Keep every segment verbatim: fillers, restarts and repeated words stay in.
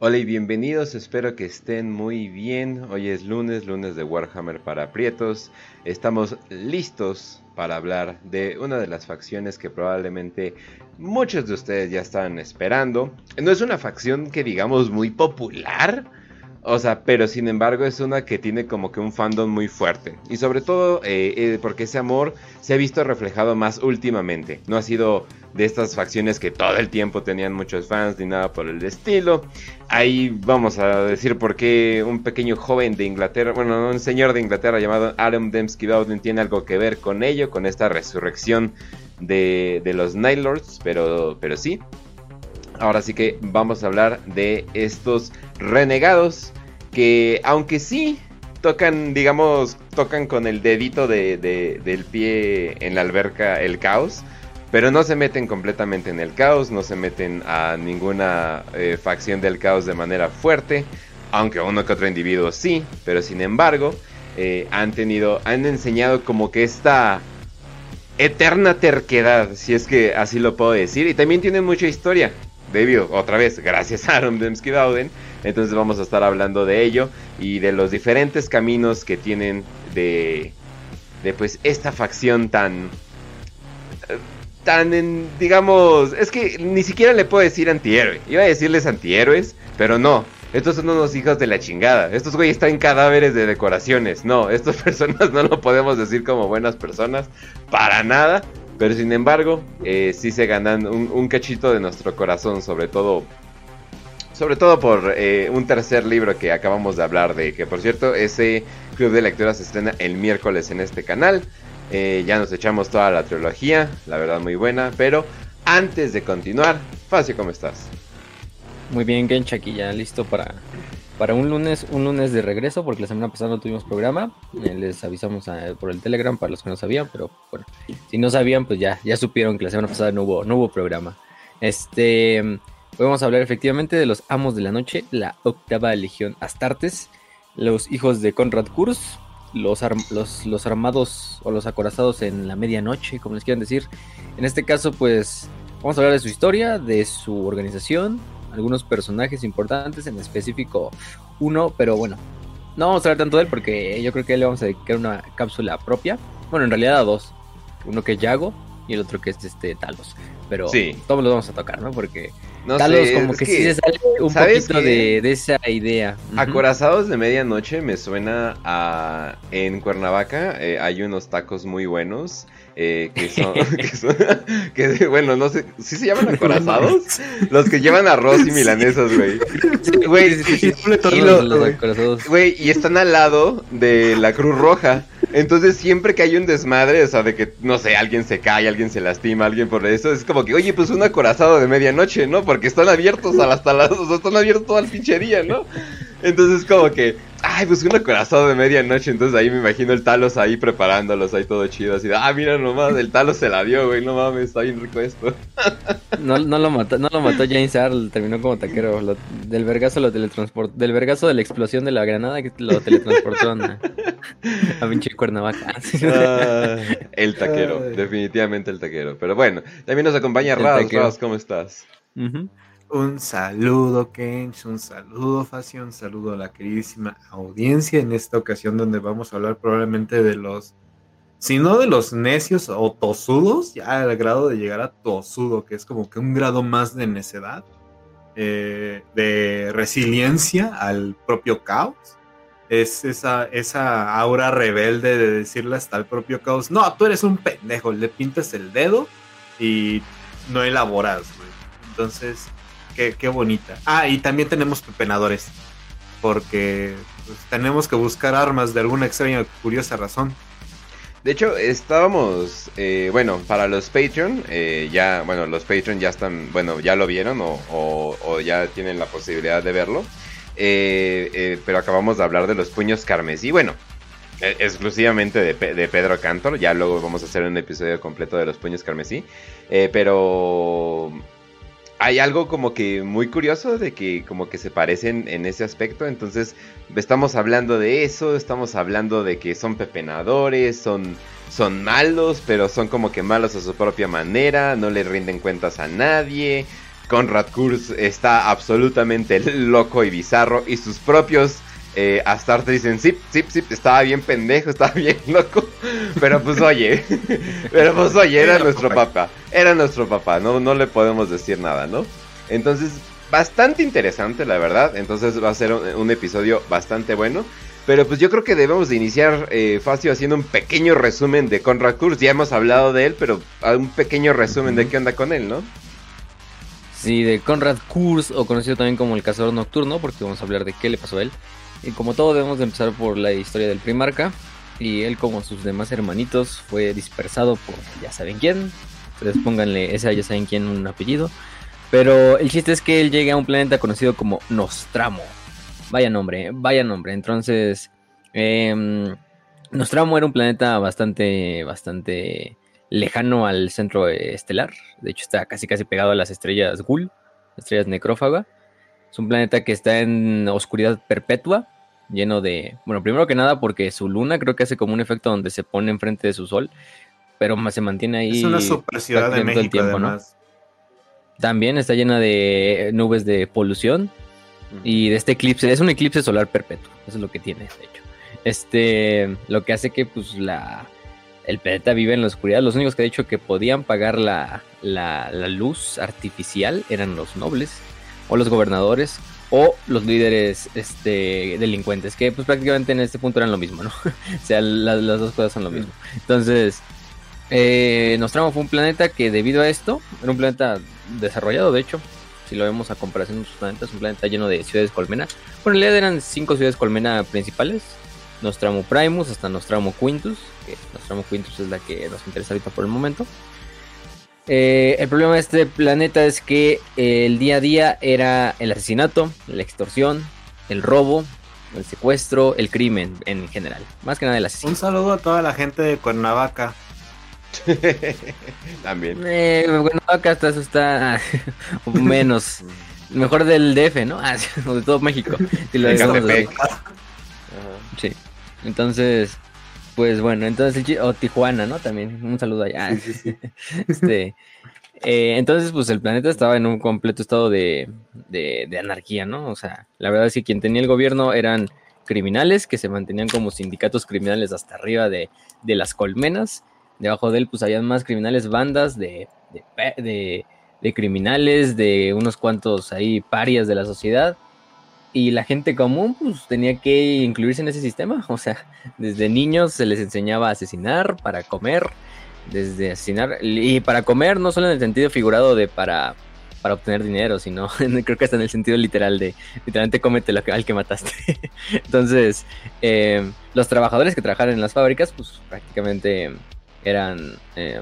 Hola y bienvenidos, espero que estén muy bien. Hoy es lunes, lunes de Warhammer para Prietos. Estamos listos para hablar de una de las facciones que probablemente muchos de ustedes ya estaban esperando. No es una facción que digamos muy popular, o sea, pero sin embargo es una que tiene como que un fandom muy fuerte. Y sobre todo eh, eh, porque ese amor se ha visto reflejado más últimamente. No ha sido de estas facciones que todo el tiempo tenían muchos fans ni nada por el estilo. Ahí vamos a decir por qué un pequeño joven de Inglaterra, bueno, un señor de Inglaterra llamado Adam Dembski Bowden tiene algo que ver con ello, con esta resurrección de, de los Night Lords, pero, pero sí. Ahora sí que vamos a hablar de estos renegados que, aunque sí tocan, digamos, tocan con el dedito de, de, del pie en la alberca el caos, pero no se meten completamente en el caos, no se meten a ninguna eh, facción del caos de manera fuerte, aunque uno que otro individuo sí, pero sin embargo eh, han tenido, han enseñado como que esta eterna terquedad, si es que así lo puedo decir, y también tienen mucha historia. Debido, otra vez, gracias a Adam Dembski Bowden. Entonces vamos a estar hablando de ello y de los diferentes caminos que tienen de, de pues esta facción tan, tan en, digamos, es que ni siquiera le puedo decir antihéroe. Iba a decirles antihéroes, pero no. Estos son unos hijos de la chingada. Estos güeyes traen cadáveres de decoraciones. No, estas personas no lo podemos decir como buenas personas, para nada. Pero sin embargo, eh, sí se ganan un, un cachito de nuestro corazón, sobre todo, sobre todo por eh, un tercer libro que acabamos de hablar de, que por cierto, ese club de lectura se estrena el miércoles en este canal. Eh, ya nos echamos toda la trilogía, la verdad muy buena, pero antes de continuar, Facio, ¿cómo estás? Muy bien, Gench, aquí ya listo para... Para un lunes, un lunes de regreso, porque la semana pasada no tuvimos programa. Eh, les avisamos a, por el Telegram para los que no sabían, pero bueno, si no sabían, pues ya, ya supieron que la semana pasada no hubo, no hubo programa. Este, hoy vamos a hablar efectivamente de los Amos de la Noche, la octava legión Astartes, los hijos de Conrad Kurz, los, arm, los, los armados o los acorazados en la medianoche, como les quieran decir. En este caso, pues, vamos a hablar de su historia, de su organización, algunos personajes importantes, en específico uno, pero bueno, no vamos a hablar tanto de él porque yo creo que le vamos a dedicar una cápsula propia. Bueno, en realidad a dos, uno que es Yago y el otro que es este Talos, pero sí, todos los vamos a tocar, ¿no? Porque no Talos sé, como que, que sí se sale un poquito de, de esa idea. Acorazados de medianoche me suena a... En Cuernavaca eh, hay unos tacos muy buenos. Eh, que son, que son que, bueno, no sé, ¿sí se llaman acorazados? Los que llevan arroz y milanesas, güey. Güey, sí, sí, sí, y, lo, los acorazados. Güey, y están al lado de la Cruz Roja. Entonces siempre que hay un desmadre, o sea, de que, no sé, alguien se cae, alguien se lastima, alguien por eso, es como que, oye, pues un acorazado de medianoche, ¿no? Porque están abiertos hasta las, o sea, están abiertos todo el pinche día, ¿no? Entonces como que, ay, pues un acorazado de medianoche. Entonces ahí me imagino el Talos ahí preparándolos, ahí todo chido, así de, ah, mira nomás, el Talos se la dio, güey, no mames, está bien rico esto. No, no lo mató, no lo mató James Earl, terminó como taquero, lo, del vergazo lo teletransportó, del vergazo de la explosión de la granada que lo teletransportó a, a pinche Cuernavaca. Ah, el taquero, ay, definitivamente el taquero, pero bueno, también nos acompaña Raz. Raz, ¿cómo estás? Uh-huh. Un saludo, Kench, un saludo, Facio, un saludo a la queridísima audiencia en esta ocasión donde vamos a hablar probablemente de los, si no de los necios o tosudos, ya al grado de llegar a tosudo, que es como que un grado más de necedad, eh, de resiliencia al propio caos. Es esa, esa aura rebelde de decirle hasta al propio caos, no, tú eres un pendejo, le pintas el dedo y no elaboras, güey. Entonces... Qué, qué bonita. Ah, y también tenemos pepenadores, porque pues, tenemos que buscar armas de alguna extraña, curiosa razón. De hecho, estábamos, eh, bueno, para los Patreon, eh, ya, bueno, los Patreon ya están, bueno, ya lo vieron o, o, o ya tienen la posibilidad de verlo, eh, eh, pero acabamos de hablar de los puños carmesí, bueno, eh, exclusivamente de, de Pedro Cantor, ya luego vamos a hacer un episodio completo de los puños carmesí, eh, pero... Hay algo como que muy curioso de que como que se parecen en ese aspecto. Entonces estamos hablando de eso, estamos hablando de que son pepenadores, son, son malos, pero son como que malos a su propia manera, no le rinden cuentas a nadie. Conrad Kurz está absolutamente loco y bizarro y sus propios eh, Astartes dicen, sí, sí, sí, estaba bien pendejo, estaba bien loco, pero pues oye, pero pues oye, era nuestro papá, era nuestro papá, no, no le podemos decir nada, ¿no? Entonces, bastante interesante, la verdad, entonces va a ser un, un episodio bastante bueno. Pero pues yo creo que debemos de iniciar, eh, Facio, haciendo un pequeño resumen de Conrad Kurz. Ya hemos hablado de él, pero un pequeño resumen de qué onda con él, ¿no? Sí, de Conrad Kurz, o conocido también como el Cazador Nocturno, porque vamos a hablar de qué le pasó a él. Y como todo, debemos de empezar por la historia del Primarca. Y él, como sus demás hermanitos, fue dispersado por ya saben quién. Ustedes pónganle ese ya saben quién un apellido. Pero el chiste es que él llega a un planeta conocido como Nostramo. Vaya nombre, vaya nombre. Entonces, eh, Nostramo era un planeta bastante, bastante lejano al centro estelar. De hecho, está casi casi pegado a las estrellas Ghoul, estrellas necrófaga. Es un planeta que está en oscuridad perpetua, lleno de... Bueno, primero que nada porque su luna creo que hace como un efecto donde se pone enfrente de su sol, pero se mantiene ahí... Es una super ciudad de México, el tiempo, además. ¿No? También está llena de nubes de polución. Y de este eclipse, es un eclipse solar perpetuo, eso es lo que tiene, de hecho. Este, lo que hace que pues la el planeta vive en la oscuridad. Los únicos que de hecho que podían pagar la, la, la luz artificial eran los nobles, o los gobernadores, o los líderes este, delincuentes, que pues prácticamente en este punto eran lo mismo, ¿no? O sea, la, las dos cosas son lo mismo. Entonces, eh, Nostramo fue un planeta que debido a esto, era un planeta desarrollado, de hecho. Si lo vemos a comparación de otros planetas, un planeta lleno de ciudades colmena. Bueno, en realidad eran cinco ciudades colmena principales. Nostramo Primus hasta Nostramo Quintus, que Nostramo Quintus es la que nos interesa ahorita por el momento. Eh, el problema de este planeta es que eh, el día a día era el asesinato, la extorsión, el robo, el secuestro, el crimen en general. Más que nada el asesinato. Un saludo a toda la gente de Cuernavaca. También. Eh, bueno, acá hasta eso está menos. Mejor del D F, ¿no? Ah, o de todo México. Si lo sí. Entonces, pues bueno, entonces o Tijuana, ¿no? También un saludo allá. Sí, sí, sí. Este, eh, entonces, pues el planeta estaba en un completo estado de, de, de anarquía, ¿no? O sea, la verdad es que quien tenía el gobierno eran criminales que se mantenían como sindicatos criminales hasta arriba de, de las colmenas. Debajo de él, pues, habían más criminales, bandas de, de, de, de criminales, de unos cuantos ahí parias de la sociedad. Y la gente común, pues, tenía que incluirse en ese sistema. O sea, desde niños se les enseñaba a asesinar para comer. Desde asesinar, y para comer no solo en el sentido figurado de para, para obtener dinero, sino creo que hasta en el sentido literal de, literalmente cómete lo que, al que mataste. Entonces, eh, los trabajadores que trabajaban en las fábricas, pues, prácticamente... eran eh,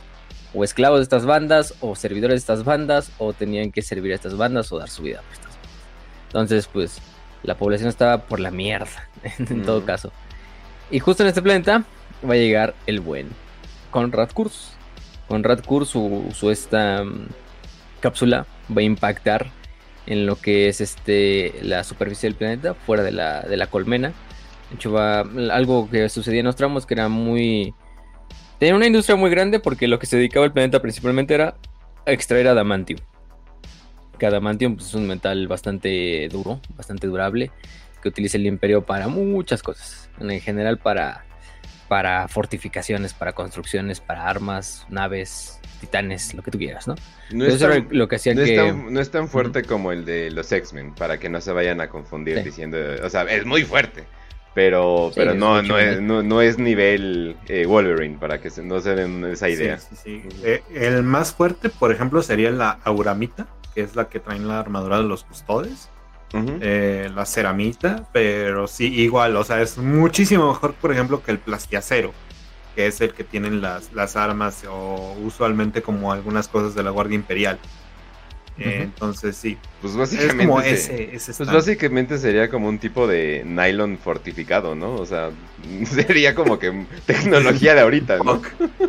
o esclavos de estas bandas o servidores de estas bandas o tenían que servir a estas bandas o dar su vida por estas bandas. Entonces pues la población estaba por la mierda en mm. todo caso. Y justo en este planeta va a llegar el buen Conrad Kurz. Conrad Kurz su, su esta um, cápsula va a impactar en lo que es este la superficie del planeta fuera de la, de la colmena. De hecho va algo que sucedía en Nostramo que era muy... Tenía una industria muy grande porque lo que se dedicaba el planeta principalmente era a extraer adamantium. Que adamantium pues, es un metal bastante duro, bastante durable, que utiliza el imperio para muchas cosas. En general para, para fortificaciones, para construcciones, para armas, naves, titanes, lo que tú quieras, ¿no? No es, tan, lo que hacía no, que... es tan, no es tan fuerte uh-huh. como el de los X-Men, para que no se vayan a confundir sí. diciendo... O sea, es muy fuerte. Pero, sí, pero no, no, es, no, no es nivel eh, Wolverine, para que se, no se den esa idea. Sí, sí, sí. Eh, el más fuerte, por ejemplo, sería la auramita, que es la que traen la armadura de los custodes. Uh-huh. eh, la ceramita, pero sí, igual, o sea, es muchísimo mejor, por ejemplo, que el plastiacero, que es el que tienen las, las armas o usualmente como algunas cosas de la Guardia Imperial. Eh, entonces sí, pues básicamente, es como se, ese, ese pues básicamente sería como un tipo de nylon fortificado, ¿no? O sea, sería como que tecnología de ahorita, ¿no?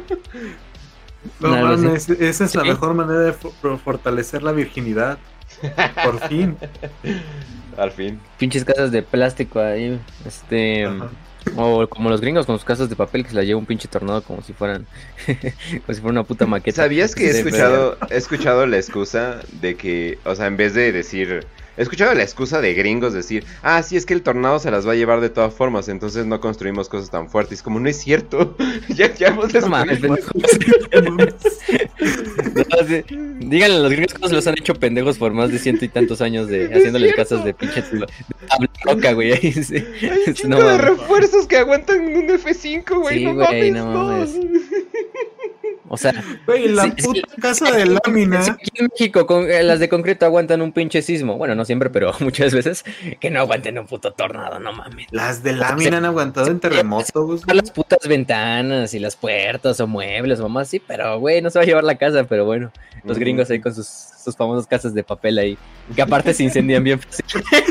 No, no man, es, esa es la ¿sí? mejor manera de for- fortalecer la virginidad. Por fin. Al fin. Pinches casas de plástico ahí, este... Ajá. O como los gringos con sus casas de papel que se las lleva un pinche tornado como si fueran como si fuera una puta maqueta. ¿Sabías que he escuchado, he escuchado la excusa de que, o sea, en vez de decir, he escuchado la excusa de gringos decir, ah, sí, es que el tornado se las va a llevar de todas formas, entonces no construimos cosas tan fuertes? Como no es cierto. ya, ya hemos No mames, pendejos. No, sí. Díganle a los gringos cómo se los han hecho pendejos por más de ciento y tantos años de haciéndoles casas de pinche tabla roca, güey. Ahí sí. Hay un chingo No de mames. refuerzos que aguantan un F cinco, güey. Sí, no, güey, mames, no no. mames. O sea, Güey, la sí, puta sí, casa sí, de sí, lámina. sí, aquí en México con, eh, las de concreto aguantan un pinche sismo. Bueno, no siempre, pero muchas veces. Que no aguanten un puto tornado, no mames. Las de lámina han aguantado en terremotos, güey. Las putas ventanas y las puertas o muebles o mamás, sí, pero güey, no se va a llevar la casa, pero bueno, los gringos ahí con sus, sus famosas casas de papel ahí, que aparte se incendian bien fácil.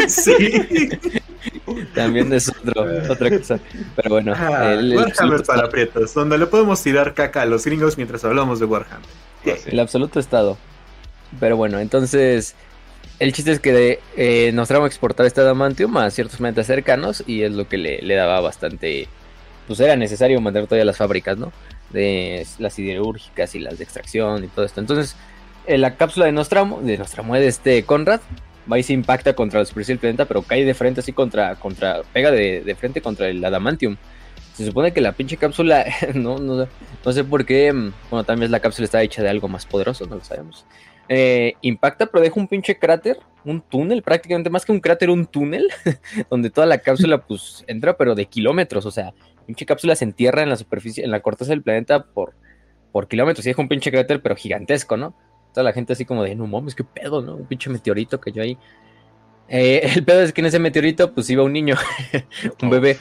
Sí. También es otro, otra cosa, pero bueno. Ah, el, el Warhammer absoluto, para aprietos, donde le podemos tirar caca a los gringos mientras hablamos de Warhammer. Así. el absoluto estado. Pero bueno, entonces, el chiste es que de, eh, Nostramo exportaba este adamantium a ciertos planetas cercanos y es lo que le, le daba bastante, pues era necesario mantener todavía las fábricas, ¿no? De las siderúrgicas y las de extracción y todo esto. Entonces, eh, la cápsula de Nostramo, de Nostramo de este Conrad, va y se impacta contra la superficie del planeta, pero cae de frente así contra, contra pega de, de frente contra el adamantium. Se supone que la pinche cápsula, no, no, no sé por qué, bueno, tal vez la cápsula está hecha de algo más poderoso, no lo sabemos. Eh, impacta, pero deja un pinche cráter, un túnel, prácticamente más que un cráter, un túnel, donde toda la cápsula pues entra, pero de kilómetros, o sea, la pinche cápsula se entierra en la superficie, en la corteza del planeta por, por kilómetros, y deja un pinche cráter, pero gigantesco, ¿no? Toda la gente así como de, no mames, qué pedo, ¿no? Un pinche meteorito que yo ahí. Eh, el pedo es que en ese meteorito pues iba un niño, un bebé.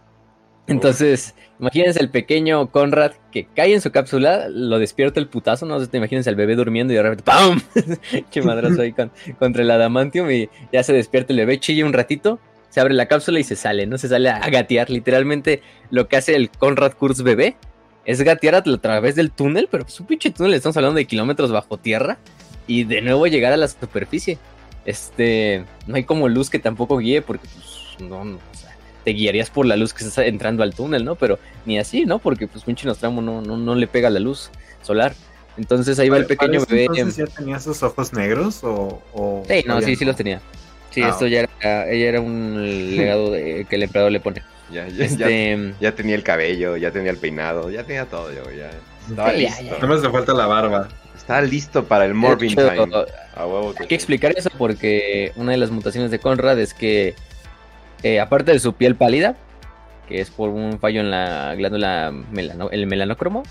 Entonces, imagínense el pequeño Conrad que cae en su cápsula, lo despierta el putazo, no sé, te imagínense al bebé durmiendo y de repente ¡pam! Che madrazo ahí con, contra el adamantium y ya se despierta el bebé, chilla un ratito, se abre la cápsula y se sale, ¿no? Se sale a gatear, literalmente lo que hace el Conrad Kurz bebé es gatear a través del túnel, pero pues un pinche túnel, estamos hablando de kilómetros bajo tierra y de nuevo llegar a la superficie. Este, no hay como luz que tampoco guíe porque pues no, no, o sea, te guiarías por la luz que estás entrando al túnel, ¿no? Pero ni así, ¿no? Porque pues pinche Nostramo no, no, no le pega la luz solar. Entonces ahí va el pequeño bebé. ¿Entonces ya tenía sus ojos negros o...? o sí, no, sí, no? sí los tenía. Sí, Ah, esto ya era, ella era un legado de, que el emperador le pone. Ya, ya, Este, ya, ya tenía el cabello, ya tenía el peinado, ya tenía todo, yo, ya estaba Sí, ya, listo. ya. Nada más le falta la barba. Estaba listo para el Morbin de hecho, Time. A huevo que hay que sí. explicar eso porque una de las mutaciones de Conrad es que, eh, aparte de su piel pálida, que es por un fallo en la glándula melano, el melanócromo,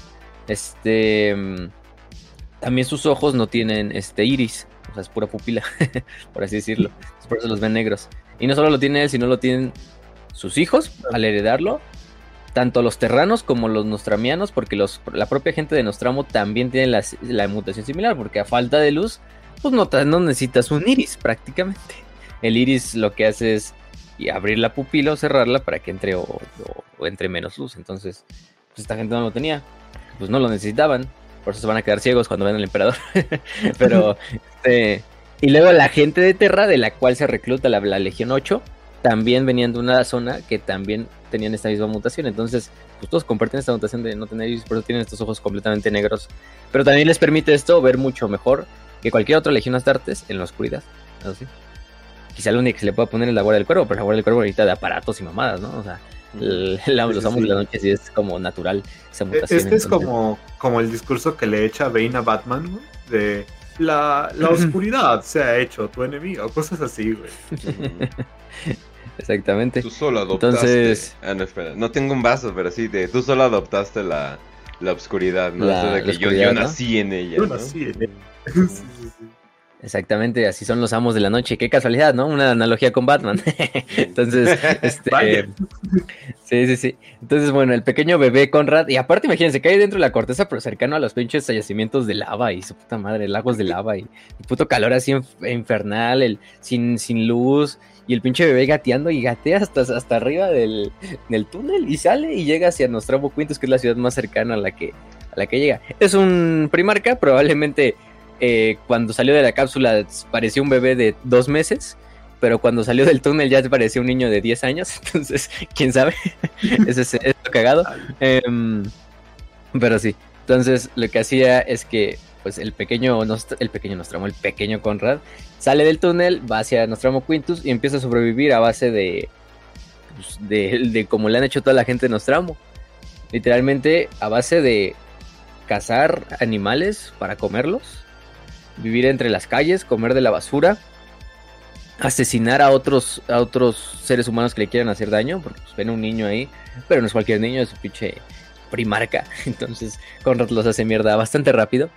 este, mm, también sus ojos no tienen este iris, o sea, es pura pupila, por así decirlo. Por eso los ven negros. Y no solo lo tiene él, sino lo tienen sus hijos al heredarlo, tanto los terranos como los nostramianos, porque los, la propia gente de Nostramo también tiene la, la mutación similar, porque a falta de luz, pues no, no necesitas un iris prácticamente. El iris lo que hace es y abrir la pupila o cerrarla para que entre o, o, o entre menos luz. Entonces, pues esta gente no lo tenía, pues no lo necesitaban, por eso se van a quedar ciegos cuando ven al emperador. Pero, este, y luego la gente de Terra, de la cual se recluta la, la Legión ocho, también venían de una zona que también tenían esta misma mutación. Entonces, pues todos comparten esta mutación de no tener iris, por eso tienen estos ojos completamente negros. Pero también les permite esto ver mucho mejor que cualquier otra Legión Astartes en la oscuridad. ¿Así? Quizá la única que se le pueda poner es la Guardia del Cuervo, pero la Guardia del Cuervo ahorita de aparatos y mamadas, ¿no? O sea, el, la, los amos Sí. de la noche sí es como natural esa mutación. Este es entonces, como, como el discurso que le echa Bane a Batman, ¿no? De la, la oscuridad se ha hecho tu enemigo, cosas así, güey. exactamente. Tú solo adoptaste. Entonces, Ah, no, espera. No tengo un vaso, pero sí, de, tú solo adoptaste la, la obscuridad, ¿no? La- Eso de la que yo, oscuridad, yo ¿no? nací en ella. Yo ¿no? nací en él. Sí, sí, sí. exactamente, así son los amos de la noche. Qué casualidad, ¿no? Una analogía con Batman. Entonces, este, Vaya. sí, sí, sí. Entonces, bueno, el pequeño bebé Conrad, y aparte, imagínense, cae dentro de la corteza, pero cercano a los pinches yacimientos de lava y su puta madre, lagos de lava y el puto calor así inf- infernal, el, sin, sin luz, y el pinche bebé gateando y gatea hasta, hasta arriba del, del túnel y sale y llega hacia Nostramo Quintus, que es la ciudad más cercana a la que, a la que llega. Es un primarca, probablemente. Eh, cuando salió de la cápsula parecía un bebé de dos meses pero cuando salió del túnel ya parecía un niño de diez años, entonces, quién sabe, ese es esto cagado, eh, pero sí, entonces lo que hacía es que pues el pequeño, Nost- el pequeño Nostramo, el pequeño Conrad, sale del túnel, va hacia Nostramo Quintus y empieza a sobrevivir a base de, pues, de, de como le han hecho toda la gente de Nostramo, literalmente a base de cazar animales para comerlos, vivir entre las calles, comer de la basura, asesinar a otros a otros seres humanos que le quieran hacer daño, porque pues, ven a un niño ahí, pero no es cualquier niño, es un pinche primarca, entonces Conrad los hace mierda bastante rápido.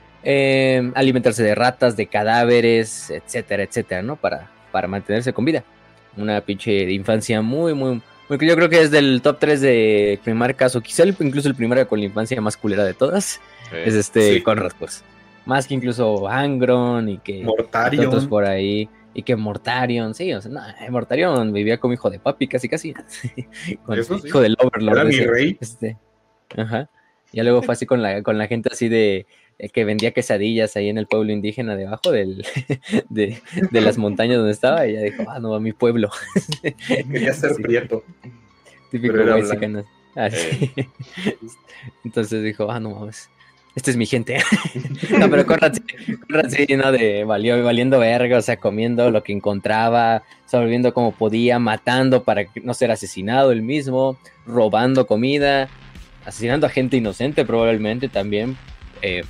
Eh, alimentarse de ratas, de cadáveres, etcétera, etcétera, ¿no? Para, para mantenerse con vida. Una pinche infancia muy, muy, muy... Yo creo que es del top tres de primarcas, o quizá el, incluso el primarca con la infancia más culera de todas, eh, es este sí. Conrad, pues. Más que incluso Angron y que Mortarion. Otros por ahí. Y que Mortarion, sí, o sea, no, Mortarion vivía como hijo de papi, casi, casi. Con Eso sí. Hijo del Overlord. Era mi ese, rey. Este, ajá. Ya luego fue así con la, con la gente así de... que vendía quesadillas ahí en el pueblo indígena debajo del, de, de las montañas donde estaba, y ella dijo, ah, no, a mi pueblo. Quería ser sí. prieto. Típico mexicano. Ah, sí. eh. Entonces dijo, ah, no mames, esta es mi gente. No, pero Conrad sí, Conrad sí, ¿no? De valió, valiendo verga, o sea, comiendo lo que encontraba, sobreviviendo como podía, matando para no ser asesinado él mismo, robando comida, asesinando a gente inocente probablemente también, eh,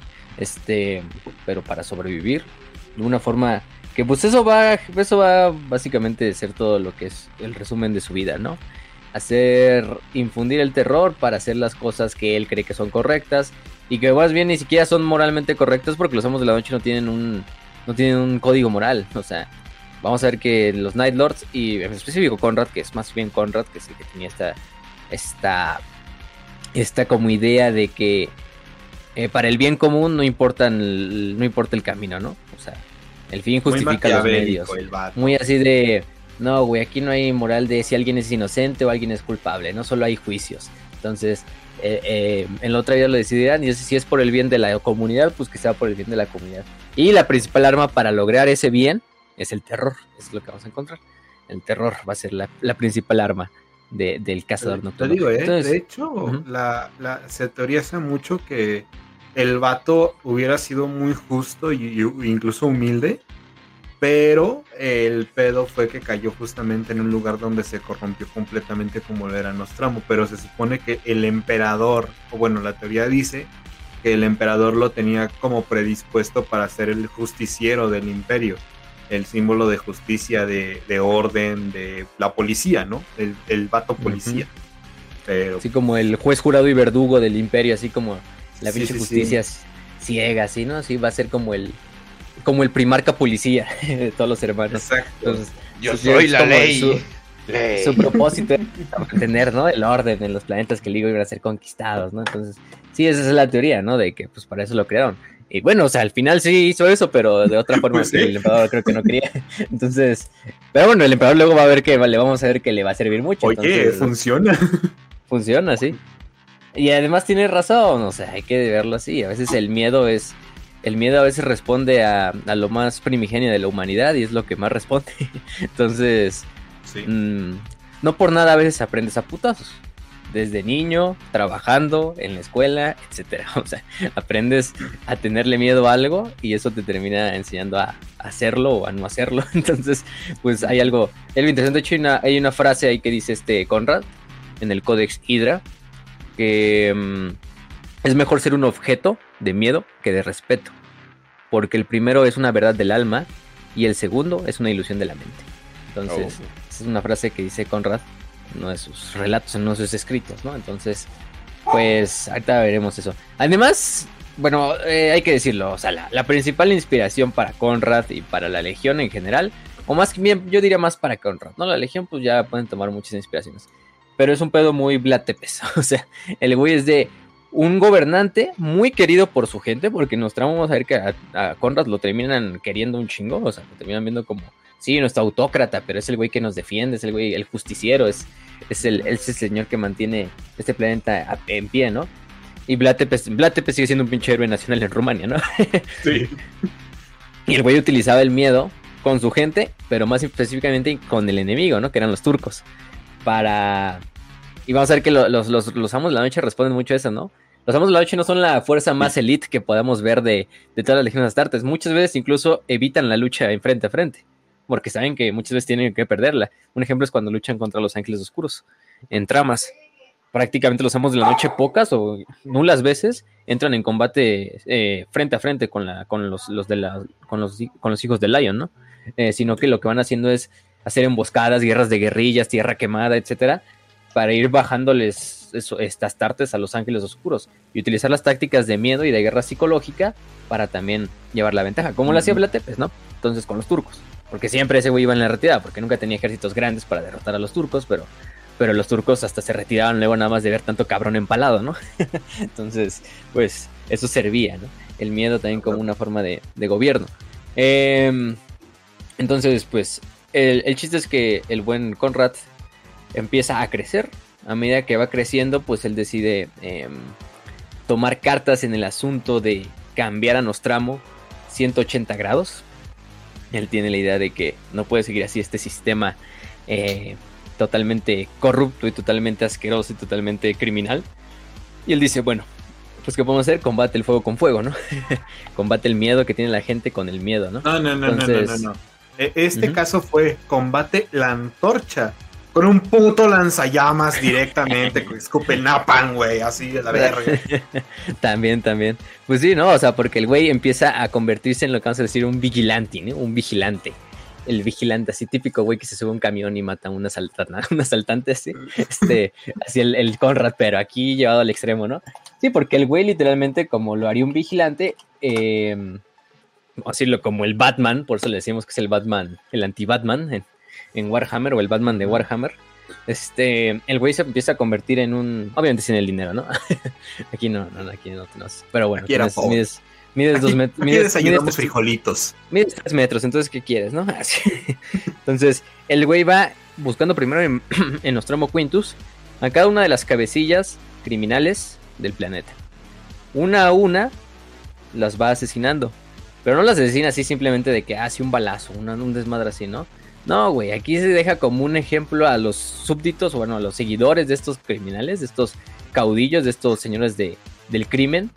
este, pero para sobrevivir de una forma que pues eso va, eso va básicamente a ser todo lo que es el resumen de su vida, ¿no? Hacer, infundir el terror para hacer las cosas que él cree que son correctas y que más bien ni siquiera son moralmente correctas porque los Amos de la Noche no tienen un, no tienen un código moral, o sea, vamos a ver que los Night Lords y en específico Conrad, que es más bien Conrad, que es el que tenía esta, esta, esta como idea de que eh, para el bien común no importan, no importa el camino, ¿no? O sea, el fin justifica los medios. Muy así de, no, güey, aquí no hay moral de si alguien es inocente o alguien es culpable, no solo hay juicios. Entonces, eh, eh, en la otra vida lo decidirán, y si es por el bien de la comunidad, pues que sea por el bien de la comunidad. Y la principal arma para lograr ese bien es el terror, es lo que vamos a encontrar. El terror va a ser la, la principal arma de, del cazador nocturno. Te digo, eh, Entonces, de hecho, uh-huh. la, la, se teoriza mucho que el vato hubiera sido muy justo y, y incluso humilde, pero el pedo fue que cayó justamente en un lugar donde se corrompió completamente como lo era Nostramo, pero se supone que el emperador, o bueno, la teoría dice que el emperador lo tenía como predispuesto para ser el justiciero del imperio, el símbolo de justicia, de, de orden, de la policía, ¿no? El, el vato policía. Uh-huh. Pero... así como el juez, jurado y verdugo del imperio, así como la pinche sí, sí, justicia sí. ciega, así, ¿no? Así va a ser como el como el primarca policía de todos los hermanos. Exacto. Entonces, yo pues, soy la ley. Su, ley. Su propósito es mantener, ¿no? El orden en los planetas que digo iban a ser conquistados, ¿no? Entonces, sí, esa es la teoría, ¿no? De que, pues, para eso lo crearon. Y bueno, o sea, al final sí hizo eso, pero de otra forma pues sí. que el emperador creo que no quería. Entonces, pero bueno, el emperador luego va a ver que le vamos a ver que le va a servir mucho. Oye, entonces, funciona. Funciona, sí. Y además tiene razón, o sea, hay que verlo así. A veces el miedo es... El miedo a veces responde a, a lo más primigenio de la humanidad y es lo que más responde. Entonces, sí. mmm, no por nada a veces aprendes a putazos. Desde niño, trabajando, en la escuela, etcétera. O sea, aprendes a tenerle miedo a algo y eso te termina enseñando a hacerlo o a no hacerlo. Entonces, pues hay algo, algo interesante. De hecho, hay una, hay una frase ahí que dice este Conrad en el Codex Hydra que mmm, es mejor ser un objeto de miedo que de respeto, porque el primero es una verdad del alma y el segundo es una ilusión de la mente. Entonces, oh. esa es una frase que dice Conrad en uno de sus relatos, en uno de sus escritos, ¿no? Entonces, pues, ahorita veremos eso. Además, bueno, eh, hay que decirlo, o sea, la, la principal inspiración para Conrad y para la Legión en general, o más bien, yo diría más para Conrad, ¿no? La Legión, pues ya pueden tomar muchas inspiraciones, pero es un pedo muy Vlad Tepes, o sea, el güey es de un gobernante muy querido por su gente, porque nos vamos a ver que a, a Conrad lo terminan queriendo un chingo, o sea, lo terminan viendo como, sí, nuestro autócrata, pero es el güey que nos defiende, es el güey, el justiciero, es, es, el, es el señor que mantiene este planeta en pie, ¿no? Y Vlad Tepes, Vlad Tepes sigue siendo un pinche héroe nacional en Rumania, ¿no? Sí. Y el güey utilizaba el miedo con su gente, pero más específicamente con el enemigo, ¿no? Que eran los turcos. Para... Y vamos a ver que lo, los, los, los amos de la noche responden mucho a eso, ¿no? Los amos de la noche no son la fuerza más elite que podamos ver de, de todas las legiones astartes. Muchas veces incluso evitan la lucha en frente a frente, porque saben que muchas veces tienen que perderla. Un ejemplo es cuando luchan contra los ángeles oscuros, en tramas. Prácticamente los amos de la noche, pocas o nulas veces, entran en combate eh, frente a frente con, la, con, los, los de la, con, los, con los hijos de Lion, ¿no? Eh, sino que lo que van haciendo es hacer emboscadas, guerras de guerrillas, tierra quemada, etcétera, para ir bajándoles eso, estas tartes a los ángeles oscuros y utilizar las tácticas de miedo y de guerra psicológica para también llevar la ventaja, como lo hacía Blatepes, ¿no? Entonces con los turcos, porque siempre ese güey iba en la retirada, porque nunca tenía ejércitos grandes para derrotar a los turcos, pero, pero los turcos hasta se retiraban luego nada más de ver tanto cabrón empalado, ¿no? Entonces, pues eso servía, ¿no? El miedo también como una forma de, de gobierno. Eh, entonces, pues el, el chiste es que el buen Conrad empieza a crecer. A medida que va creciendo, pues él decide eh, tomar cartas en el asunto de cambiar a Nostramo ciento ochenta grados. Él tiene la idea de que no puede seguir así este sistema eh, totalmente corrupto y totalmente asqueroso y totalmente criminal. Y él dice, bueno, pues ¿qué podemos hacer? Combate el fuego con fuego, ¿no? Combate el miedo que tiene la gente con el miedo, ¿no? No, no, no, Entonces, no, no, no, no. Este uh-huh. caso fue combate la antorcha. Con un puto lanzallamas directamente, escupe napalm, güey, así de la verga. También, también. Pues sí, ¿no? O sea, porque el güey empieza a convertirse en lo que vamos a decir un vigilante, ¿no? Un vigilante. El vigilante, así típico güey que se sube a un camión y mata a un asaltante, un asaltante así. Este, así el, el Conrad, pero aquí llevado al extremo, ¿no? Sí, porque el güey literalmente, como lo haría un vigilante, eh, vamos a decirlo como el Batman, por eso le decimos que es el Batman, el anti-Batman, en, en Warhammer, o el Batman de Warhammer. Este, el güey se empieza a convertir en un, obviamente sin el dinero, ¿no? Aquí no, no, aquí no tenemos, pero bueno, entonces, mides, mides dos metros, mides, desayunamos mides, frijolitos, mides tres metros, entonces ¿qué quieres, no? Así. Entonces el güey va buscando primero en, en Nostramo Quintus a cada una de las cabecillas criminales del planeta, una a una las va asesinando, pero no las asesina así simplemente de que hace un balazo, una, un desmadre así, ¿no? No, güey, aquí se deja como un ejemplo a los súbditos, o bueno, a los seguidores de estos criminales, de estos caudillos, de estos señores de, del crimen,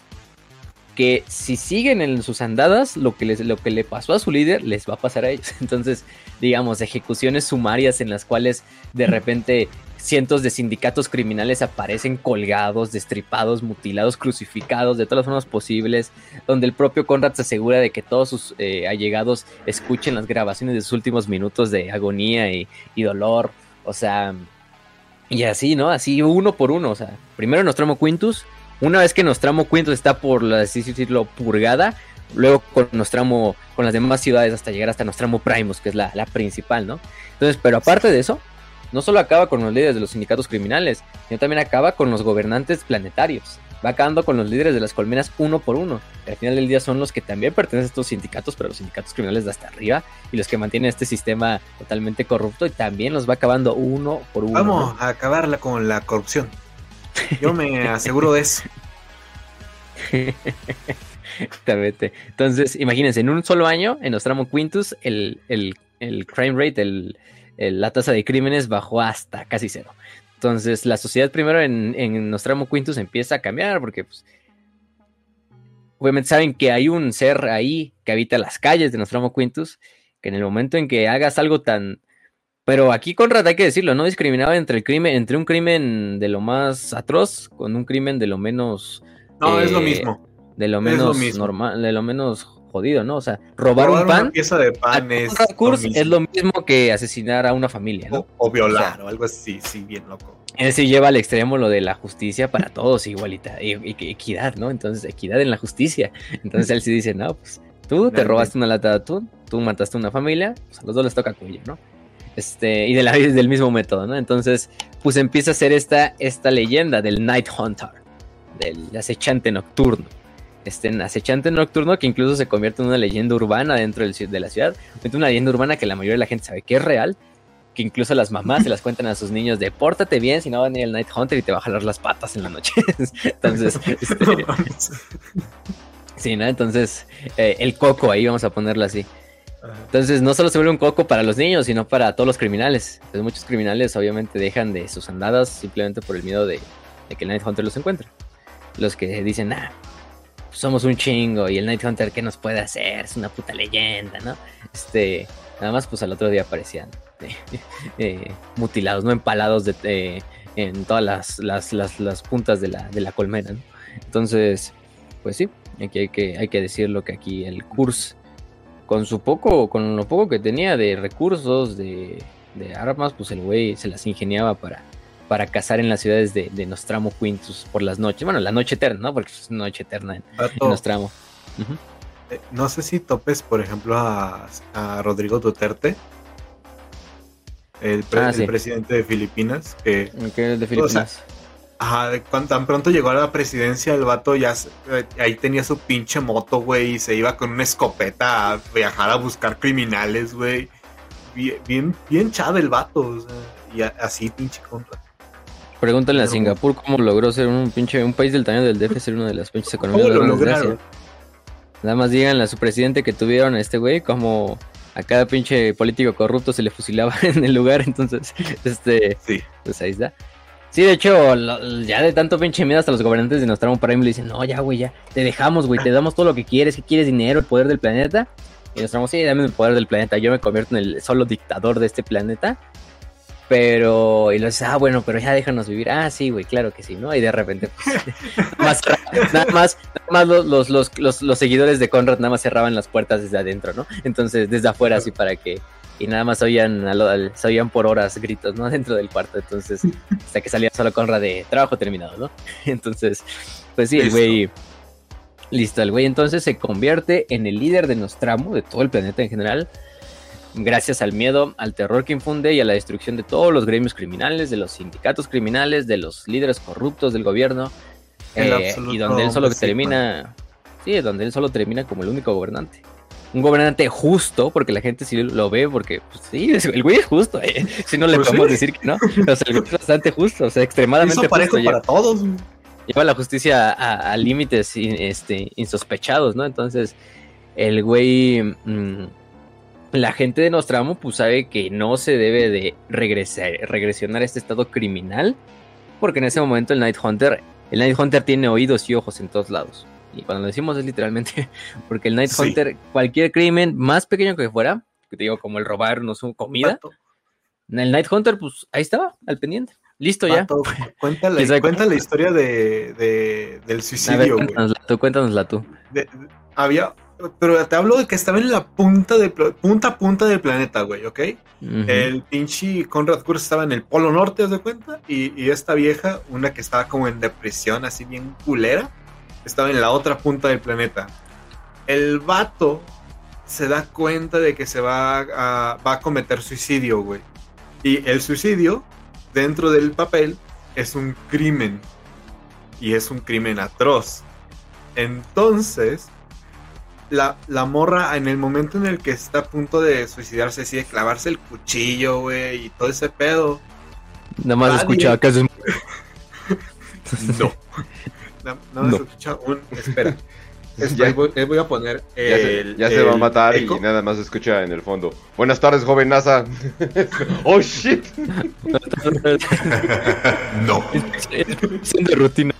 que si siguen en sus andadas, lo que, les, lo que le pasó a su líder, les va a pasar a ellos. Entonces, digamos, ejecuciones sumarias en las cuales de repente cientos de sindicatos criminales aparecen colgados, destripados, mutilados, crucificados, de todas las formas posibles, donde el propio Conrad se asegura de que todos sus eh, allegados escuchen las grabaciones de sus últimos minutos de agonía y, y dolor, o sea, y así, ¿no? Así uno por uno, o sea, primero Nostramo Quintus, una vez que Nostramo Quintus está por, así decirlo, purgada, luego con Nostramo, con las demás ciudades hasta llegar hasta Nostramo Primus, que es la, la principal, ¿no? Entonces, pero aparte de eso, no solo acaba con los líderes de los sindicatos criminales, sino también acaba con los gobernantes planetarios. Va acabando con los líderes de las colmenas uno por uno. Que al final del día son los que también pertenecen a estos sindicatos, pero los sindicatos criminales de hasta arriba, y los que mantienen este sistema totalmente corrupto, y también los va acabando uno por uno. Vamos ¿no? a acabarla con la corrupción. Yo me aseguro de eso. Exactamente. Entonces, imagínense, en un solo año, en Nostramo Quintus, el, el, el crime rate, el... la tasa de crímenes bajó hasta casi cero. Entonces la sociedad primero en, en Nostramo Quintus empieza a cambiar porque pues, obviamente saben que hay un ser ahí que habita las calles de Nostramo Quintus, que en el momento en que hagas algo tan... Pero aquí Conrad, hay que decirlo, no discriminaba entre el crimen, entre un crimen de lo más atroz con un crimen de lo menos... No, eh, es lo mismo. De lo menos normal, de lo menos... jodido, ¿no? O sea, robar, robar un pan, una pieza de pan es, lo es lo mismo que asesinar a una familia, ¿no? O, o violar, o, sea, o algo así, sí, bien loco. Él sí lleva al extremo lo de la justicia para todos igualita, y, y, equidad, ¿no? Entonces, equidad en la justicia. Entonces él sí dice, no, pues, tú te robaste una lata de atún, tú mataste a una familia, pues a los dos les toca cuello, ¿no? Este, y de la, del mismo método, ¿no? Entonces, pues empieza a ser esta, esta leyenda del Night Hunter, del acechante nocturno. Este acechante nocturno que incluso se convierte en una leyenda urbana dentro del, de la ciudad, una leyenda urbana que la mayoría de la gente sabe que es real, que incluso las mamás se las cuentan a sus niños de pórtate bien, si no va a venir el Night Hunter y te va a jalar las patas en la noche. Entonces, este, sí, ¿no? Entonces, eh, el coco ahí, vamos a ponerlo así. Entonces no solo se vuelve un coco para los niños, sino para todos los criminales. Entonces muchos criminales obviamente dejan de sus andadas simplemente por el miedo de, de que el Night Hunter los encuentre. Los que dicen, ah, pues somos un chingo y el Night Hunter, ¿qué nos puede hacer? Es una puta leyenda, ¿no? Este, nada más pues al otro día aparecían eh, eh, mutilados, ¿no? Empalados de, eh, en todas las, las, las, las puntas de la, de la colmena, ¿no? Entonces, pues sí, aquí hay que, hay que decirlo que aquí el Kurz, con su poco, con lo poco que tenía de recursos, de, de armas, pues el güey se las ingeniaba para, para cazar en las ciudades de, de Nostramo Quintus por las noches. Bueno, la noche eterna, ¿no? Porque es noche eterna en, en Nostramo. Uh-huh. Eh, no sé si topes, por ejemplo, a, a Rodrigo Duterte, el, pre- ah, sí. el presidente de Filipinas. Que, ¿Qué es de Filipinas? O sea, ajá, cuando tan pronto llegó a la presidencia, el vato ya eh, ahí tenía su pinche moto, güey, y se iba con una escopeta a viajar a buscar criminales, güey. Bien, bien, bien chave el vato, o sea, y a, así pinche contra. Pregúntale Pero, a Singapur cómo logró ser un pinche, un país del tamaño del D F, ser una de las pinches economías ¿Cómo lo lograron? Nada más díganle a su presidente que tuvieron a este güey, como a cada pinche político corrupto se le fusilaba en el lugar, entonces, este, sí. Pues ahí está. Sí, de hecho, lo, ya de tanto pinche miedo hasta los gobernantes de Nostramo Prime le dicen, no, ya, güey, ya, te dejamos, güey, te damos todo lo que quieres, ¿qué quieres? Dinero, el poder del planeta. Y Nostramo, sí, dame el poder del planeta, yo me convierto en el solo dictador de este planeta. Pero, y lo dice, ah, bueno, pero ya déjanos vivir. Ah, sí, güey, claro que sí, ¿no? Y de repente, pues, más, nada más, nada más los, los, los, los, los seguidores de Conrad nada más cerraban las puertas desde adentro, ¿no? Entonces, desde afuera, así para que... Y nada más oían, se oían por horas gritos, ¿no? Dentro del cuarto. Entonces, hasta que salía solo Conrad de trabajo terminado, ¿no? Entonces, pues sí, el güey... Listo, el güey entonces se convierte en el líder de Nostramo, de todo el planeta en general, gracias al miedo, al terror que infunde y a la destrucción de todos los gremios criminales, de los sindicatos criminales, de los líderes corruptos del gobierno, eh, y donde él solo termina... Sí, donde él solo termina como el único gobernante. Un gobernante justo, porque la gente sí lo ve, porque pues, sí, el güey es justo, eh. Si no le pues podemos sí. decir que no. O sea, el güey es bastante justo, o sea, extremadamente Hizo parejo justo. para lleva, todos. Lleva la justicia a, a límites este, insospechados, ¿no? Entonces, el güey, mmm, la gente de Nostramo, pues sabe que no se debe de regresar, regresionar a este estado criminal, porque en ese momento el Night Hunter, el Night Hunter tiene oídos y ojos en todos lados. Y cuando lo decimos es literalmente porque el Night sí. Hunter, cualquier crimen, más pequeño que fuera, que te digo, como el robarnos su comida, Pato. El Night Hunter, pues ahí estaba, al pendiente. Listo Pato, ya. Cuéntale, cuenta la historia de, de, del suicidio. A ver, cuéntanosla tú, cuéntanosla tú. De, de, había, pero te hablo de que estaba en la punta de punta a punta del planeta, güey, ¿ok? Uh-huh. El pinche Conrad Kurz estaba en el polo norte, ¿te das cuenta? Y, y esta vieja, una que estaba como en depresión, así bien culera, estaba en la otra punta del planeta. El vato se da cuenta de que se va a, va a cometer suicidio, güey. Y el suicidio, dentro del papel, es un crimen. Y es un crimen atroz. Entonces, la, la morra, en el momento en el que está a punto de suicidarse, decide clavarse el cuchillo, güey, y todo ese pedo. Nada más escuchaba que haces... No. No, no, no. Se escucha un... Espera. Espera, voy, voy a poner el, Ya se, ya se va a matar eco. Y nada más se escucha en el fondo. Buenas tardes, joven NASA. Oh, shit. No. Son de rutina.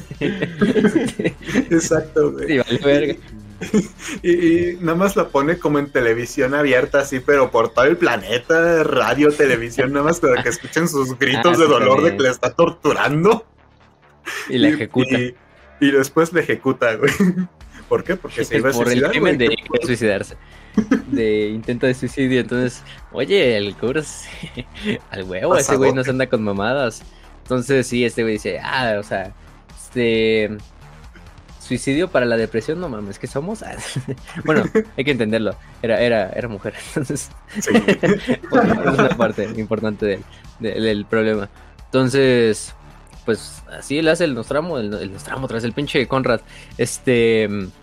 Exacto, güey. Sí, vale, verga. Y, y nada más la pone como en televisión abierta, así, pero por todo el planeta, radio, televisión, nada más para que escuchen sus gritos ah, de dolor de que le está torturando. Y la ejecuta. Y, y después le ejecuta, güey. ¿Por qué? Porque se iba a Por suicidar, el crimen güey. de suicidarse. De intento de suicidio. Entonces, oye, el Kurz al huevo, Pasado. Ese güey no se anda con mamadas. Entonces, sí, este güey dice, ah, o sea, este... suicidio para la depresión, no mames, ¿qué somos? Bueno, hay que entenderlo. Era, era, era mujer. Entonces, sí. Bueno, es una parte importante del, del, del problema. Entonces... pues así él hace el Nostramo, el, el Nostramo tras el pinche Conrad. Este...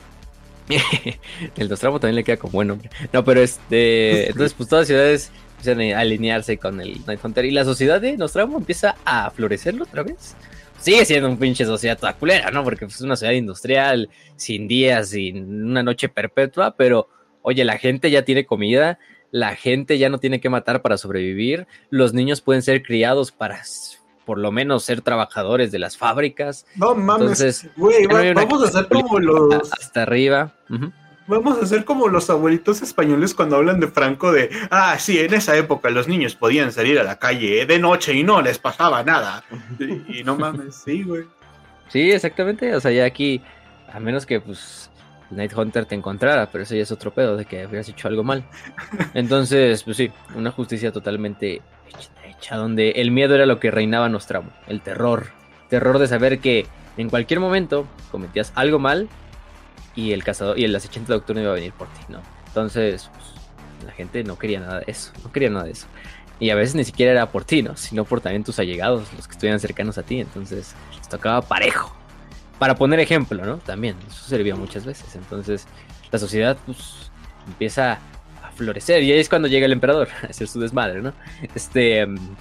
el Nostramo también le queda como buen nombre. No, pero este... entonces pues todas las ciudades empiezan a alinearse con el Night Hunter. Y la sociedad de Nostramo empieza a florecerlo otra vez. Sigue siendo un pinche sociedad toda culera, ¿no? Porque pues, es una ciudad industrial, sin días, sin una noche perpetua, pero oye, la gente ya tiene comida, la gente ya no tiene que matar para sobrevivir, los niños pueden ser criados para por lo menos ser trabajadores de las fábricas. No mames, entonces, güey, no va, vamos a hacer como los... Hasta arriba. Uh-huh. Vamos a hacer como los abuelitos españoles cuando hablan de Franco de, ah, sí, en esa época los niños podían salir a la calle de noche y no les pasaba nada. Y, y no mames, sí, güey. Sí, exactamente, o sea, ya aquí, a menos que, pues, Night Hunter te encontrara, pero eso ya es otro pedo, de que hubieras hecho algo mal. Entonces, pues sí, una justicia totalmente hecha, hecha donde el miedo era lo que reinaba Nostramo, el terror, terror de saber que en cualquier momento cometías algo mal y el cazador y el acechante nocturno iba a venir por ti, ¿no? Entonces, pues, la gente no quería nada de eso, no quería nada de eso. Y a veces ni siquiera era por ti, ¿no? Sino por también tus allegados, los que estuvieran cercanos a ti. Entonces, les tocaba parejo. Para poner ejemplo, ¿no? También, eso servía muchas veces. Entonces, la sociedad, pues, empieza a florecer. Y ahí es cuando llega el emperador a hacer su desmadre, ¿no? Este,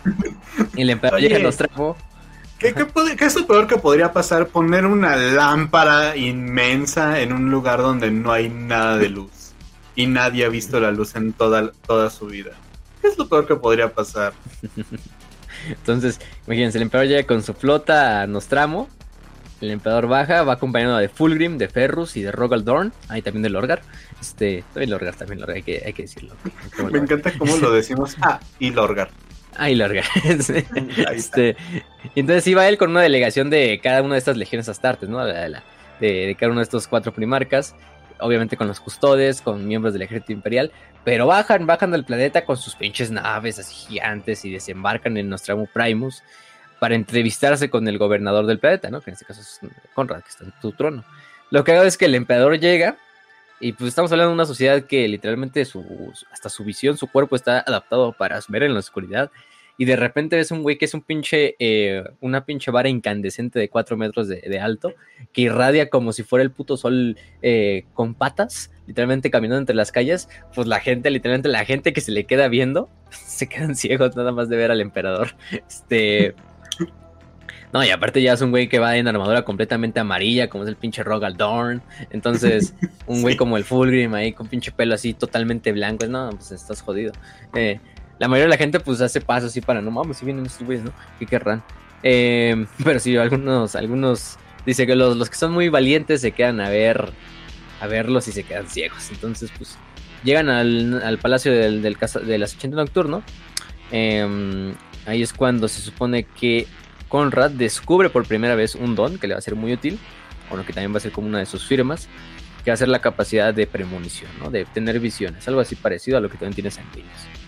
el emperador Oye, llega a Nostramo. ¿Qué, qué, puede, ¿Qué es lo peor que podría pasar? Poner una lámpara inmensa en un lugar donde no hay nada de luz. Y nadie ha visto la luz en toda, toda su vida. ¿Qué es lo peor que podría pasar? Entonces, imagínense, el emperador llega con su flota a Nostramo. El emperador baja, va acompañado de Fulgrim, de Ferrus y de Rogal Dorn. Ahí también de Lorgar. Este, también Lorgar, también Lorgar, hay que, hay que decirlo. Me Lorgar. Encanta cómo lo decimos. Ah, y Lorgar. Ah, y Lorgar. Sí. Este, y entonces iba él con una delegación de cada una de estas legiones astartes, ¿no? De, de, de cada uno de estos cuatro primarcas. Obviamente con los custodes, con miembros del ejército imperial, pero bajan, bajan del planeta con sus pinches naves así gigantes y desembarcan en Nostramo Primus para entrevistarse con el gobernador del planeta, ¿no? Que en este caso es Conrad, que está en tu trono. Lo que hago es que el emperador llega y pues estamos hablando de una sociedad que literalmente su, hasta su visión, su cuerpo está adaptado para ver en la oscuridad. Y de repente ves un güey que es un pinche, eh, una pinche vara incandescente de cuatro metros de, de alto, que irradia como si fuera el puto sol eh, con patas, literalmente caminando entre las calles. Pues la gente, literalmente la gente que se le queda viendo, se quedan ciegos nada más de ver al emperador. Este... No, y aparte ya es un güey que va en armadura completamente amarilla, como es el pinche Rogal Dorn. Entonces, un güey sí. Como el Fulgrim ahí, con pinche pelo así totalmente blanco. No, pues estás jodido. Eh... La mayoría de la gente pues hace pasos así para no mames, si vienen estos güeyes, ¿no? ¿Qué querrán? Eh, pero sí, algunos, algunos, dice que los, los que son muy valientes se quedan a ver, a verlos y se quedan ciegos. Entonces, pues, llegan al, al palacio del, del, del acechante nocturno. Eh, ahí es cuando se supone que Conrad descubre por primera vez un don que le va a ser muy útil, o lo que también va a ser como una de sus firmas, que va a ser la capacidad de premonición, ¿no? De tener visiones, algo así parecido a lo que también tiene Sanguinius.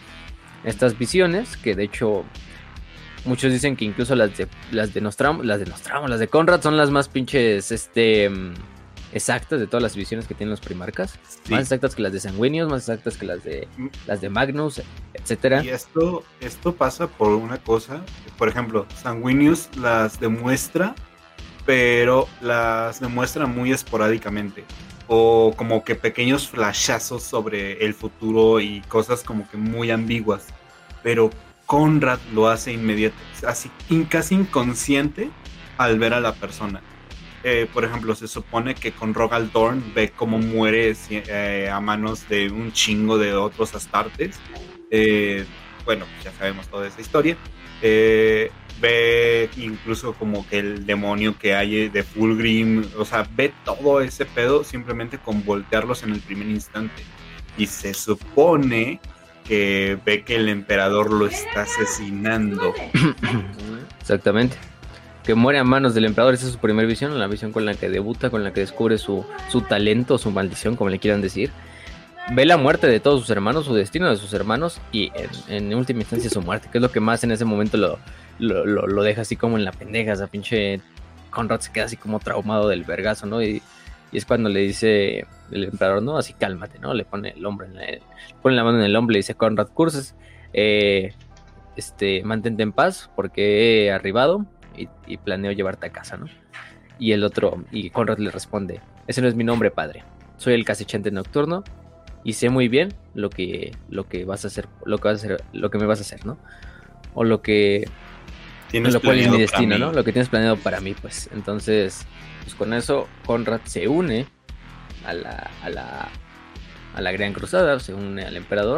Estas visiones, que de hecho muchos dicen que incluso las de las de Nostramo, las de Nostramo, las de Conrad son las más pinches este exactas de todas las visiones que tienen los primarcas, sí. Más exactas que las de Sanguinius, más exactas que las de las de Magnus, etcétera. Y esto esto pasa por una cosa, por ejemplo, Sanguinius las demuestra, pero las demuestra muy esporádicamente. O como que pequeños flashazos sobre el futuro y cosas como que muy ambiguas. Pero Conrad lo hace inmediato, así casi inconsciente al ver a la persona. Eh, por ejemplo, se supone que con Rogal Dorn ve cómo muere eh, a manos de un chingo de otros astartes. Eh, bueno, ya sabemos toda esa historia. Eh, ve incluso como que el demonio que hay de Fulgrim, o sea, ve todo ese pedo simplemente con voltearlos en el primer instante. Y se supone que ve que el emperador lo está asesinando. Exactamente. Que muere a manos del emperador, esa es su primera visión, la visión con la que debuta, con la que descubre su, su talento, su maldición, como le quieran decir. Ve la muerte de todos sus hermanos, su destino de sus hermanos y en, en última instancia su muerte, que es lo que más en ese momento lo, lo, lo, lo deja así como en la pendeja. Esa pinche Conrad se queda así como traumado del vergazo, ¿no? Y, y es cuando le dice el emperador, no, así cálmate, ¿no? Le pone el hombro en la, le pone la mano en el hombro y le dice, Conrad Curses, eh, este, mantente en paz porque he arribado y, y planeo llevarte a casa, ¿no? Y el otro, y Conrad le responde, ese no es mi nombre, padre, soy el acechante nocturno. Y sé muy bien lo que, lo que vas a hacer, lo que vas a hacer, lo que me vas a hacer, ¿no? O lo que tienes lo cual es mi destino, mí. ¿no? Lo que tienes planeado para mí, pues. Entonces, pues con eso Conrad se une a la, a la, a la Gran Cruzada, se une al emperador.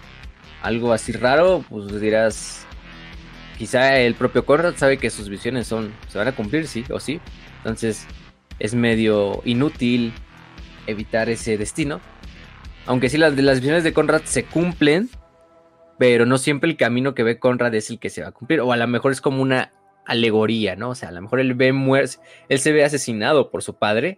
Algo así raro, pues dirás, quizá el propio Conrad sabe que sus visiones son, se van a cumplir, sí o sí. Entonces es medio inútil evitar ese destino. Aunque sí, las, las visiones de Conrad se cumplen, pero no siempre el camino que ve Conrad es el que se va a cumplir. O a lo mejor es como una alegoría, ¿no? O sea, a lo mejor él ve muer- él se ve asesinado por su padre.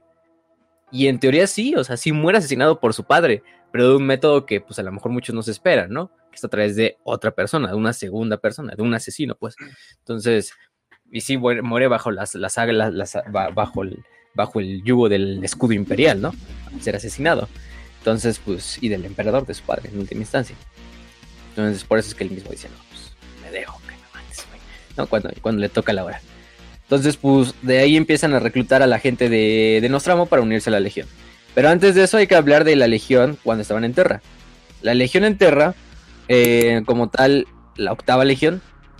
Y en teoría sí, o sea, sí muere asesinado por su padre, pero de un método que pues a lo mejor muchos no se esperan, ¿no? Que es a través de otra persona, de una segunda persona, de un asesino, pues. Entonces, y sí muere, muere bajo las, las, las, las bajo el, bajo el yugo del escudo imperial, ¿no? Al ser asesinado. Entonces, pues, y del emperador de su padre, en última instancia. Entonces, por eso es que él mismo dice, no, pues, me dejo que me mates, güey, ¿no? Cuando, cuando le toca la hora. Entonces, pues, de ahí empiezan a reclutar a la gente de, de Nostramo para unirse a la Legión. Pero antes de eso hay que hablar de la Legión cuando estaban en Terra. La Legión en Terra, eh, como tal, la octava Legión,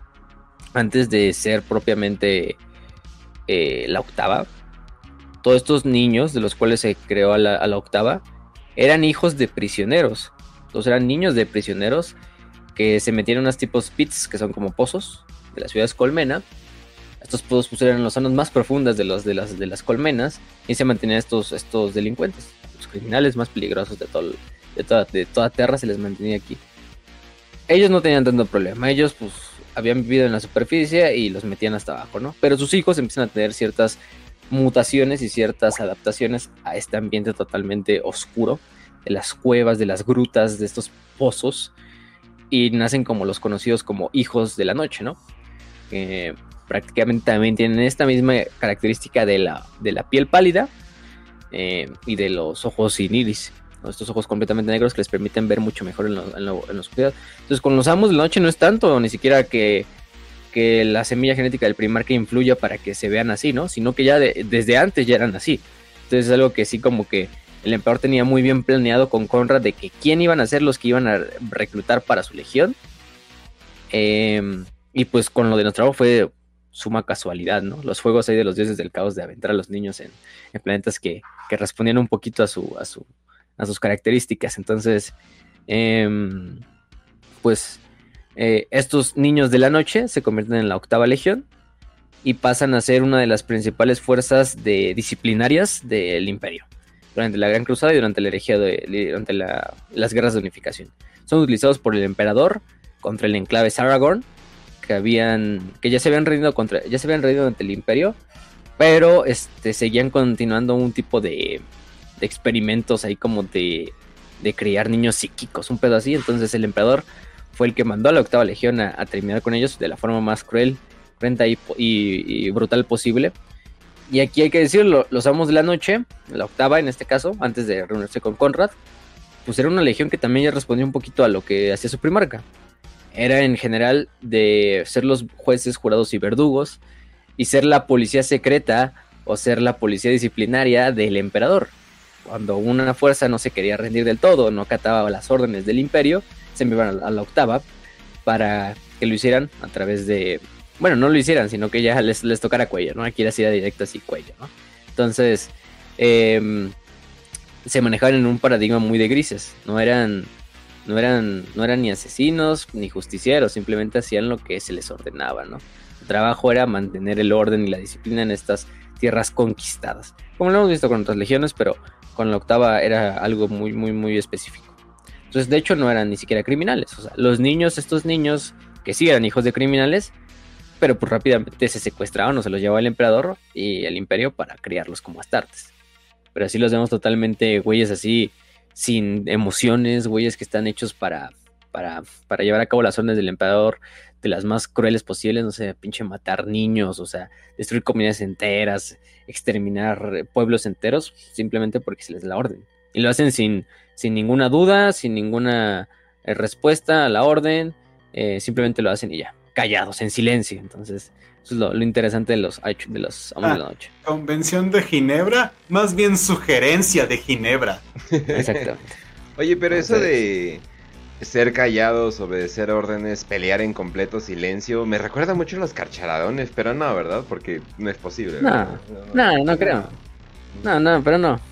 antes de ser propiamente eh, la octava, todos estos niños de los cuales se creó a la, a la octava, eran hijos de prisioneros. Entonces eran niños de prisioneros que se metían en unos tipos pits, que son como pozos, de las ciudades colmena. Estos pozos pues, eran las zonas más profundas de, los, de, las, de las colmenas, y se mantenían estos, estos delincuentes, los criminales más peligrosos de, todo, de, toda, de toda Terra se les mantenía aquí. Ellos no tenían tanto problema, ellos pues habían vivido en la superficie y los metían hasta abajo, ¿no? Pero sus hijos empiezan a tener ciertas mutaciones y ciertas adaptaciones a este ambiente totalmente oscuro, de las cuevas, de las grutas, de estos pozos, y nacen como los conocidos como hijos de la noche, ¿no? Que prácticamente también tienen esta misma característica de la, de la piel pálida eh, y de los ojos sin iris, ¿no? Estos ojos completamente negros que les permiten ver mucho mejor en, lo, en, lo, en la oscuridad. Entonces con los amos de la noche no es tanto, ni siquiera que que la semilla genética del Primarca influya para que se vean así, ¿no? Sino que ya de, desde antes ya eran así. Entonces es algo que sí como que el emperador tenía muy bien planeado con Conrad de que quién iban a ser los que iban a reclutar para su legión. Eh, y pues con lo de Nostramo fue suma casualidad, ¿no? Los fuegos ahí de los dioses del caos de aventar a los niños en, en planetas que, que respondían un poquito a, su, a, su, a sus características. Entonces, eh, pues... Eh, estos niños de la noche se convierten en la octava legión y pasan a ser una de las principales fuerzas de, disciplinarias del imperio durante la Gran Cruzada y durante la herejía de, durante la, las guerras de unificación. Son utilizados por el emperador contra el enclave Saragorn, que habían que ya se habían rendido contra ya se habían rendido ante el imperio, pero este seguían continuando un tipo de, de experimentos ahí como de, de criar niños psíquicos, un pedo así. Entonces el emperador fue el que mandó a la octava legión a, a terminar con ellos de la forma más cruel, cruenta y, y, y brutal posible. Y aquí hay que decirlo, los amos de la noche, la octava en este caso, antes de reunirse con Conrad, pues era una legión que también ya respondía un poquito a lo que hacía su primarca. Era en general de ser los jueces, jurados y verdugos, y ser la policía secreta o ser la policía disciplinaria del emperador. Cuando una fuerza no se quería rendir del todo, no acataba las órdenes del imperio, se enviaban a la octava para que lo hicieran a través de... Bueno, no lo hicieran, sino que ya les, les tocara cuello, ¿no? Aquí era así directo así cuello, ¿no? Entonces, eh, se manejaban en un paradigma muy de grises. No eran, no eran, no eran ni asesinos ni justicieros, simplemente hacían lo que se les ordenaba, ¿no? Su trabajo era mantener el orden y la disciplina en estas tierras conquistadas. Como lo hemos visto con otras legiones, pero con la octava era algo muy, muy, muy específico. Entonces, de hecho, no eran ni siquiera criminales. O sea, los niños, estos niños que sí eran hijos de criminales, pero pues rápidamente se secuestraban o se los llevaba el emperador y el imperio para criarlos como astartes. Pero así los vemos totalmente güeyes así, sin emociones, güeyes que están hechos para, para, para llevar a cabo las órdenes del emperador de las más crueles posibles, no sé, pinche matar niños, o sea, destruir comunidades enteras, exterminar pueblos enteros, simplemente porque se les da la orden. Y lo hacen sin... sin ninguna duda, sin ninguna eh, respuesta a la orden, eh, simplemente lo hacen y ya, callados, en silencio. Entonces, eso es lo, lo interesante de los de los amos ah, de la noche. Convención de Ginebra, más bien sugerencia de Ginebra. Exactamente. Oye, pero Entonces, eso de ser callados, obedecer órdenes, pelear en completo silencio, me recuerda mucho a los carcharadones, pero no, ¿verdad? Porque no es posible. No, no, no, no creo. No, no, pero no.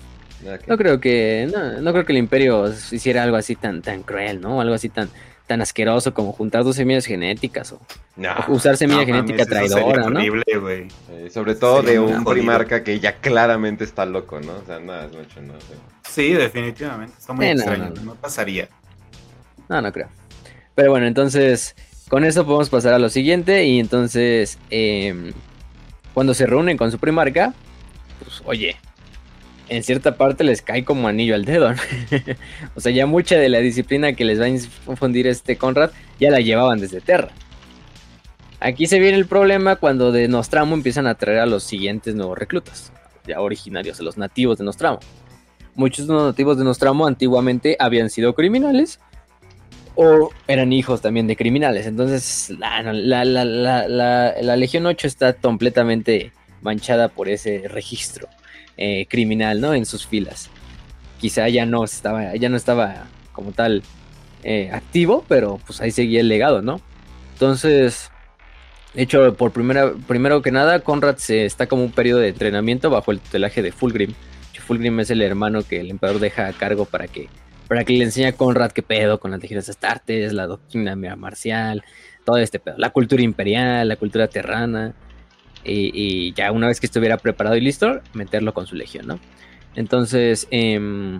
Okay. No creo que no, no creo que el Imperio hiciera algo así tan tan cruel, ¿no? Algo así tan tan asqueroso como juntar dos semillas genéticas o, No, o usar semilla No genética mames, eso sería traidora, ¿no? horrible, güey. eh, sobre todo Sería de muy un jodido. primarca que ya claramente está loco, ¿no? O sea, nada, es mucho, no sé. Sí, definitivamente. Está muy Eh, no, extraño. no, No, no. pasaría. No, no creo. Pero bueno, entonces con eso podemos pasar a lo siguiente y entonces eh, cuando se reúnen con su primarca, pues oye, en cierta parte les cae como anillo al dedo, ¿no? O sea, ya mucha de la disciplina que les va a infundir este Conrad ya la llevaban desde Terra. Aquí se viene el problema cuando de Nostramo empiezan a traer a los siguientes nuevos reclutas, ya originarios, a los nativos de Nostramo. Muchos de los nativos de Nostramo antiguamente habían sido criminales o eran hijos también de criminales. Entonces la, la, la, la, la, la Legión ocho está completamente manchada por ese registro eh, criminal, ¿no? En sus filas. Quizá ya no estaba, ya no estaba como tal eh, activo, pero pues ahí seguía el legado, ¿no? Entonces, de hecho, por primera, primero que nada, Conrad se está como un periodo de entrenamiento bajo el tutelaje de Fulgrim. Fulgrim es el hermano que el emperador deja a cargo para que para que le enseñe a Conrad qué pedo con las legiones astartes, la doctrina marcial, todo este pedo, la cultura imperial, la cultura terrana, y, y ya una vez que estuviera preparado y listo, meterlo con su legión, ¿no? Entonces, eh,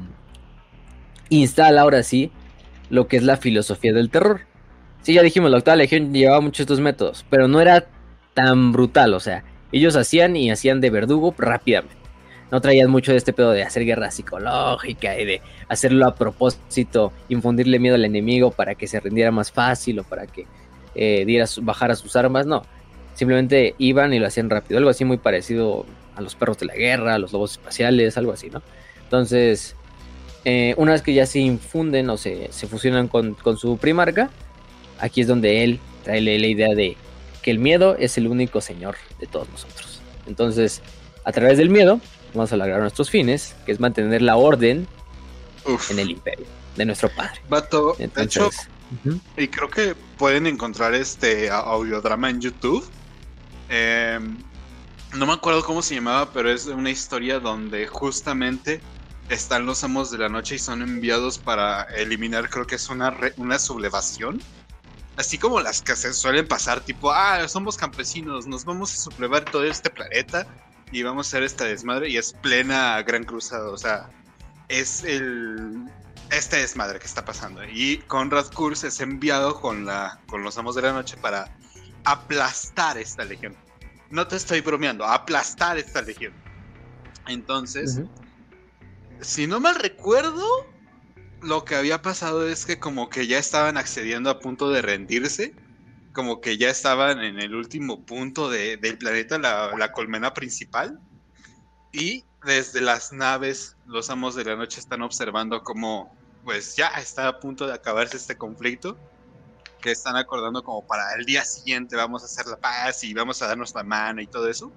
instala ahora sí lo que es la filosofía del terror. Sí, ya dijimos, la octava legión llevaba muchos de estos métodos, pero no era tan brutal, o sea, ellos hacían y hacían de verdugo rápidamente. No traían mucho de este pedo de hacer guerra psicológica y de hacerlo a propósito, infundirle miedo al enemigo para que se rindiera más fácil o para que eh, diera, bajara sus armas, no. Simplemente iban y lo hacían rápido, algo así muy parecido a los perros de la guerra, a los lobos espaciales, algo así, ¿no? Entonces, eh, una vez que ya se infunden o se, se fusionan con, con su primarca, aquí es donde él trae la idea de que el miedo es el único señor de todos nosotros. Entonces, a través del miedo vamos a lograr nuestros fines, que es mantener la orden Uf. en el imperio de nuestro padre. Vato, Entonces, de hecho, uh-huh. y creo que pueden encontrar este audiodrama en YouTube. Eh, no me acuerdo cómo se llamaba, pero es una historia donde justamente están los amos de la noche y son enviados para eliminar, creo que es una, re, una sublevación. Así como las que se suelen pasar, tipo, ah, somos campesinos, nos vamos a sublevar todo este planeta y vamos a hacer esta desmadre, y es plena gran cruzada, o sea, es el este desmadre que está pasando. Y Konrad Curze es enviado con la con los amos de la noche para aplastar esta legión. No te estoy bromeando, aplastar esta legión. Entonces, uh-huh. si no mal recuerdo, lo que había pasado es que como que ya estaban accediendo a punto de rendirse. Como que ya estaban en el último punto de, del planeta, la, la colmena principal. Y desde las naves, los amos de la noche están observando cómo, pues ya está a punto de acabarse este conflicto. Que están acordando como para el día siguiente vamos a hacer la paz y vamos a darnos la mano y todo eso.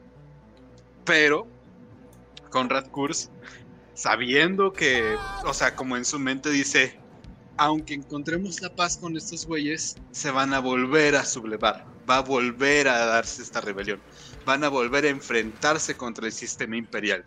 Pero Konrad Curze, sabiendo que, o sea, como en su mente dice, aunque encontremos la paz con estos güeyes, se van a volver a sublevar. Va a volver a darse esta rebelión. Van a volver a enfrentarse contra el sistema imperial.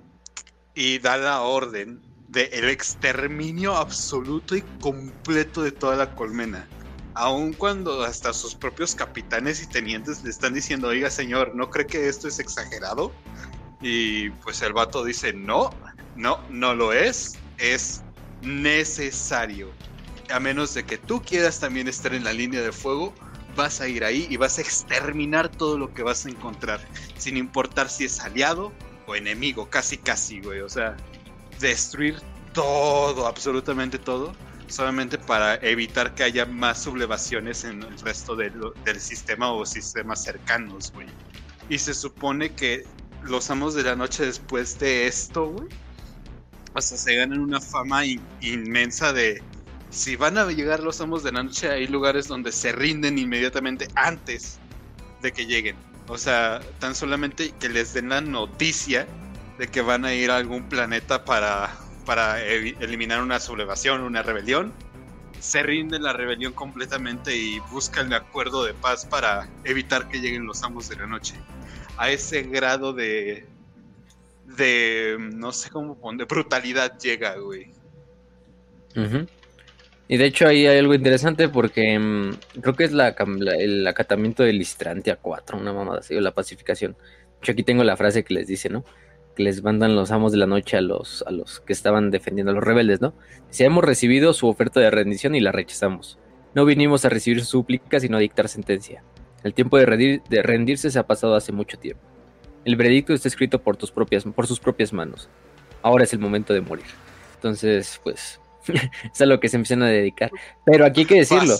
Y da la orden de el exterminio absoluto y completo de toda la colmena. Aun cuando hasta sus propios capitanes y tenientes le están diciendo, oiga señor, ¿no cree que esto es exagerado? Y pues el vato dice, no, no, no lo es. Es necesario. A menos de que tú quieras también estar en la línea de fuego, vas a ir ahí y vas a exterminar todo lo que vas a encontrar, sin importar si es aliado o enemigo, casi casi, güey. O sea, destruir todo, absolutamente todo, solamente para evitar que haya más sublevaciones en el resto de lo, del sistema o sistemas cercanos, güey. Y se supone que los amos de la noche después de esto, güey, o sea, se ganan una fama in- inmensa de... Si van a llegar los amos de la noche, hay lugares donde se rinden inmediatamente antes de que lleguen. O sea, tan solamente que les den la noticia de que van a ir a algún planeta para, para ev- eliminar una sublevación, una rebelión. Se rinde la rebelión completamente y buscan el acuerdo de paz para evitar que lleguen los amos de la noche. A ese grado de... de, no sé cómo poner, de brutalidad llega, güey. Uh-huh. Y de hecho ahí hay algo interesante porque um, creo que es la, la, el acatamiento de Listrantia cuatro, una mamada así, o la pacificación. Yo aquí tengo la frase que les dice, ¿no? Que les mandan los amos de la noche a los, a los que estaban defendiendo a los rebeldes, ¿no? Si hemos recibido su oferta de rendición y la rechazamos. No vinimos a recibir súplicas, sino a dictar sentencia. El tiempo de, redir, de rendirse se ha pasado hace mucho tiempo. El veredicto está escrito por, tus propias, por sus propias manos. Ahora es el momento de morir. Entonces, pues, es a lo que se empiezan a dedicar. Pero aquí hay que decirlo.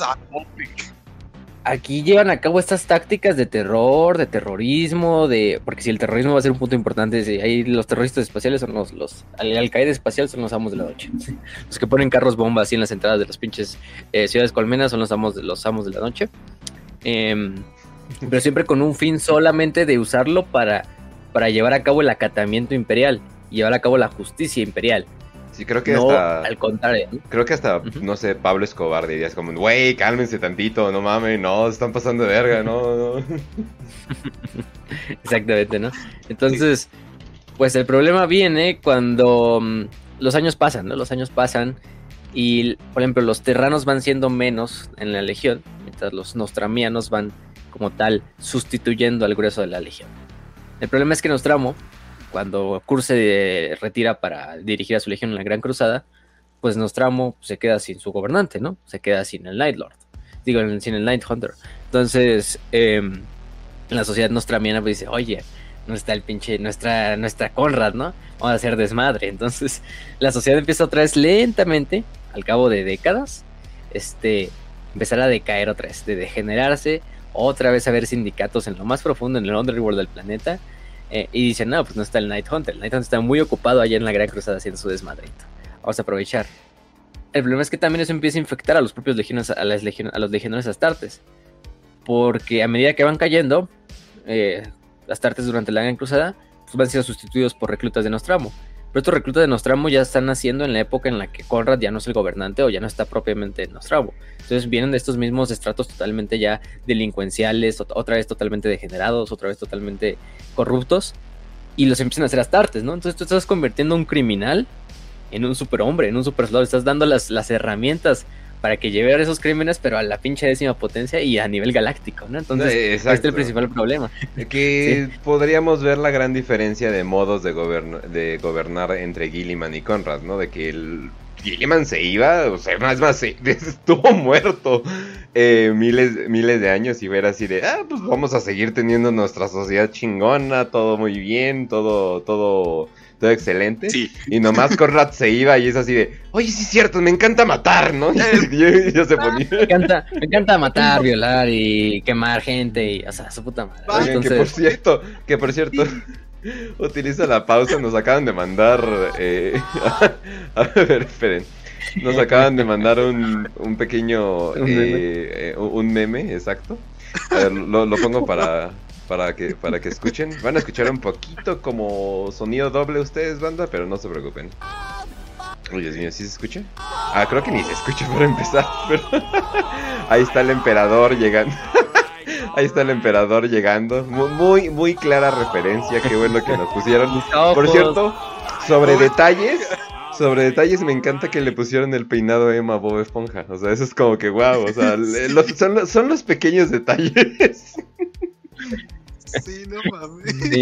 Aquí llevan a cabo estas tácticas de terror, de terrorismo, de porque si el terrorismo va a ser un punto importante, si ahí los terroristas espaciales son los, los al, al Qaeda espacial son los amos de la noche. Los que ponen carros bomba así en las entradas de las pinches eh, ciudades colmenas son los amos de los amos de la noche. Eh, pero siempre con un fin solamente de usarlo para, para llevar a cabo el acatamiento imperial, llevar a cabo la justicia imperial. Sí, creo que no, hasta... al contrario, ¿no? Creo que hasta, uh-huh. no sé, Pablo Escobar dirías como, güey, cálmense tantito, no mames, no, se están pasando de verga, no, no. Exactamente, ¿no? Entonces, sí. Pues el problema viene cuando um, los años pasan, ¿no? Los años pasan y, por ejemplo, los terranos van siendo menos en la legión, mientras los nostramianos van, como tal, sustituyendo al grueso de la legión. El problema es que Nostramo, cuando Kurz se retira para dirigir a su legión en la Gran Cruzada, pues Nostramo se queda sin su gobernante, ¿no? Se queda sin el Night Lord, digo, sin el Night Hunter. Entonces, eh, la sociedad nostramiana pues dice, oye, no está el pinche, nuestra, nuestra Conrad, ¿no? Vamos a hacer desmadre. Entonces, la sociedad empieza otra vez lentamente, al cabo de décadas, este, empezar a decaer otra vez, de degenerarse, otra vez a ver sindicatos en lo más profundo, en el underworld del planeta. Eh, y dicen, no, pues no está el Night Hunter. El Night Hunter está muy ocupado allá en la Gran Cruzada haciendo su desmadrito. Vamos a aprovechar. El problema es que también eso empieza a infectar a los propios legionarios, a, las legion, a los legionarios astartes. Porque a medida que van cayendo, eh, astartes durante la Gran Cruzada, pues van siendo sustituidos por reclutas de Nostramo. Pero estos reclutas de Nostramo ya están naciendo en la época en la que Conrad ya no es el gobernante o ya no está propiamente en Nostramo. Entonces vienen de estos mismos estratos totalmente ya delincuenciales, otra vez totalmente degenerados, otra vez totalmente corruptos, y los empiezan a hacer astartes, ¿no? Entonces tú estás convirtiendo a un criminal en un superhombre, en un supersoldado, estás dando las, las herramientas para que lleve a esos crímenes, pero a la pinche décima potencia y a nivel galáctico, ¿no? Entonces, este es el principal problema. Que sí. Podríamos ver la gran diferencia de modos de, goberno, de gobernar entre Guilliman y Conrad, ¿no? De que el Guilliman se iba, o sea, más más, se, estuvo muerto eh, miles, miles de años y ver así de, ah, pues vamos a seguir teniendo nuestra sociedad chingona, todo muy bien, todo, todo... todo excelente, sí. Y nomás Conrad se iba y es así de, oye, sí es cierto, me encanta matar, ¿no? Y ya se ponía. Me encanta, me encanta matar, violar y quemar gente, y, o sea, su puta madre. Oigan, entonces... que por cierto, que por cierto, utiliza la pausa, nos acaban de mandar, eh, a ver, esperen, nos acaban de mandar un, un pequeño, ¿Un, meme? Eh, un meme, exacto. A ver, lo, lo pongo para... Para que, para que escuchen. Van a escuchar un poquito como sonido doble ustedes, banda, pero no se preocupen. Uy, Dios mío, ¿sí se escucha? Ah, creo que ni se escucha para empezar, pero... Ahí está el emperador llegando. Ahí está el emperador llegando. Muy, muy clara referencia, qué bueno que nos pusieron. Por cierto, sobre detalles... Sobre detalles, me encanta que le pusieron el peinado a Emma Bob Esponja. O sea, eso es como que wow, o sea, los, son, son los pequeños detalles. Sí, no mames. Sí.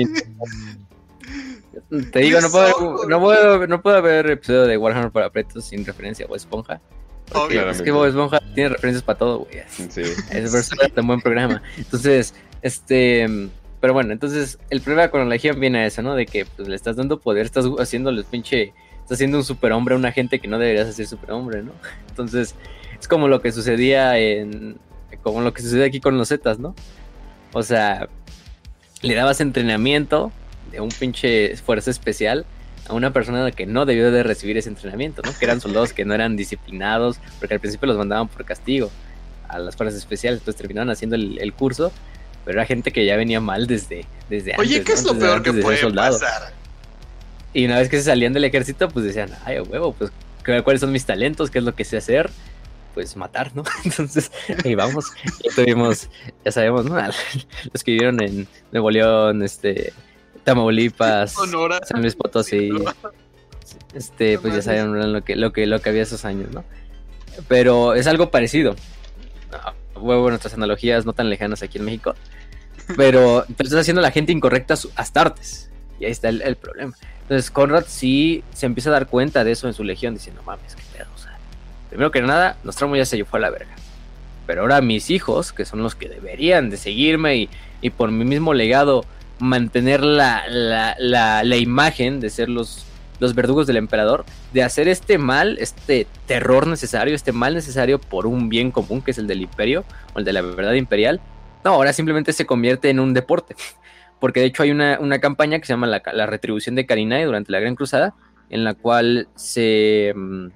Te digo, no puedo, no, puedo, no puedo ver episodio de Warhammer para pretos sin referencia a Bob Esponja. Porque es que Bob Esponja tiene referencias para todo, güey. Sí. Es verdad, un buen programa. Entonces, este... Pero bueno, entonces el problema con la Legión viene a eso, ¿no? De que pues, le estás dando poder, estás haciéndole pinche... Estás haciendo un superhombre a una gente que no deberías hacer superhombre, ¿no? Entonces, es como lo que sucedía en... Como lo que sucede aquí con los Zetas, ¿no? O sea, le dabas entrenamiento de un pinche fuerza especial a una persona que no debió de recibir ese entrenamiento, ¿no? Que eran soldados que no eran disciplinados, porque al principio los mandaban por castigo a las fuerzas especiales, entonces terminaron haciendo el, el curso, pero era gente que ya venía mal desde, desde antes. Oye, ¿qué es lo desde peor que puede pasar? Y una vez que se salían del ejército, pues decían, ay, huevo, pues, ¿cuáles son mis talentos? ¿Qué es lo que sé hacer? Pues matar, ¿no? Entonces, ahí vamos. Ya tuvimos, ya sabemos, ¿no? Los que vivieron en Nuevo León, este, Tamaulipas, Sonora, San Luis Potosí, este, pues ya sabían lo que, lo que, lo que había esos años, ¿no? Pero es algo parecido. Huevo, nuestras analogías no tan lejanas aquí en México. Pero, pero estás haciendo a la gente incorrecta a Astartes. Y ahí está el, el problema. Entonces Conrad sí se empieza a dar cuenta de eso en su legión, diciendo, mames, qué pedo, o sea, primero que nada, Nostramo ya se fue a la verga. Pero ahora mis hijos, que son los que deberían de seguirme y, y por mi mismo legado mantener la, la, la, la imagen de ser los, los verdugos del emperador, de hacer este mal, este terror necesario, este mal necesario por un bien común, que es el del imperio, o el de la verdad imperial, no, ahora simplemente se convierte en un deporte. Porque de hecho hay una, una campaña que se llama la, la Retribución de Carinae durante la Gran Cruzada, en la cual se,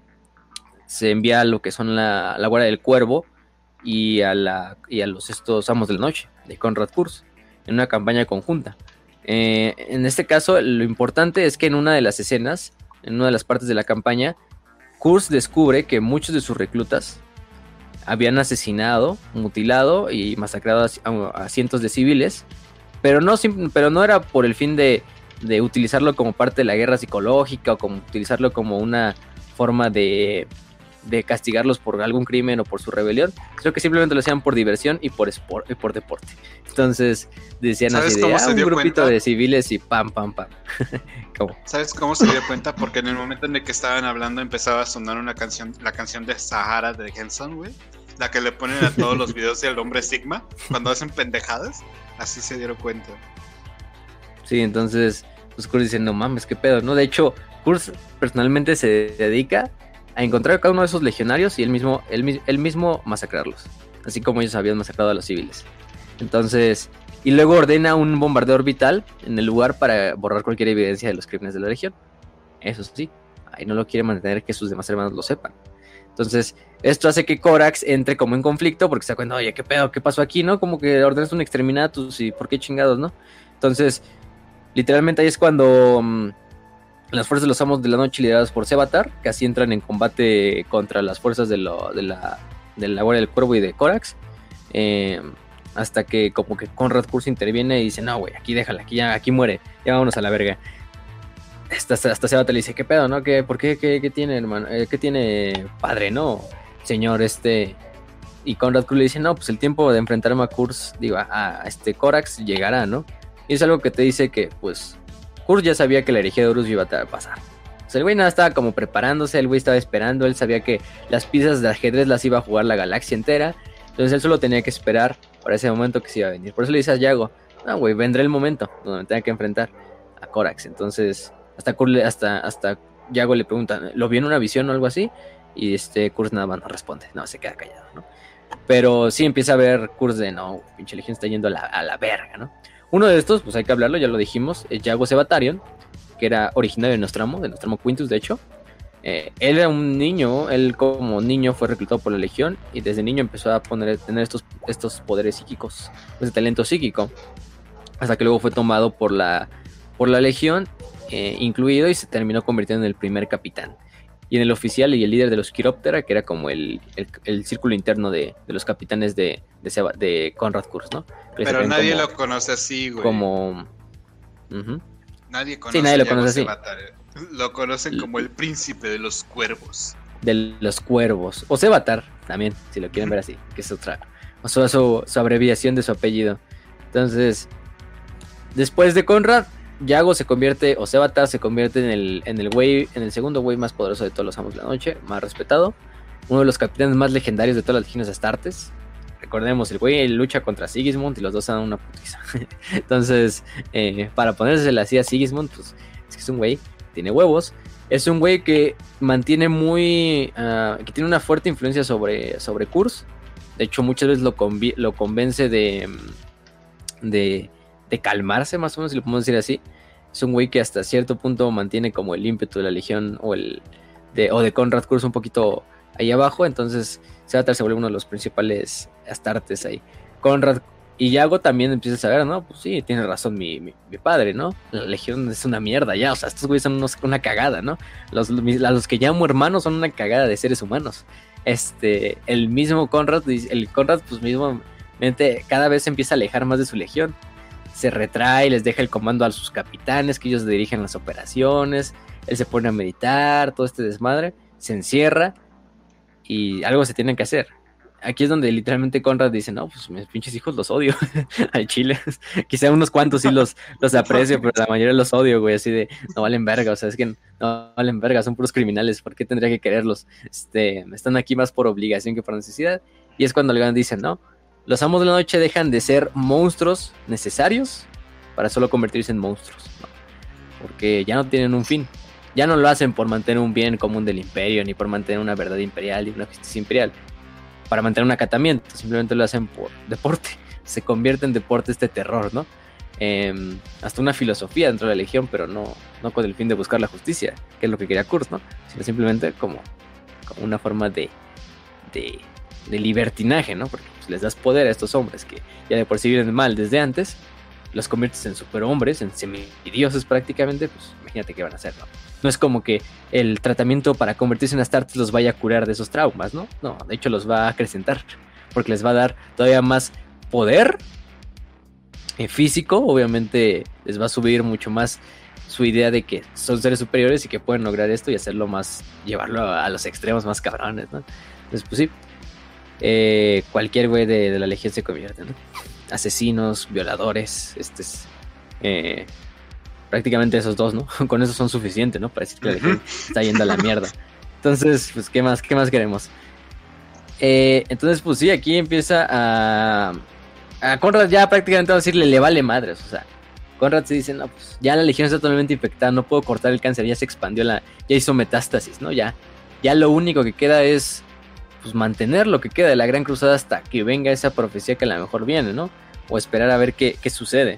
se envía a lo que son la, la Guardia del Cuervo y a, la, y a los estos Amos de la Noche, de Konrad Kurz, en una campaña conjunta. Eh, en este caso, lo importante es que en una de las escenas, en una de las partes de la campaña, Kurz descubre que muchos de sus reclutas habían asesinado, mutilado y masacrado a, a cientos de civiles, pero no, pero no era por el fin de, de utilizarlo como parte de la guerra psicológica o como utilizarlo como una forma de, de castigarlos por algún crimen o por su rebelión. Creo que simplemente lo hacían por diversión y por, sport, y por deporte. Entonces decían así de, ah, un grupito cuenta? de civiles y pam, pam, pam. ¿Cómo? ¿Sabes cómo se dio cuenta? Porque en el momento en el que estaban hablando empezaba a sonar una canción, la canción de Sahara de Henson, güey. La que le ponen a todos los videos del hombre Sigma cuando hacen pendejadas. Así se dieron cuenta. Sí, entonces pues Kurz dice, no mames, qué pedo, ¿no? De hecho, Kurz personalmente se dedica a encontrar a cada uno de esos legionarios y él mismo, él, él mismo masacrarlos, así como ellos habían masacrado a los civiles. Entonces, y luego ordena un bombardeo orbital en el lugar para borrar cualquier evidencia de los crímenes de la legión. Eso sí, ahí no lo quiere mantener que sus demás hermanos lo sepan. Entonces, esto hace que Corax entre como en conflicto porque se da cuenta, oye, ¿qué pedo? ¿Qué pasó aquí, no? Como que ordenas un exterminatus y ¿por qué chingados, no? Entonces, literalmente ahí es cuando um, las fuerzas de los Amos de la Noche lideradas por Sevatar, que así entran en combate contra las fuerzas de, lo, de, la, de la Guardia del Cuervo y de Corax, eh, hasta que como que Konrad Kurz interviene y dice, no, güey, aquí déjala, aquí ya, aquí muere, ya vámonos a la verga. Hasta, hasta Sevatar le dice, ¿qué pedo, no? ¿Qué, ¿Por qué? ¿Qué, qué tiene, hermano? Eh, ¿Qué tiene padre, no? Señor, este... Y Konrad Kurz le dice, no, pues el tiempo de enfrentarme a Kurz, digo, a, a este Corax llegará, ¿no? Y es algo que te dice que, pues, Kurz ya sabía que la herejía de Horus iba a pasar. O sea, el güey nada estaba como preparándose, el güey estaba esperando, él sabía que las piezas de ajedrez las iba a jugar la galaxia entera, entonces él solo tenía que esperar para ese momento que se iba a venir. Por eso le dice a Yago, no, güey, vendrá el momento donde me tenga que enfrentar a Corax. Entonces... Hasta, hasta, hasta Yago le pregunta, ¿lo vio en una visión o algo así? Y este Kurz nada más no responde, no, se queda callado, ¿no? Pero sí empieza a ver Kurz de, no, pinche legión está yendo a la, a la verga, ¿no? Uno de estos, pues hay que hablarlo, ya lo dijimos, es Yago Sevatarion, que era originario de Nostramo, de Nostramo Quintus, de hecho. Eh, él era un niño, él como niño fue reclutado por la legión y desde niño empezó a poner, tener estos, estos poderes psíquicos, ese talento psíquico, hasta que luego fue tomado por la, por la legión, Eh, incluido, y se terminó convirtiendo en el primer capitán y en el oficial y el líder de los Chiroptera, que era como el, el, el círculo interno de, de los capitanes de, de, Seba, de Konrad Kurz, ¿no? Que pero nadie como, lo conoce así, güey. Como uh-huh. Nadie conoce, sí, nadie lo conoce así. Sevatar. Lo conocen como el príncipe de los cuervos. De los cuervos, o Sevatar también, si lo quieren ver así, que es otra, o sea, su, su abreviación de su apellido. Entonces, después de Konrad, Yago se convierte, o Sevatar se convierte en el, en el güey, en el segundo güey más poderoso de todos los Amos de la Noche, más respetado, uno de los capitanes más legendarios de todas las legiones Astartes. Recordemos, el güey lucha contra Sigismund y los dos dan una putiza. Entonces, eh, para ponérsela así a Sigismund, pues es que es un güey, tiene huevos, es un güey que mantiene muy, uh, que tiene una fuerte influencia sobre, sobre Kurz. De hecho, muchas veces lo, convi- lo convence de, de de calmarse, más o menos, si lo podemos decir así. Es un güey que hasta cierto punto mantiene como el ímpetu de la legión o el de, o de Konrad Kurz un poquito ahí abajo. Entonces Sevatar se vuelve uno de los principales Astartes ahí. Konrad y Yago también empieza a saber, ¿no? Pues sí, tiene razón mi, mi, mi padre, ¿no? La legión es una mierda ya, o sea, estos güeyes son unos, una cagada, ¿no? Los, los que llamo hermanos son una cagada de seres humanos. Este, el mismo Konrad, el Konrad pues mismo cada vez se empieza a alejar más de su legión. se retrae, les deja el comando a sus capitanes, que ellos dirigen las operaciones, él se pone a meditar, todo este desmadre, se encierra y algo se tiene que hacer. Aquí es donde literalmente Conrad dice, no, pues mis pinches hijos los odio al chile. Quizá unos cuantos sí los, los aprecio, pero la mayoría los odio, güey, así de, no valen verga, o sea, es que no valen verga, son puros criminales, ¿por qué tendría que quererlos? Este, están aquí más por obligación que por necesidad. Y es cuando le dicen, no, los amos de la noche dejan de ser monstruos necesarios para solo convertirse en monstruos, ¿no? Porque ya no tienen un fin. Ya no lo hacen por mantener un bien común del imperio, ni por mantener una verdad imperial y una justicia imperial, para mantener un acatamiento, simplemente lo hacen por deporte. Se convierte en deporte este terror, ¿no? Eh, hasta una filosofía dentro de la Legión, pero no, no con el fin de buscar la justicia, que es lo que quería Kurz, ¿no? Sino simplemente como, como una forma de, de, de libertinaje, ¿no? Porque pues, les das poder a estos hombres que ya de por sí viven mal desde antes, los conviertes en superhombres, en semidioses prácticamente, pues imagínate qué van a hacer, ¿no? No es como que el tratamiento para convertirse en Astartes los vaya a curar de esos traumas, ¿no? No, de hecho los va a acrecentar, porque les va a dar todavía más poder eh, físico, obviamente les va a subir mucho más su idea de que son seres superiores y que pueden lograr esto y hacerlo más, llevarlo a, a los extremos más cabrones, ¿no? Entonces, pues sí, eh, cualquier güey de, de la Legión se convierte, ¿no? Asesinos, violadores, este es... Eh, prácticamente esos dos, ¿no? Con eso son suficientes, ¿no? Para decir que la Legión está yendo a la mierda. Entonces, pues, ¿qué más, qué más queremos? Eh, entonces, pues sí, aquí empieza a... A Conrad ya prácticamente va a decirle, le vale madres, o sea... Conrad se dice, no, pues, ya la Legión está totalmente infectada, no puedo cortar el cáncer, ya se expandió, la, ya hizo metástasis, ¿no? Ya, ya lo único que queda es, pues, mantener lo que queda de la Gran Cruzada hasta que venga esa profecía que a lo mejor viene, ¿no? O esperar a ver qué, qué sucede.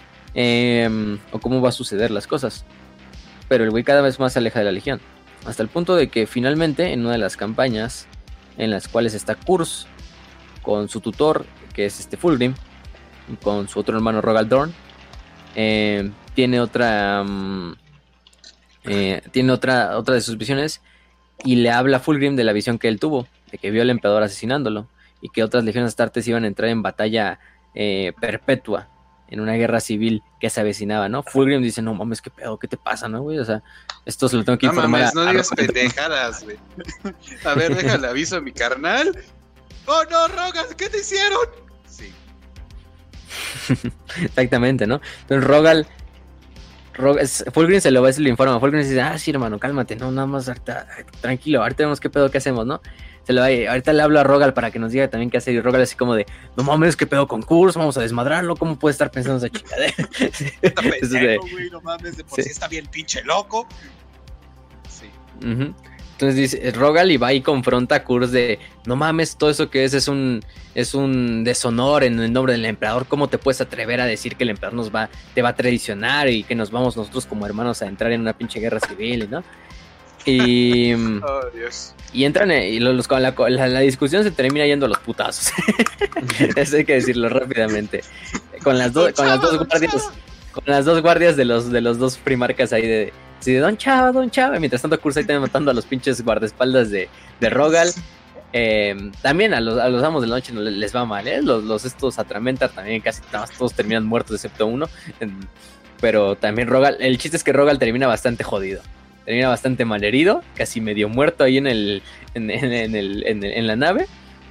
Eh, o cómo va a suceder las cosas. Pero el güey cada vez más se aleja de la Legión, hasta el punto de que finalmente en una de las campañas en las cuales está Kurz con su tutor, que es este Fulgrim, y con su otro hermano Rogal Dorn, eh, tiene otra um, eh, tiene otra otra de sus visiones y le habla a Fulgrim de la visión que él tuvo, de que vio al emperador asesinándolo y que otras legiones astartes iban a entrar en batalla eh, perpetua en una guerra civil que se avecinaba, ¿no? Fulgrim dice, no mames, qué pedo, ¿qué te pasa, no, güey? O sea, esto se lo tengo que no informar mames, a... no digas pendejadas, güey. A ver, déjale aviso a mi carnal. ¡Oh, no, Rogal! ¿Qué te hicieron? Sí. Exactamente, ¿no? Entonces Rogal... Rogal Fulgrim se lo va y se lo informa. Fulgrim dice, ah, sí, hermano, cálmate, no, nada más, ahorita, tranquilo, ahorita vemos qué pedo, qué hacemos, ¿no? Se lo va y ahorita le hablo a Rogal para que nos diga también qué hacer. Y Rogal así como de, no mames, qué pedo con Kurz, vamos a desmadrarlo, ¿cómo puede estar pensando esa chingadera? Está pendejo, güey, no mames, de por sí. sí está bien pinche loco. Sí. Uh-huh. Entonces dice Rogal y va y confronta a Kurz de, no mames, todo eso que es es un es un deshonor en el nombre del emperador. ¿Cómo te puedes atrever a decir que el emperador nos va te va a traicionar y que nos vamos nosotros como hermanos a entrar en una pinche guerra civil, ¿no? Y, oh, Dios. y entran y los, la, la, la discusión se termina yendo a los putazos. Eso hay que decirlo rápidamente. Con las, do, con las dos guardias, con las dos guardias de los de los dos primarcas ahí de, sí, de Don Chava, Don Chava. Mientras tanto Kurz ahí también matando a los pinches guardaespaldas de, de Rogal. Eh, también a los, a los amos de la noche les va mal, ¿eh? Los, los estos Atramentar también casi todos terminan muertos excepto uno. Pero también Rogal, el chiste es que Rogal termina bastante jodido. Termina bastante malherido, casi medio muerto ahí en el en, en, en, el, en, el, en la nave.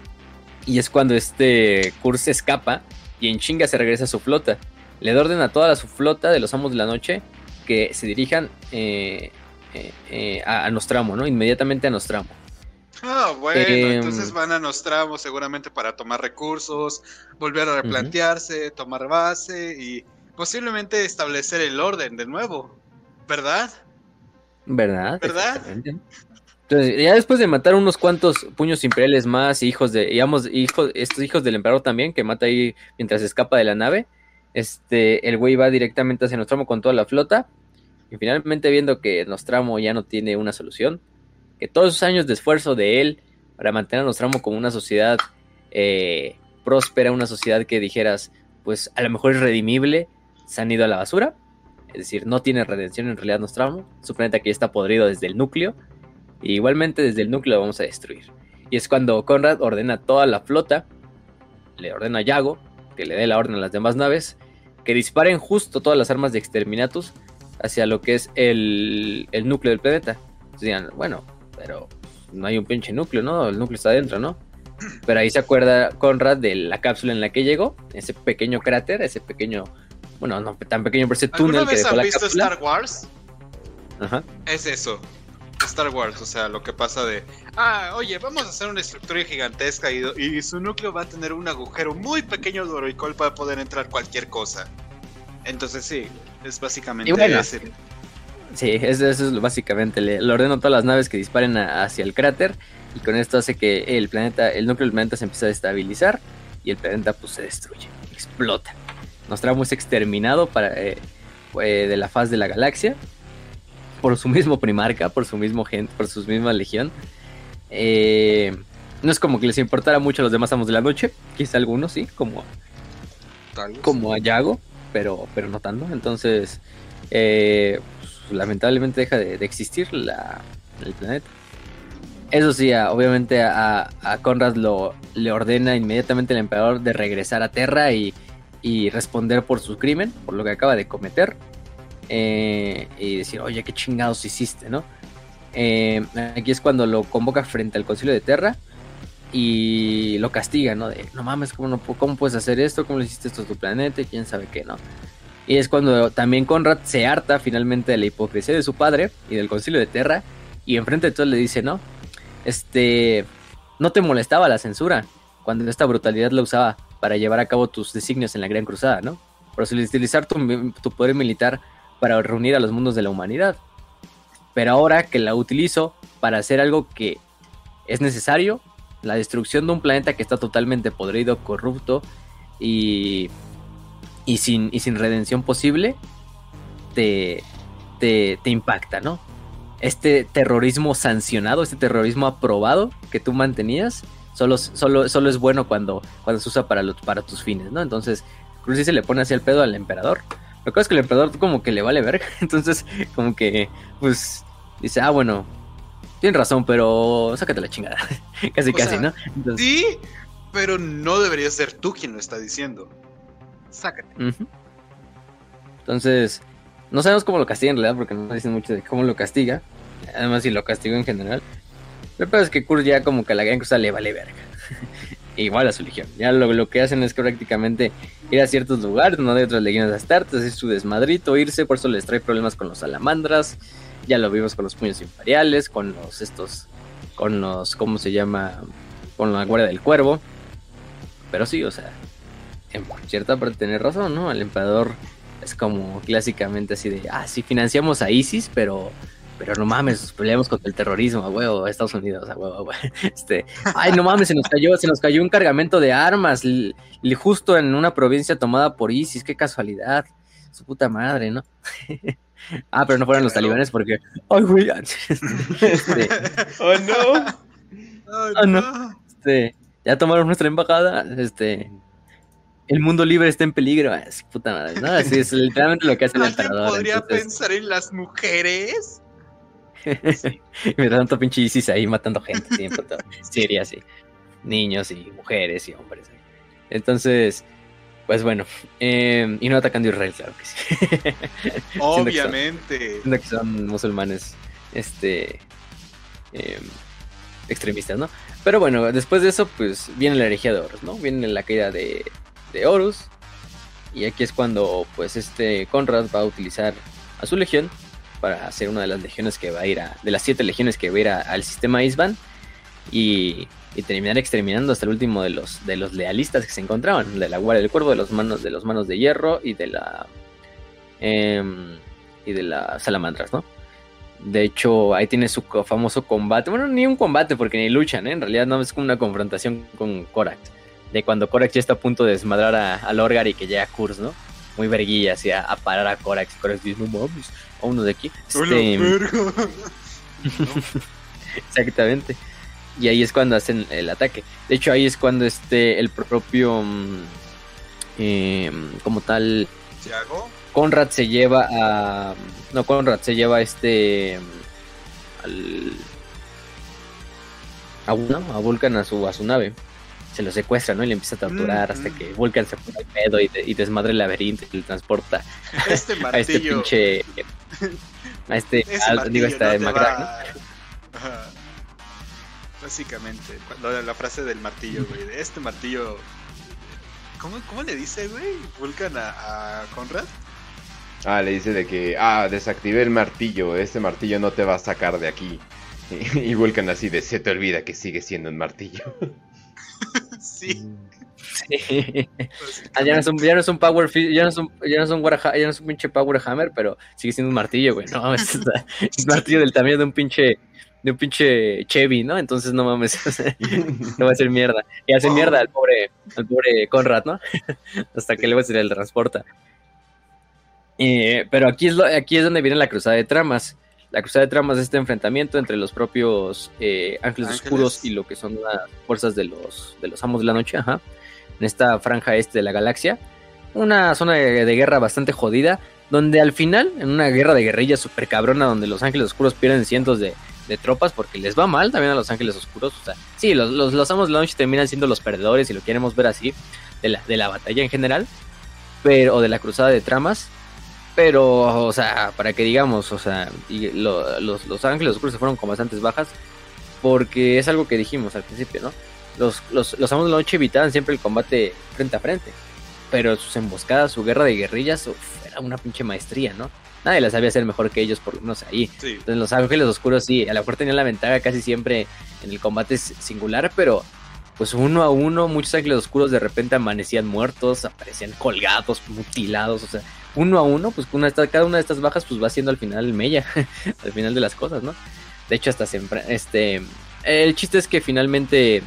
Y es cuando este Kurz se escapa y en chinga se regresa a su flota. Le da orden a toda la, su flota de los amos de la noche que se dirijan eh, eh, eh, a, a Nostramo, ¿no? Inmediatamente a Nostramo. Ah, bueno, eh, entonces van a Nostramo seguramente para tomar recursos, volver a replantearse, uh-huh. tomar base y posiblemente establecer el orden de nuevo, ¿verdad? ¿Verdad? ¿Verdad? Entonces, ya después de matar unos cuantos puños imperiales más, hijos de, digamos, hijos, estos hijos del emperador también, que mata ahí mientras escapa de la nave, este, el güey va directamente hacia Nostramo con toda la flota, y finalmente viendo que Nostramo ya no tiene una solución, que todos esos años de esfuerzo de él para mantener a Nostramo como una sociedad eh, próspera, una sociedad que dijeras, pues a lo mejor es redimible, se han ido a la basura. Es decir, no tiene redención en realidad Nostramo. Su planeta que ya está podrido desde el núcleo. Y igualmente desde el núcleo lo vamos a destruir. Y es cuando Conrad ordena a toda la flota, le ordena a Yago que le dé la orden a las demás naves que disparen justo todas las armas de Exterminatus hacia lo que es el, el núcleo del planeta. Entonces digan, bueno, pero no hay un pinche núcleo, ¿no? El núcleo está adentro, ¿no? Pero ahí se acuerda Conrad de la cápsula en la que llegó, ese pequeño cráter, ese pequeño, bueno, no tan pequeño, pero ese túnel que dejó la cápsula. ¿Alguna vez han visto Star Wars? Ajá. Es eso, Star Wars, o sea, lo que pasa de, ah, oye, vamos a hacer una estructura gigantesca y, y su núcleo va a tener un agujero muy pequeño de Oricol para poder entrar cualquier cosa. Entonces sí, es básicamente bueno, ese. Sí, eso, eso es básicamente, le, le ordeno a todas las naves que disparen a, hacia el cráter, y con esto hace que el planeta, el núcleo del planeta se empiece a destabilizar y el planeta pues se destruye, explota. Nostradamus es exterminado para, eh, eh, de la faz de la galaxia por su mismo primarca, por su mismo gente, por su misma legión. Eh, no es como que les importara mucho a los demás amos de la noche, quizá algunos sí, como, como a Yago, pero, pero no tanto. Entonces, eh, pues, lamentablemente deja de, de existir la, el planeta. Eso sí, a, obviamente a, a Conrad lo, le ordena inmediatamente el emperador de regresar a Terra y, y responder por su crimen, por lo que acaba de cometer. Eh, y decir, oye, qué chingados hiciste, ¿no? Eh, aquí es cuando lo convoca frente al concilio de Terra y lo castiga, ¿no? De, no mames, ¿cómo, no, ¿cómo puedes hacer esto? ¿Cómo le hiciste esto a tu planeta? Y quién sabe qué, ¿no? Y es cuando también Conrad se harta finalmente de la hipocresía de su padre y del concilio de Terra, y enfrente de todo le dice, ¿no? Este, no te molestaba la censura cuando esta brutalidad la usaba para llevar a cabo tus designios en la Gran Cruzada, ¿no? Por utilizar tu, tu poder militar para reunir a los mundos de la humanidad. Pero ahora que la utilizo para hacer algo que es necesario, la destrucción de un planeta que está totalmente podrido, corrupto y, y, sin, y sin redención posible, te, te, te impacta, ¿no? Este terrorismo sancionado, este terrorismo aprobado que tú mantenías, solo, solo, solo es bueno cuando, cuando se usa para, lo, para tus fines, ¿no? Entonces, Cruz se le pone así el pedo al emperador. Lo que es que el emperador como que le vale verga. Entonces, como que, pues, dice, ah, bueno, tienes razón, pero sácate la chingada. Casi, o casi, sea, ¿no? Entonces, sí, pero no debería ser tú quien lo está diciendo. Sácate. Uh-huh. Entonces, no sabemos cómo lo castiga en realidad, porque no dicen mucho de cómo lo castiga. Además, si lo castigó en general. Lo peor es que Kurt ya como que a la gran cosa le vale verga. Igual a su legión. Ya lo, lo que hacen es que prácticamente ir a ciertos lugares donde hay otras legiones astartes, hacer su desmadrito, irse, por eso les trae problemas con los salamandras. Ya lo vimos con los puños imperiales, con los estos, con los, ¿cómo se llama? Con la guardia del cuervo. Pero sí, o sea, en cierta parte tener razón, ¿no? El emperador es como clásicamente así de, ah, sí, financiamos a ISIS, pero... Pero no mames, peleamos contra el terrorismo, a huevo, Estados Unidos, a huevo, a huevo. Este, ay, no mames, se nos cayó, se nos cayó un cargamento de armas, l- l- justo en una provincia tomada por ISIS, qué casualidad, su puta madre, ¿no? Ah, pero no fueron los talibanes porque, ay, güey, este, oh no, oh, oh, no, este, ya tomaron nuestra embajada, este, el mundo libre está en peligro, ay, su puta madre, ¿no? Así es literalmente lo que hace el emperador. ¿Alguien podría entonces... pensar en las mujeres? Sí. Me da tanto pinche ISIS ahí matando gente siempre, todo. Siria, sí, niños y mujeres y hombres. Son, pues bueno, eh, y no atacando a Israel, claro que sí. Obviamente. Siendo que son, que son musulmanes, este, eh, extremistas, ¿no? Pero bueno, después de eso, pues viene la herejía de Horus, ¿no? Viene la caída de, de Horus, y aquí es cuando, pues, este Conrad va a utilizar a su legión para hacer una de las legiones que va a ir a, de las siete legiones que va a ir a, al sistema Isban y, y terminar exterminando hasta el último de los de los lealistas que se encontraban, de la guardia del cuervo, de los manos de los manos de hierro y de la eh, y de las salamandras, ¿no? De hecho, ahí tiene su famoso combate, bueno, ni un combate porque ni luchan, ¿eh? En realidad no es como una confrontación con Korax, de cuando Korax ya está a punto de desmadrar a, a Lorgar y que llega Kurz, ¿no? Muy verguilla, así a, a parar a Korax. Korax dice, no mames, a uno de aquí. Este... Exactamente. Y ahí es cuando hacen el ataque. De hecho, ahí es cuando este el propio eh, como tal ¿Tiago? Conrad se lleva a no Conrad se lleva a este al a, ¿no? a Vulcan a su a su nave. se lo secuestra, ¿no? Y le empieza a torturar mm, hasta que Vulcan se pone el pedo y, de, y desmadre el laberinto y le transporta este a este pinche... A este... A, digo, esta no McGrath, ¿no? Básicamente, la, la frase del martillo, güey. De este martillo... ¿Cómo, cómo le dice, güey, Vulcan a, a Conrad? Ah, le dice de que, ah, desactivé el martillo, este martillo no te va a sacar de aquí. Y, y Vulcan así de, se te olvida que sigue siendo un martillo. Sí. Sí. Ah, ya no es un, ya no es un power, ya no es un, ya no es un Warhammer, ya no es un pinche power hammer, pero sigue siendo un martillo, güey. No, es, es un martillo del tamaño de un pinche, de un pinche Chevy, ¿no? Entonces no mames, no va a hacer mierda. Y hace mierda al pobre, al pobre Conrad, ¿no? Hasta que luego se le transporta. Eh, pero aquí es lo, aquí es donde viene la cruzada de tramas. La cruzada de tramas es este enfrentamiento entre los propios eh, ángeles, ángeles oscuros y lo que son las fuerzas de los, de los amos de la noche, ajá, en esta franja este de la galaxia. Una zona de, de guerra bastante jodida, donde al final, en una guerra de guerrilla súper cabrona, donde los ángeles oscuros pierden cientos de, de tropas, porque les va mal también a los ángeles oscuros. O sea, sí, los, los, los amos de la noche terminan siendo los perdedores, si lo queremos ver así, de la, de la batalla en general, pero, o de la cruzada de tramas. Pero, o sea, para que digamos, o sea, y lo, los, los ángeles oscuros se fueron con bastantes bajas, porque es algo que dijimos al principio, ¿no? Los, los, los amos de la noche evitaban siempre el combate frente a frente, pero sus emboscadas, su guerra de guerrillas, uf, era una pinche maestría, ¿no? Nadie la sabía hacer mejor que ellos, por lo menos ahí. Sí. Entonces los ángeles oscuros sí, a lo mejor tenían la ventaja casi siempre en el combate singular, pero pues uno a uno, muchos ángeles oscuros de repente amanecían muertos, aparecían colgados, mutilados, o sea, uno a uno, pues una, cada una de estas bajas pues va siendo al final el mella, al final de las cosas, ¿no? De hecho hasta siempre, este, el chiste es que finalmente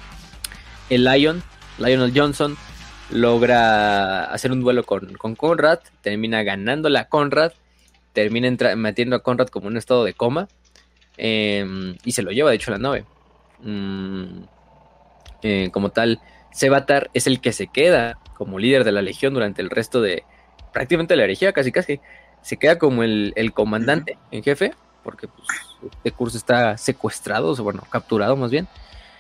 el Lion, Lionel Johnson, logra hacer un duelo con, con Conrad, termina ganándole a Conrad, termina entra- metiendo a Conrad como en un estado de coma, eh, y se lo lleva de hecho a la nave. Mm, eh, como tal, Sevatar es el que se queda como líder de la legión durante el resto de prácticamente la herejía, casi casi se queda como el, el comandante en jefe, porque pues este curso está secuestrado, o bueno, capturado más bien.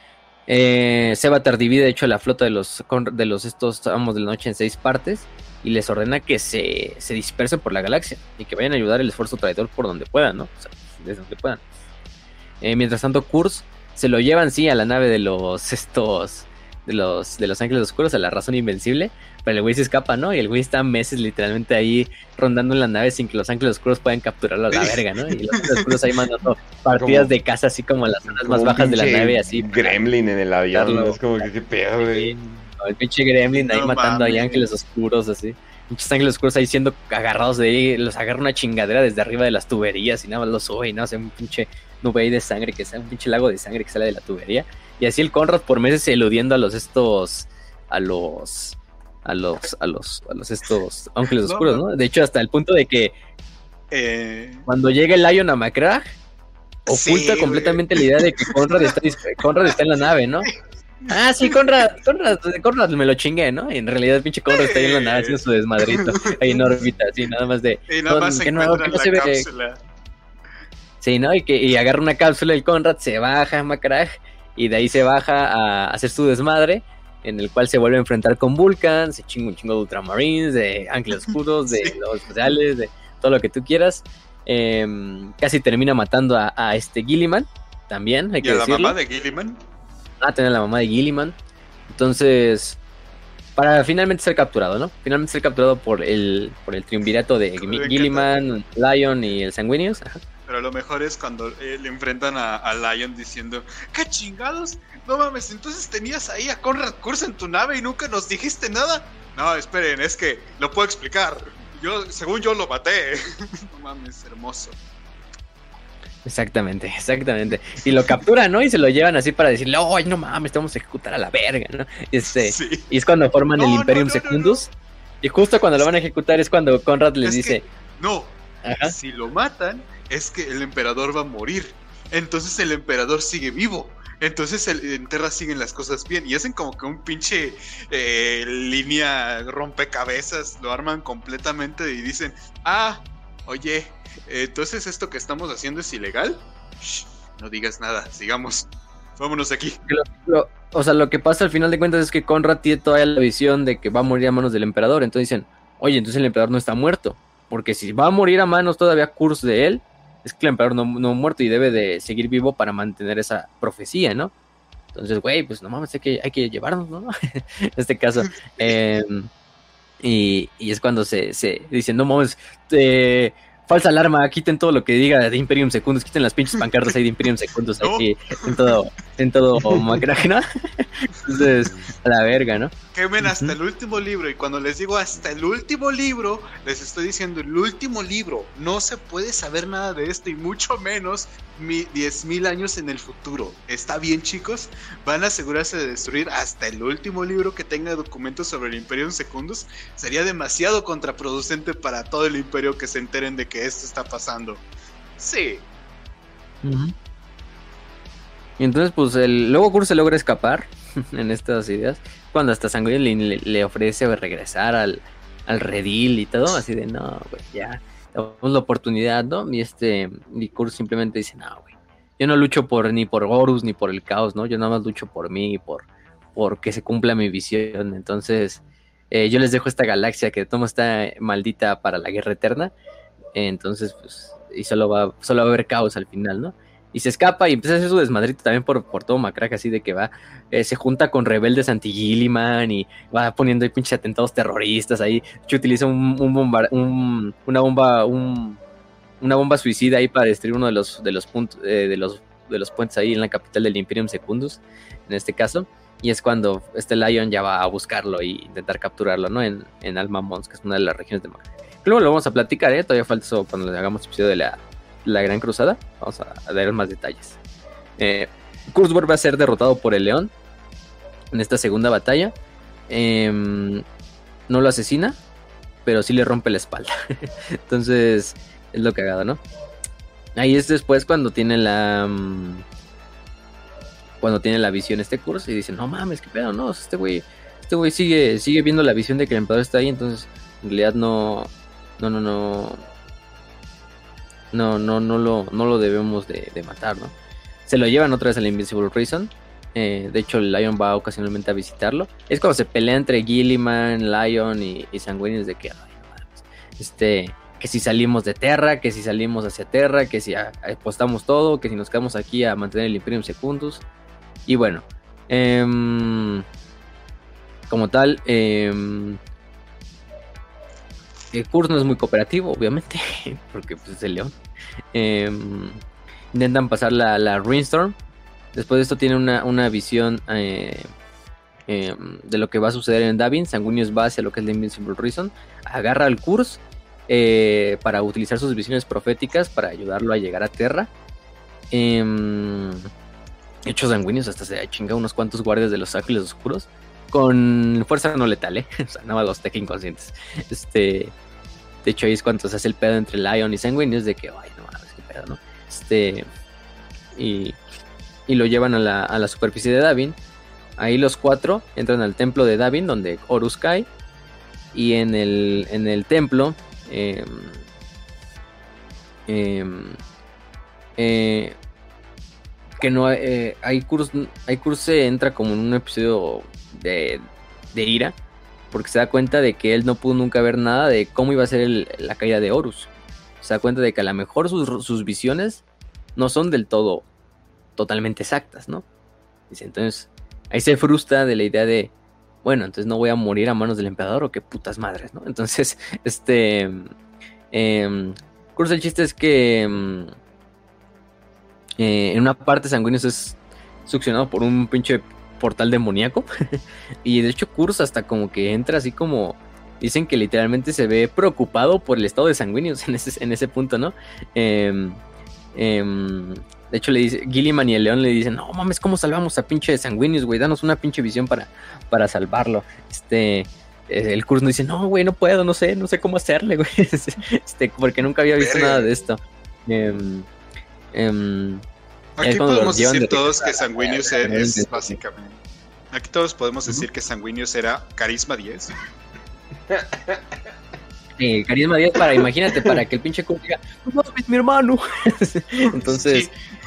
eh, Sevatar divide de hecho la flota de los, de los estos amos de la noche en seis partes y les ordena que se, se dispersen por la galaxia y que vayan a ayudar el esfuerzo traidor por donde puedan, ¿no? O sea, desde donde puedan. Eh, mientras tanto, Kurz se lo llevan sí a la nave de los estos de los de los ángeles oscuros, a la razón invencible, pero el güey se escapa, ¿no? Y el güey está meses literalmente ahí rondando en la nave sin que los ángeles oscuros puedan capturarlo a la verga, ¿no? Y los ángeles oscuros ahí mandando partidas como, de caza así como en las zonas más bajas de la nave, así. Gremlin en el avión, ¿no? Es como que qué pedo, güey. El pinche Gremlin ahí no, matando ahí ángeles oscuros, así. Muchos ángeles oscuros ahí siendo agarrados de ahí, los agarra una chingadera desde arriba de las tuberías y nada más los sube y no, o sea, un pinche nube ahí de sangre, que sea un pinche lago de sangre que sale de la tubería. Y así el Conrad por meses eludiendo a los estos, a los, a los, a los, a los estos ángeles no, oscuros, ¿no? De hecho, hasta el punto de que eh... cuando llega el Lion a McGrath, oculta sí, completamente wey. la idea de que Conrad está, Conrad está en la nave, ¿no? Ah, sí, Conrad, Conrad, Conrad me lo chingué, ¿no? Y en realidad el pinche Conrad está ahí en la nave haciendo su desmadrito, ahí en órbita, así, nada más de... Y nada más se encuentra en la se cápsula. Ve... Sí, ¿no? Y que y agarra una cápsula el Conrad, se baja a McGrath, y de ahí se baja a hacer su desmadre, en el cual se vuelve a enfrentar con Vulcan, se chinga un chingo de Ultramarines, de ángeles oscuros, de sí. los especiales, de todo lo que tú quieras. Eh, casi termina matando a, a este Gilliman, también, hay ¿Y que a decirlo. la mamá de Gilliman? Ah, tener a la mamá de Gilliman. Entonces, para finalmente ser capturado, ¿no? Finalmente ser capturado por el por el triunvirato de Gilliman, Lion y el Sanguinius. Ajá. Pero lo mejor es cuando eh, le enfrentan a, a Lion diciendo, ¿qué chingados? No mames, entonces tenías ahí a Conrad Kurz en tu nave y nunca nos dijiste nada. No, esperen, es que lo puedo explicar. Yo, según yo lo maté. No mames, hermoso. Exactamente, exactamente. Y lo capturan, ¿no? Y se lo llevan así para decirle, ¡ay, no mames, te vamos a ejecutar a la verga!, ¿no? Este, sí. Y es cuando forman no, el Imperium no, no, Secundus. No, no. Y justo cuando lo van a ejecutar es cuando Conrad les es dice... Que, no, Ajá. si lo matan, es que el emperador va a morir. Entonces el emperador sigue vivo. Entonces el, en Terra siguen las cosas bien. Y hacen como que un pinche eh, línea rompecabezas. Lo arman completamente y dicen, ah, oye... Entonces, ¿esto que estamos haciendo es ilegal? Shh, no digas nada, sigamos. vámonos de aquí. Lo, lo, o sea, lo que pasa al final de cuentas es que Conrad tiene todavía la visión de que va a morir a manos del emperador. Entonces dicen, oye, entonces el emperador no está muerto. Porque si va a morir a manos todavía Kurz de él, es que el emperador no, no ha muerto y debe de seguir vivo para mantener esa profecía, ¿no? Entonces, güey, pues no mames, hay que, hay que llevarnos, ¿no? En este caso. Eh, y, y es cuando se, se dicen, no mames, eh, falsa alarma, quiten todo lo que diga de Imperium Secundus, quiten las pinches pancartas ahí de Imperium Secundus aquí no. en todo, en todo Macragge, ¿no? Entonces, a la verga, ¿no? Quemen hasta uh-huh. el último libro, y cuando les digo hasta el último libro, les estoy diciendo el último libro, no se puede saber nada de esto, y mucho menos mi diez mil años en el futuro. ¿Está bien, chicos? Van a asegurarse de destruir hasta el último libro que tenga documentos sobre el Imperium Secundus. Sería demasiado contraproducente para todo el imperio que se enteren de que esto está pasando. Sí. Uh-huh. Y entonces, pues, el luego Kurz se logra escapar en estas ideas, cuando hasta Sanguinius le, le ofrece regresar al, al redil y todo, así de, no, güey, ya, tenemos la oportunidad, ¿no? Y este, y Kurz simplemente dice, no, güey, yo no lucho por ni por Horus ni por el caos, ¿no? Yo nada más lucho por mí, por, por que se cumpla mi visión. Entonces, eh, yo les dejo esta galaxia que toma está maldita para la guerra eterna, entonces, pues, y solo va, solo va a haber caos al final, ¿no? Y se escapa y empieza a hacer su desmadrito también por, por todo Macragge, así de que va, eh, se junta con rebeldes anti-Gilliman y va poniendo ahí pinches atentados terroristas ahí. De hecho, utiliza un, un bomba, un, una bomba, un, una bomba suicida ahí para destruir uno de los, de los puntos, eh, de los, de los puentes ahí en la capital del Imperium Secundus, en este caso. Y es cuando este Lion ya va a buscarlo e intentar capturarlo, ¿no? En, en Alma Mons, que es una de las regiones de Macragge. Luego lo vamos a platicar, ¿eh? Todavía falta eso cuando le hagamos episodio de la La Gran Cruzada. Vamos a, a dar más detalles. eh, Kurz va a ser derrotado por el León en esta segunda batalla. eh, No lo asesina, pero sí le rompe la espalda. Entonces es lo cagado, ¿no? Ahí es después cuando tiene la um, Cuando tiene la visión este Kurz y dice, no mames, qué pedo, no, este güey Este güey sigue, sigue viendo la visión de que el emperador está ahí. Entonces en realidad no No, no, no No, no, no lo, no lo debemos de, de matar, ¿no? Se lo llevan otra vez al Invincible Reason. Eh, de hecho, el Lion va ocasionalmente a visitarlo. Es cuando se pelea entre Gilliman, Lion y, y Sanguinius de que, ay, no, este, que si salimos de Terra, que si salimos hacia Terra, que si a, apostamos todo, que si nos quedamos aquí a mantener el Imperium Secundus. Y bueno, eh, como tal, eh, Eh, Kurz no es muy cooperativo, obviamente, porque pues, es el león. Eh, intentan pasar la, la Ruinstorm. Después de esto tiene una, una visión eh, eh, de lo que va a suceder en Davin. Sanguinius va hacia lo que es la Invincible Reason, agarra al Kurz eh, para utilizar sus visiones proféticas para ayudarlo a llegar a Terra. Eh, de hecho, Sanguinius hasta se chinga unos cuantos guardias de los Ángeles Oscuros con fuerza no letal, ¿eh? O sea, nada más los tech inconscientes. Este, de hecho, ahí es cuando se hace el pedo entre Lion y Sanguinius de que, ay, no mames, qué pedo, ¿no? Este, y, y lo llevan a la, a la superficie de Davin. Ahí los cuatro entran al templo de Davin, donde Horus cae. Y en el, en el templo, eh, eh, eh, que no, eh, hay Kurz, hay Kurz se entra como en un episodio De, de ira, porque se da cuenta de que él no pudo nunca ver nada de cómo iba a ser el, la caída de Horus. Se da cuenta de que a lo mejor sus, sus visiones no son del todo totalmente exactas, ¿no? Dice, entonces ahí se frustra de la idea de, bueno, entonces no voy a morir a manos del emperador o qué putas madres, ¿no? Entonces, este eh, Kurz, el chiste es que eh, en una parte Sanguinius es succionado por un pinche portal demoníaco. Y de hecho Kurz hasta como que entra así como, dicen que literalmente se ve preocupado por el estado de Sanguinius en ese, en ese punto, ¿no? Eh, eh, de hecho le dice, Gilliman y el león le dicen, no mames, ¿cómo salvamos a pinche Sanguinius, güey? Danos una pinche visión para, para salvarlo. Este, el Kurz no dice, no, güey, no puedo, no sé, no sé cómo hacerle, güey. Este, porque nunca había visto nada de esto. Eh, eh, Aquí podemos decir todos que Sanguinius es básicamente. Aquí todos podemos decir que Sanguinius era carisma diez. Sí, carisma diez para, imagínate, para que el pinche Kurz diga, no, es mi hermano. Entonces, sí.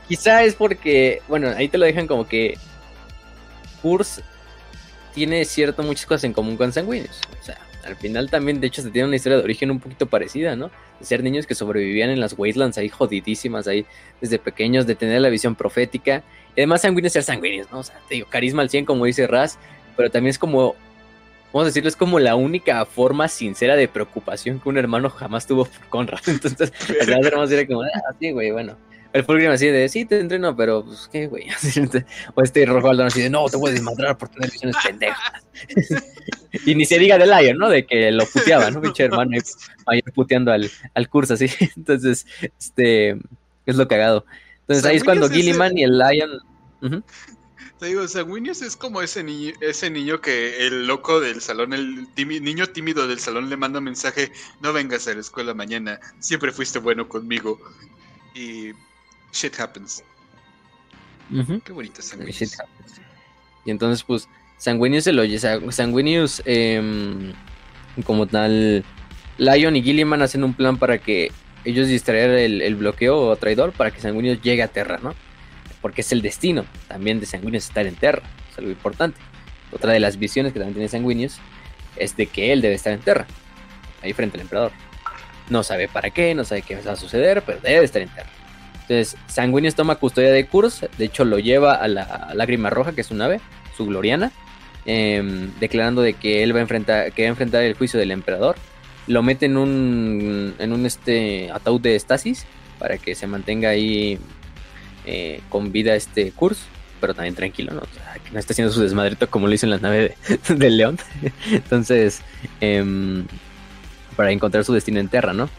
quizá es porque, bueno, ahí te lo dejan como que Kurz tiene cierto muchas cosas en común con Sanguinius. O sea, al final también, de hecho, se tiene una historia de origen un poquito parecida, ¿no? De ser niños que sobrevivían en las Wastelands ahí jodidísimas, ahí desde pequeños, de tener la visión profética. Y además Sanguinius ser Sanguinius, ¿no? O sea, te digo, carisma al cien, como dice Raz, pero también es como, vamos a decirlo, es como la única forma sincera de preocupación que un hermano jamás tuvo por Conrad. Entonces, el hermano era como, ah, sí, güey, bueno. El Fulgrim así de, sí, te entreno, pero, pues, ¿qué, güey? O este Rojo así de, no, te voy a desmadrar por tener visiones pendejas. Y ni se diga de Lion, ¿no? De que lo puteaba, ¿no? Pinche hermano ahí puteando al, al curso, así. Entonces, este, es lo cagado. Entonces, ahí es cuando Gilliman ese... y el Lion... Uh-huh. Te digo, Sanguinius es como ese niño, ese niño que el loco del salón, el timi, niño tímido del salón le manda un mensaje, no vengas a la escuela mañana, siempre fuiste bueno conmigo. Y... shit happens. Uh-huh. Qué bonito Sanguinius. Shit happens. Y entonces, pues, Sanguinius se lo oye. Sanguinius, eh, como tal, Lion y Gilliman hacen un plan para que ellos distraer el, el bloqueo o traidor para que Sanguinius llegue a Terra, ¿no? Porque es el destino también de Sanguinius estar en Terra. Es algo importante. Otra de las visiones que también tiene Sanguinius es de que él debe estar en Terra, ahí frente al emperador. No sabe para qué, no sabe qué va a suceder, pero debe estar en Terra. Entonces, Sanguinius toma custodia de Kurz, de hecho lo lleva a la Lágrima Roja, que es su nave, su gloriana, eh, declarando de que él va a enfrentar, que va a enfrentar el juicio del emperador. Lo mete en un, en un este ataúd de estasis para que se mantenga ahí eh, con vida este Kurz, pero también tranquilo, ¿no? O sea, que no esté haciendo su desmadrito como lo hizo en la nave de, del León. Entonces, eh, para encontrar su destino en Terra, ¿no?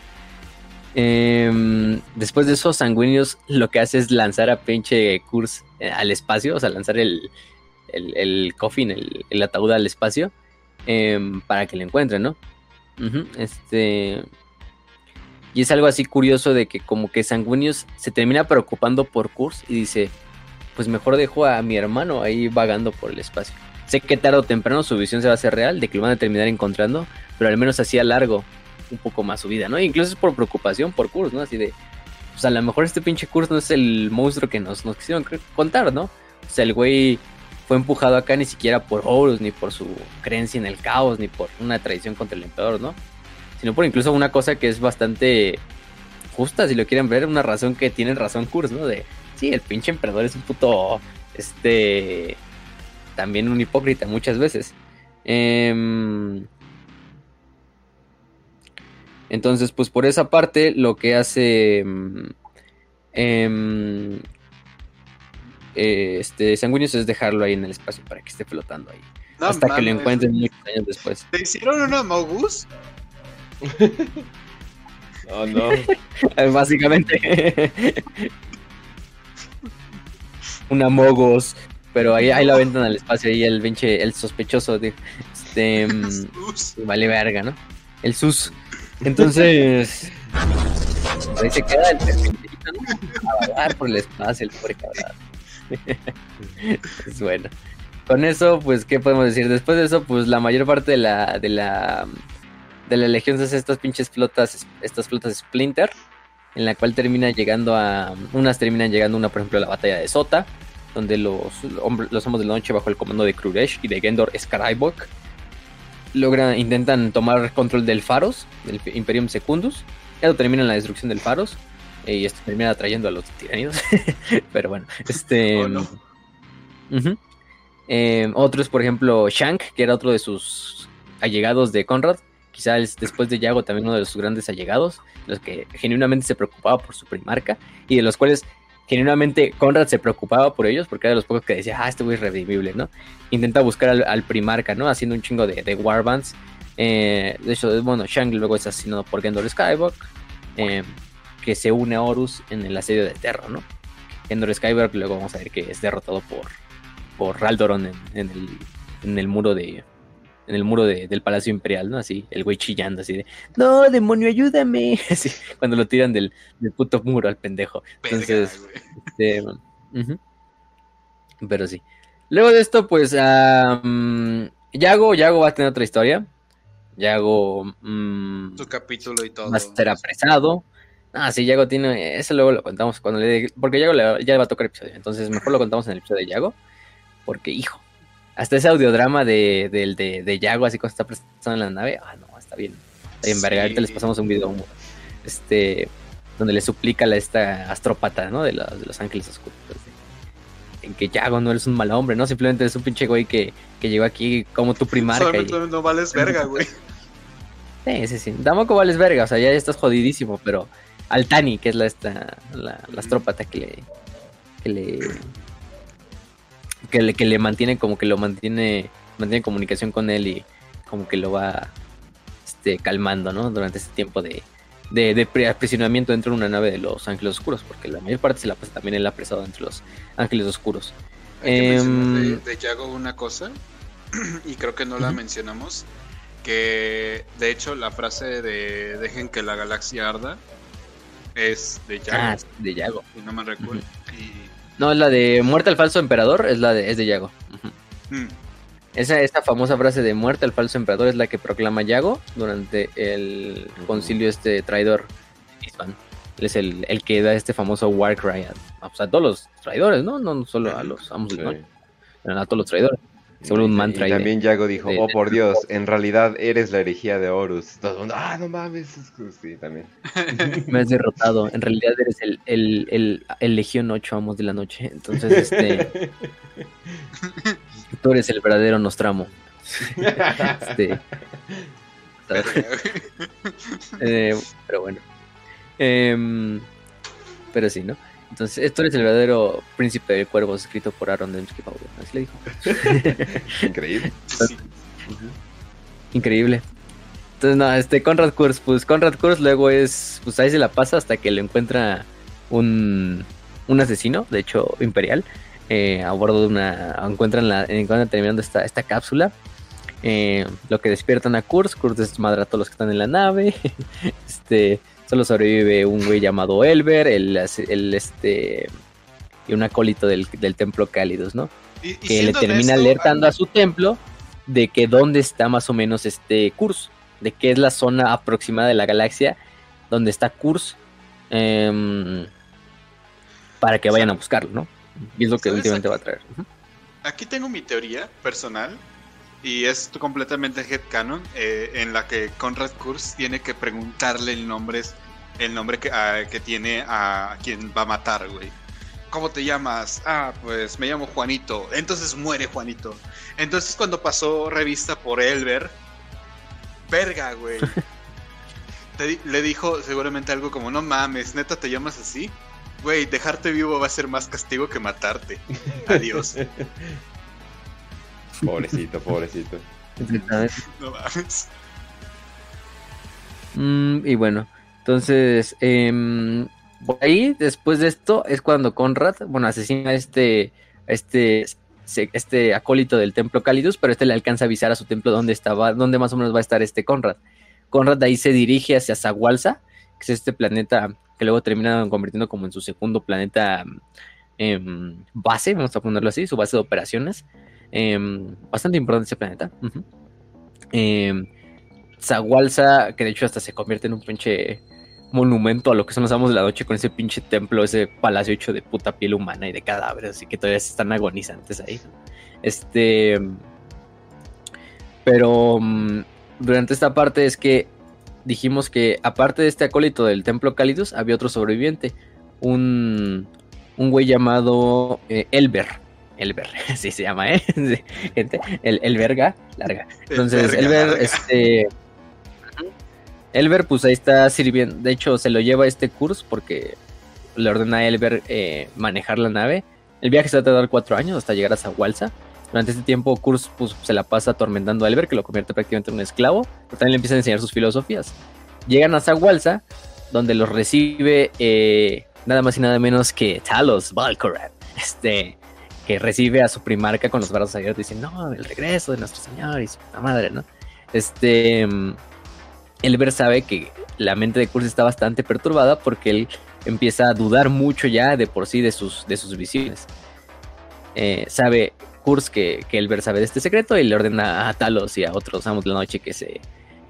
Eh, después de eso, Sanguinius lo que hace es lanzar a pinche Kurz eh, al espacio, o sea, lanzar el, el, el coffin, el, el ataúd al espacio, eh, para que lo encuentren, ¿no? Uh-huh, este... Y es algo así curioso de que como que Sanguinius se termina preocupando por Kurz y dice, pues mejor dejo a mi hermano ahí vagando por el espacio. Sé que tarde o temprano su visión se va a hacer real, de que lo van a terminar encontrando, pero al menos así a largo un poco más su vida, ¿no? Incluso es por preocupación por Kurz, ¿no? Así de, pues a lo mejor este pinche Kurz no es el monstruo que nos, nos quisieron contar, ¿no? O sea, el güey fue empujado acá ni siquiera por Horus, ni por su creencia en el caos, ni por una traición contra el emperador, ¿no? Sino por incluso una cosa que es bastante justa, si lo quieren ver, una razón que tiene razón Kurz, ¿no? De, sí, el pinche emperador es un puto, este, también un hipócrita muchas veces. Eh... Entonces, pues por esa parte, lo que hace eh, eh, este Sanguinius es dejarlo ahí en el espacio para que esté flotando ahí. No, hasta mames, que lo encuentren muchos años después. ¿Te hicieron una Mogus? Oh, no. Básicamente. Una Mogos. Pero ahí, ahí la aventan al espacio. Ahí el pinche, el sospechoso de este vale verga, ¿no? El sus. Entonces, ahí se queda el pendejo, ¿no? A vagar por el espacio, el pobre cabrón. Es bueno. Con eso, pues, ¿qué podemos decir? Después de eso, pues, la mayor parte de la de la de la legión es estas pinches flotas, estas flotas Splinter, en la cual termina llegando a unas terminan llegando una, por ejemplo, a la batalla de Sota, donde los hombres, los hombres de la noche bajo el comando de Kruresh y de Gendor Skarybok logran, intentan tomar control del Pharos, del Imperium Secundus. Ya lo terminan la destrucción del Pharos. Eh, y esto termina atrayendo a los tiranidos. Pero bueno, este... Oh, no. uh-huh. eh, otros, por ejemplo, Shank, que era otro de sus allegados de Conrad. Quizá es, después de Yago, también uno de sus grandes allegados. Los que genuinamente se preocupaba por su primarca. Y de los cuales genuinamente Conrad se preocupaba por ellos, porque era de los pocos que decía, ah, este güey es redimible, ¿no? Intenta buscar al, al primarca, ¿no? Haciendo un chingo de, de warbands. Eh, de hecho, bueno, Shang luego es asesinado por Gendor Skarybok, eh, que se une a Horus en el asedio de Terra, ¿no? Gendor Skarybok luego vamos a ver que es derrotado por, por Raldoron en, en, el, en el muro de... En el muro de, del Palacio Imperial, ¿no? Así, el güey chillando, así de, no, demonio, ayúdame. Así, cuando lo tiran del, del puto muro al pendejo. Entonces, este, uh-huh. Pero sí. Luego de esto, pues, um, Yago, Yago va a tener otra historia. Yago, um, su capítulo y todo. Va a ser apresado. Ah, sí, Yago tiene, eso luego lo contamos cuando le, porque Yago le, ya le va a tocar episodio, entonces mejor lo contamos en el episodio de Yago, porque hijo, hasta ese audiodrama de, de, de, de Yago, así cuando está presentando en la nave, ah, no, está bien, está bien, sí. Verga, ahorita les pasamos un video, este, donde le suplica a esta astrópata, ¿no? De los, de los Ángeles Oscuros, en que Yago no eres un mal hombre, ¿no? Simplemente eres un pinche güey que, que llegó aquí como tu primarca. Solamente y... no vales verga, güey. Sí, sí, sí, tampoco vales verga, o sea, ya estás jodidísimo, pero Altani, que es la esta, la, la astrópata que le, que le, que le, que le mantiene, como que lo mantiene, mantiene comunicación con él y como que lo va, este, calmando, ¿no? Durante este tiempo de, de, de aprisionamiento dentro de una nave de los Ángeles Oscuros, porque la mayor parte se la pasa también él apresado entre los Ángeles Oscuros. Hay que eh, mencionar de, de Yago una cosa, y creo que no la uh-huh. mencionamos, que de hecho la frase de dejen que la galaxia arda es de Yago. Ah, de Yago. Y no me recuerdo. Uh-huh. Y... No, la de muerte al falso emperador es la de, es de Yago. Uh-huh. Mm. Esa, esa famosa frase de muerte al falso emperador es la que proclama Yago durante el uh-huh. concilio este traidor. Él es el, el que da este famoso war cry a, a, a todos los traidores, ¿no? No solo a los amos del norte, pero a todos los traidores. Solo un mantra. Y también de, Yago dijo, de, oh por Dios, en realidad eres la herejía de Horus. Todo el mundo, ah, no mames. Sí, también. Me has derrotado. En realidad eres el, el, el, el Legión ocho Amos de la Noche. Entonces, este... tú eres el verdadero Nostramo. este... eh, pero bueno. Eh, pero sí, ¿no? Entonces, esto es el verdadero príncipe de cuervos escrito por Aaron Dembski Paulo. Así le dijo. Increíble. Sí. Increíble. Entonces, no, este Conrad Kurz, pues Conrad Kurz luego es, pues ahí se la pasa hasta que lo encuentra un, un asesino, de hecho, imperial, eh, a bordo de una, encuentran la, encuentran terminando esta, esta cápsula. Eh, lo que despiertan a Kurz, Kurz desmadra a todos los que están en la nave. este... Solo sobrevive un güey llamado Elber, el, el este y un acólito del, del templo Cálidos, ¿no? Y, y que le termina esto, alertando a... a su templo de que dónde está más o menos este Kurz, de qué es la zona aproximada de la galaxia donde está Kurz, eh, para que vayan a buscarlo, ¿no? Y es lo que últimamente va a traer. Uh-huh. Aquí tengo mi teoría personal. Y es completamente headcanon, eh, en la que Conrad Kurz tiene que preguntarle el nombre, el nombre que, uh, que tiene a quien va a matar, güey. ¿Cómo te llamas? Ah, pues me llamo Juanito. Entonces muere Juanito. Entonces cuando pasó revista por Elber, verga, güey. Te, le dijo seguramente algo como, no mames, ¿neta te llamas así? Güey, dejarte vivo va a ser más castigo que matarte. Adiós. Pobrecito, pobrecito. No mames. Mm, y bueno, entonces, eh, por ahí, después de esto, es cuando Conrad, bueno, asesina a este, este, este acólito del templo Calidus, pero este le alcanza a avisar a su templo dónde estaba, dónde más o menos va a estar este Conrad. Conrad de ahí se dirige hacia Zagualza, que es este planeta que luego termina convirtiendo como en su segundo planeta eh, base, vamos a ponerlo así, su base de operaciones. Eh, bastante importante ese planeta. Uh-huh. eh, Zagualza, que de hecho hasta se convierte en un pinche monumento a lo que son los amos de la noche, con ese pinche templo, ese palacio hecho de puta piel humana y de cadáveres, así que todavía están agonizantes ahí. Este, pero um, durante esta parte es que dijimos que aparte de este acólito del templo Calidus, había otro sobreviviente, un un güey llamado eh, Elber. Elber, así se llama, ¿eh? Gente, el, el verga, larga. Entonces, el Elber, larga. este... Elber, pues ahí está sirviendo. De hecho, se lo lleva a este Kurz porque le ordena a Elber eh, manejar la nave. El viaje se va a tardar cuatro años hasta llegar a Zagualza. Durante este tiempo, Kurz pues, se la pasa atormentando a Elber, que lo convierte prácticamente en un esclavo. Pero también le empieza a enseñar sus filosofías. Llegan a Zagualza, donde los recibe eh, nada más y nada menos que Talos Valkoran. Este... que recibe a su primarca con los brazos abiertos y dice, no, el regreso de nuestro señor y su puta madre, ¿no? Este, Elber sabe que la mente de Kurz está bastante perturbada porque él empieza a dudar mucho ya de por sí de sus, de sus visiones. Eh, sabe Kurz que, que Elber sabe de este secreto y le ordena a Talos y a otros amos de la noche que se,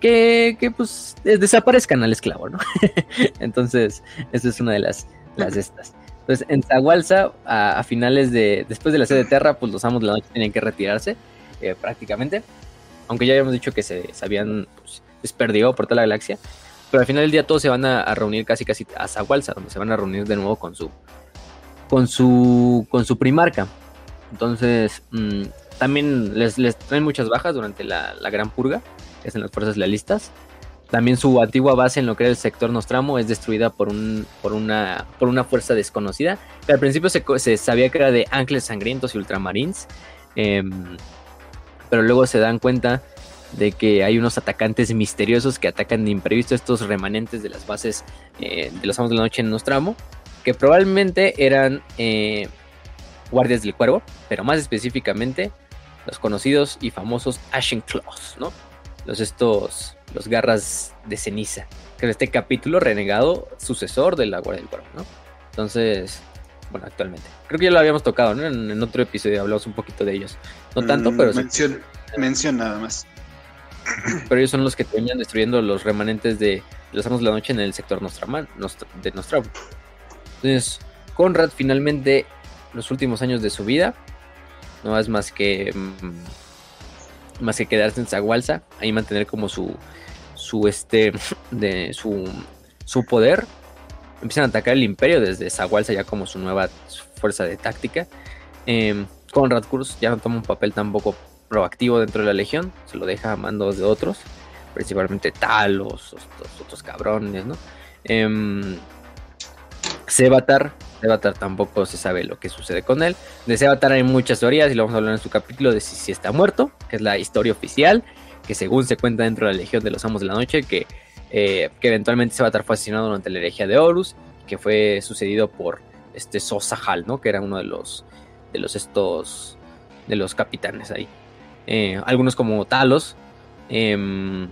que, que pues desaparezcan al esclavo, ¿no? Entonces, esa es una de las, las estas. Entonces, en Zagualza, a, a finales de, después de la sede de Terra, pues los amos de la noche tenían que retirarse, eh, prácticamente, aunque ya habíamos dicho que se, se habían pues, desperdigado por toda la galaxia, pero al final del día todos se van a, a reunir casi casi a Zagualza, donde se van a reunir de nuevo con su, con su, con su primarca. Entonces, mmm, también les, les traen muchas bajas durante la, la Gran Purga, que es en las fuerzas lealistas. También su antigua base en lo que era el sector Nostramo es destruida por, un, por, una, por una fuerza desconocida, que al principio se, se sabía que era de Ángeles Sangrientos y Ultramarines, eh, pero luego se dan cuenta de que hay unos atacantes misteriosos que atacan de imprevisto estos remanentes de las bases eh, de los Amos de la Noche en Nostramo, que probablemente eran eh, guardias del cuervo, pero más específicamente los conocidos y famosos Ashen Claws, ¿no? Los estos, los garras de ceniza, que en este capítulo renegado sucesor de la Guardia del Cuervo, ¿no? Entonces, bueno, actualmente. Creo que ya lo habíamos tocado, ¿no? En, en otro episodio hablamos un poquito de ellos. No tanto, mm, pero... Mención, sí. Mención nada más. Pero ellos son los que terminan destruyendo los remanentes de los Amos de la Noche en el sector Nostraman, Nostr- de Nostramo. Entonces, Conrad finalmente, los últimos años de su vida, no es más que mmm, más que quedarse en Zagualza, ahí mantener como su su este de su su poder. Empiezan a atacar el imperio desde Zagualza ya como su nueva fuerza de táctica. eh, Conrad Kurz ya no toma un papel tampoco proactivo dentro de la legión, se lo deja a mandos de otros, principalmente Talos, otros, otros cabrones, ¿no? eh, Sevatar Sevatar tampoco se sabe lo que sucede con él. De Sevatar hay muchas teorías y lo vamos a hablar en su capítulo de si, si está muerto, que es la historia oficial, que según se cuenta dentro de la Legión de los Amos de la Noche, que, eh, que eventualmente Sevatar fue asesinado durante la herejía de Horus, que fue sucedido por este Sosahal, ¿no? Que era uno de los de los estos de los capitanes ahí. Eh, algunos como Talos eh,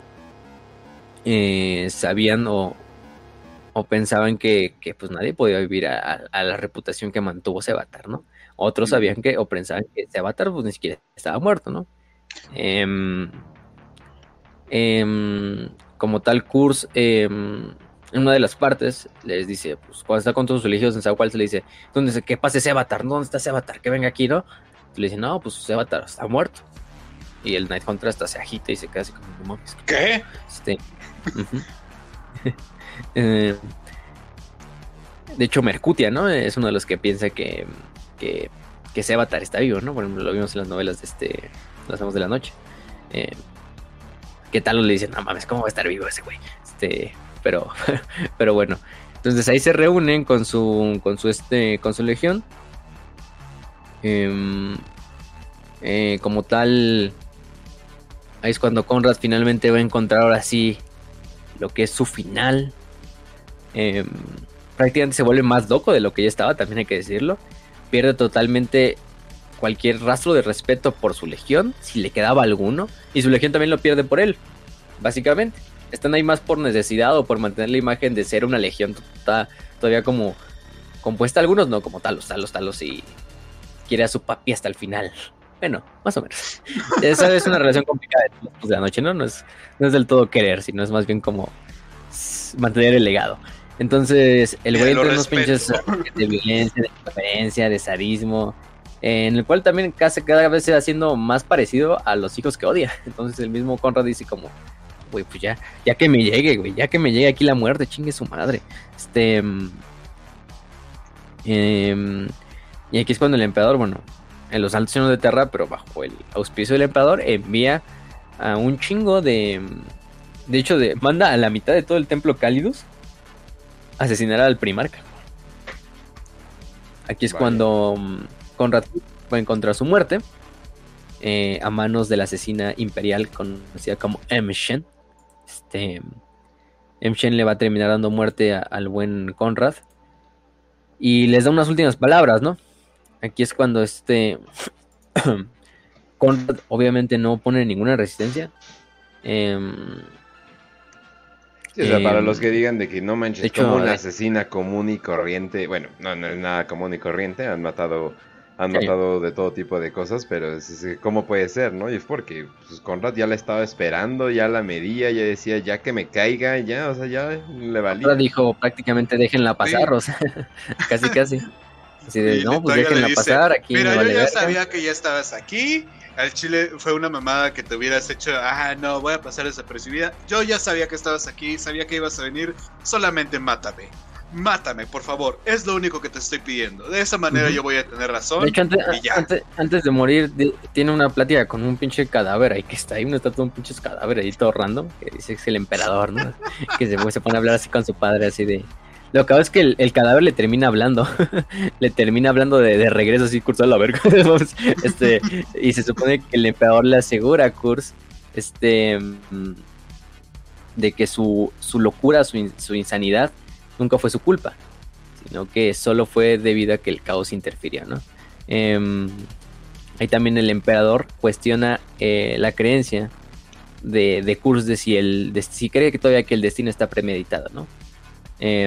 eh, sabían o o pensaban que, que pues nadie podía vivir a, a, a la reputación que mantuvo Sevatar, ¿no? Otros sabían que, o pensaban que Sevatar pues ni siquiera estaba muerto, ¿no? Eh, eh, como tal, Kurz, eh, en una de las partes, les dice, pues cuando está con todos sus elegidos en Zagualza, le dice, ¿dónde se, que pase Sevatar? ¿Dónde está Sevatar? Que venga aquí, ¿no? Y le dice, no, pues Sevatar está muerto. Y el Night Hunter hasta se agita y se queda así como, no mames. ¿Qué? Este... Uh-huh. Eh, de hecho Mercutia, ¿no? Es uno de los que piensa que que, que Sevatar está vivo, ¿no? Por ejemplo, lo vimos en las novelas de este Los Amos de la Noche. Eh, que Talos le dice, no mames, ¿cómo va a estar vivo ese güey? Este, pero, pero bueno. Entonces ahí se reúnen con su, con su este, con su legión. Eh, eh, como tal, ahí es cuando Conrad finalmente va a encontrar ahora sí lo que es su final. Eh, prácticamente se vuelve más loco de lo que ya estaba, también hay que decirlo. Pierde totalmente cualquier rastro de respeto por su legión, si le quedaba alguno, y su legión también lo pierde por él, básicamente. Están ahí más por necesidad o por mantener la imagen de ser una legión tota, todavía como compuesta. Algunos no, como Talos, Talos, Talos, y quiere a su papi hasta el final. Bueno, más o menos. Esa es una relación complicada de la noche, ¿no? No es, no es del todo querer, sino es más bien como mantener el legado. Entonces, el güey entra en unos pinches de violencia, de interferencia, de sadismo, eh, en el cual también casi cada vez se va haciendo más parecido a los hijos que odia. Entonces, el mismo Conrad dice como, güey, pues ya, ya que me llegue, güey, ya que me llegue aquí la muerte, chingue su madre. Este... Eh, y aquí es cuando el emperador, bueno, en los altos senos de Terra, pero bajo el auspicio del emperador, envía a un chingo de... De hecho, de, manda a la mitad de todo el templo Cálidus a asesinar al primarca. Aquí es vale. cuando Conrad va a encontrar su muerte eh, a manos de la asesina imperial conocida como M-Shen. Este, M-Shen le va a terminar dando muerte a, al buen Conrad y les da unas últimas palabras, ¿no? Aquí es cuando este Conrad obviamente no pone ninguna resistencia. Eh, sí, o sea, eh, para los que digan de que no manches, hecho, como una asesina común y corriente, bueno, no, no es nada común y corriente, han matado han notado de todo tipo de cosas, pero es, es, ¿cómo puede ser, no? Y es porque pues, Conrad ya la estaba esperando, ya la medía, ya decía, ya que me caiga, ya, o sea, ya le valía. Conrad dijo, prácticamente déjenla pasar, sí. O sea, casi, casi. Así de, y no, pues déjenla dice, pasar, aquí mira, me yo vale ya verga. Sabía que ya estabas aquí, al chile fue una mamada que te hubieras hecho, ah, no, voy a pasar desapercibida, yo ya sabía que estabas aquí, sabía que ibas a venir, solamente mátame. Mátame, por favor. Es lo único que te estoy pidiendo. De esa manera uh-huh. yo voy a tener razón. De hecho, antes, antes, antes de morir, de, tiene una plática con un pinche cadáver ahí que está ahí, una estatua de un pinche cadáver ahí todo random, que dice que es el emperador, ¿no? Que se, se pone a hablar así con su padre, así de... Lo que hago es que el, el cadáver le termina hablando, le termina hablando de, de regreso así, Kurz a la verga. este, y se supone que el emperador le asegura a Kurz este, de que su, su locura, su, su insanidad, nunca fue su culpa, sino que solo fue debido a que el caos interfirió, ¿no? Eh, ahí también el emperador cuestiona eh, la creencia de, de Kurz de si, el, de si cree que todavía que el destino está premeditado, ¿no? Eh,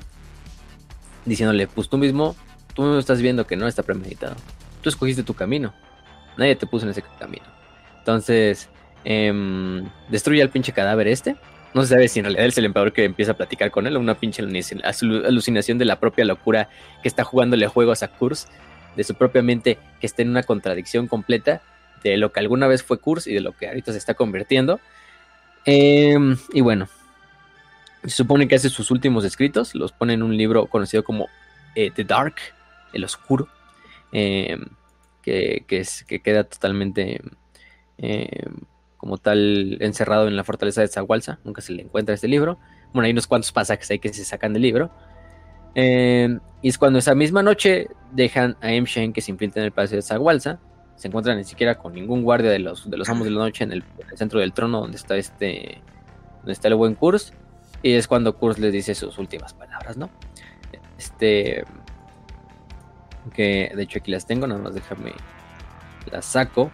diciéndole, pues tú mismo, tú mismo estás viendo que no está premeditado. Tú escogiste tu camino. Nadie te puso en ese camino. Entonces, eh, destruye al pinche cadáver este. No se sabe si en realidad es el emperador que empieza a platicar con él o una pinche alucinación de la propia locura que está jugándole juegos a Kurz, de su propia mente que está en una contradicción completa de lo que alguna vez fue Kurz y de lo que ahorita se está convirtiendo. Eh, y bueno, se supone que hace sus últimos escritos, los pone en un libro conocido como eh, The Dark, el oscuro, eh, que, que, es, que queda totalmente... Eh, como tal encerrado en la fortaleza de Zagualza, nunca se le encuentra este libro. Bueno, hay unos cuantos pasajes ahí que se sacan del libro. Eh, y es cuando esa misma noche dejan a M-Shen que se implanta en el palacio de Zagualza. Se encuentran ni siquiera con ningún guardia de los, de los amos de la noche en el, en el centro del trono donde está este donde está el buen Kurz. Y es cuando Kurz les dice sus últimas palabras, ¿no? Este... Que de hecho aquí las tengo, nada más déjame... Las saco.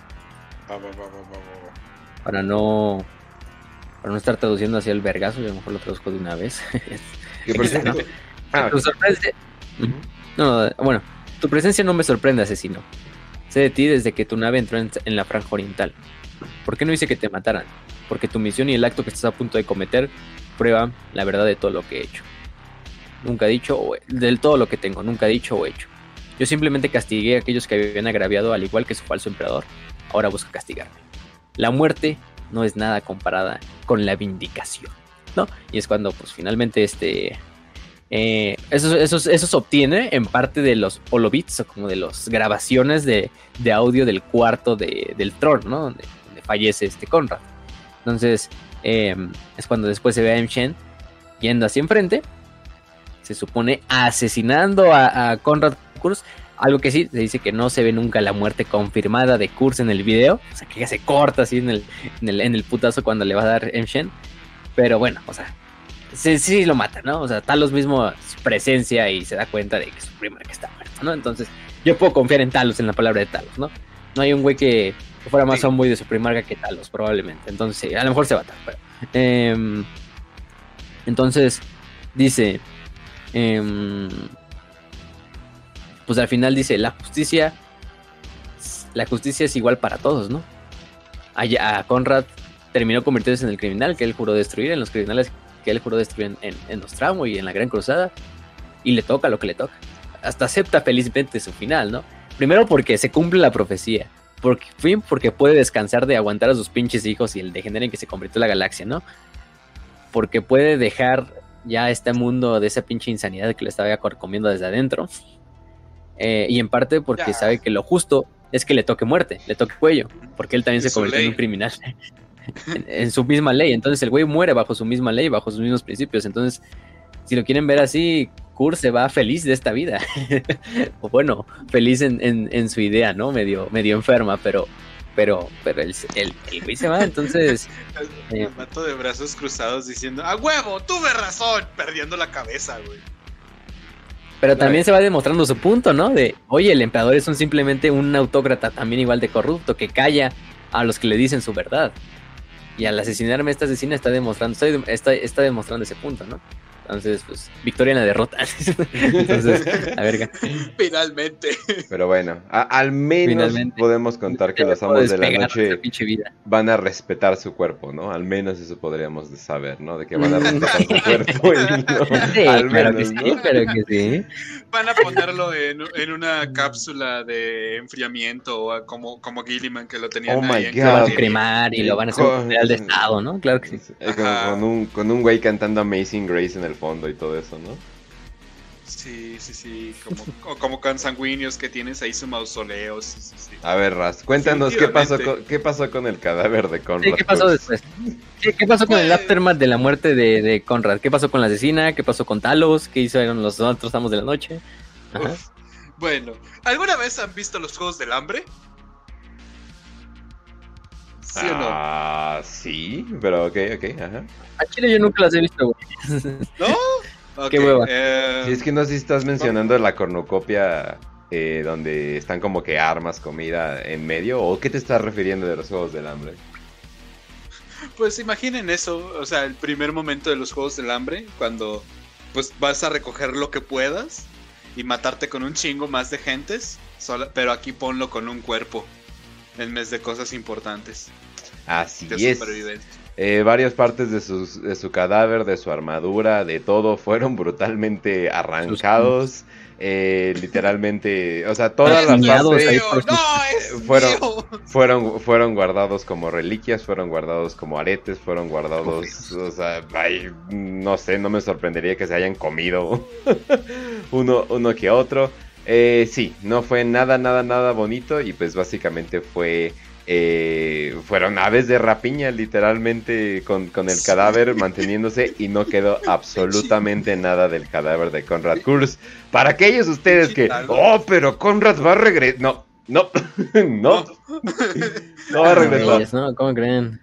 Para no para no estar traduciendo hacia el vergazo, yo a lo mejor lo traduzco de una vez. ¿Qué presenta? ¿No? Ah, tu sorprende... uh-huh. no, no, bueno, tu presencia no me sorprende, asesino. Sé de ti desde que tu nave entró en, en la franja oriental. ¿Por qué no hice que te mataran? Porque tu misión y el acto que estás a punto de cometer prueban la verdad de todo lo que he hecho. Nunca he dicho, o del todo lo que tengo, nunca he dicho o hecho. Yo simplemente castigué a aquellos que habían agraviado al igual que su falso emperador. Ahora busca castigarme. La muerte no es nada comparada con la vindicación, ¿no? Y es cuando, pues, finalmente, este... Eh, eso, eso, eso se obtiene en parte de los holobits, o como de las grabaciones de, de audio del cuarto de, del trono, ¿no? Donde, donde fallece este Conrad. Entonces, eh, es cuando después se ve a M-Shen yendo hacia enfrente, se supone asesinando a, a Conrad Kurz. Algo que sí, se dice que no se ve nunca la muerte confirmada de Kurz en el video. O sea, que ya se corta así en el, en el, en el putazo cuando le va a dar M-Shen. Pero bueno, o sea, sí, sí lo mata, ¿no? O sea, Talos mismo su presencia y se da cuenta de que su primarca está muerto, ¿no? Entonces, yo puedo confiar en Talos, en la palabra de Talos, ¿no? No hay un güey que, que fuera más fanboy de su primarca que Talos, probablemente. Entonces, sí, a lo mejor se va a matar, pero... Eh, entonces, dice... Eh, pues al final dice, la justicia, la justicia es igual para todos, ¿no? A, a Conrad terminó convirtiéndose en el criminal que él juró destruir, en los criminales que él juró destruir en, en, en Nostramo y en la Gran Cruzada, y le toca lo que le toca. Hasta acepta felizmente su final, ¿no? Primero porque se cumple la profecía, porque, fin, porque puede descansar de aguantar a sus pinches hijos y el degenere en que se convirtió la galaxia, ¿no? Porque puede dejar ya este mundo de esa pinche insanidad que le estaba comiendo desde adentro. Eh, y en parte porque ya. sabe que lo justo es que le toque muerte, le toque cuello, porque él también es se convirtió ley. en un criminal en, en su misma ley. Entonces el güey muere bajo su misma ley, bajo sus mismos principios. Entonces, si lo quieren ver así, Kurz se va feliz de esta vida. O bueno, feliz en, en, en su idea, ¿no? Medio, medio enferma, pero pero pero el, el, el güey se va, entonces... El eh, vato de brazos cruzados diciendo, ¡a huevo! ¡Tuve razón! Perdiendo la cabeza, güey. Pero también se va demostrando su punto, ¿no? De, oye, el emperador es un, simplemente un autócrata también igual de corrupto, que calla a los que le dicen su verdad. Y al asesinarme esta asesina está demostrando, está, está demostrando ese punto, ¿no? Entonces, pues, victoria en la derrota. Entonces, la verga. Finalmente. Pero bueno, a, al menos Finalmente. podemos contar que los amos de la noche vida. van a respetar su cuerpo, ¿no? Al menos eso podríamos saber, ¿no? De que van a respetar su cuerpo. Y no, Sí, al claro menos, que ¿no? sí, claro que sí. Van a ponerlo en, en una cápsula de enfriamiento, o como, como Gilliman, que lo tenían Oh my ahí en God. Lo van a cafetería. cremar y lo van a hacer un funeral de estado, ¿no? Claro que sí. Eh, con, Ajá. con un, con un güey cantando Amazing Grace en el fondo y todo eso, ¿no? Sí, sí, sí, como, o como consanguíneos que tienes ahí su mausoleo, sí, sí, sí. A ver, Raz, cuéntanos qué pasó, Definitivamente. con, qué pasó con el cadáver de Conrad. Sí, ¿qué pasó Kurz? después? ¿Qué, qué pasó con el Pues- aftermath de la muerte de, de Conrad? ¿Qué pasó con la asesina? ¿Qué pasó con Talos? ¿Qué hicieron los otros amos de la noche? Ajá. Uf. Bueno, ¿alguna vez han visto los Juegos del Hambre? ¿Sí o no? Ah, sí, pero ok, ok, ajá. A Chile yo nunca las he visto, güey. ¿No? Ok, Qué hueva. eh, Si es que no sé si estás mencionando la cornucopia eh, donde están como que armas, comida en medio, o qué te estás refiriendo de los Juegos del Hambre. Pues imaginen eso, o sea, el primer momento de los Juegos del Hambre, cuando pues vas a recoger lo que puedas y matarte con un chingo más de gentes, sola- pero aquí ponlo con un cuerpo, en vez de cosas importantes Así de es. supervivencia. Eh, varias partes de, sus, de su cadáver, de su armadura, de todo, fueron brutalmente arrancados. Eh, literalmente, o sea, todas las Dañados partes ahí Mío, por sus- no, es fueron- mío. fueron, fueron guardados como reliquias, fueron guardados como aretes, fueron guardados, o sea, ay, no sé, no me sorprendería que se hayan comido uno, uno que otro. Eh, sí, no fue nada, nada, nada bonito y pues básicamente fue... Eh, fueron aves de rapiña literalmente con, con el Sí. cadáver manteniéndose y no quedó absolutamente nada del cadáver de Conrad Kurz. Para aquellos ustedes que, oh, pero Conrad va a regresar. No, no, no, no va a regresar. Reyes, ¿no? ¿Cómo creen?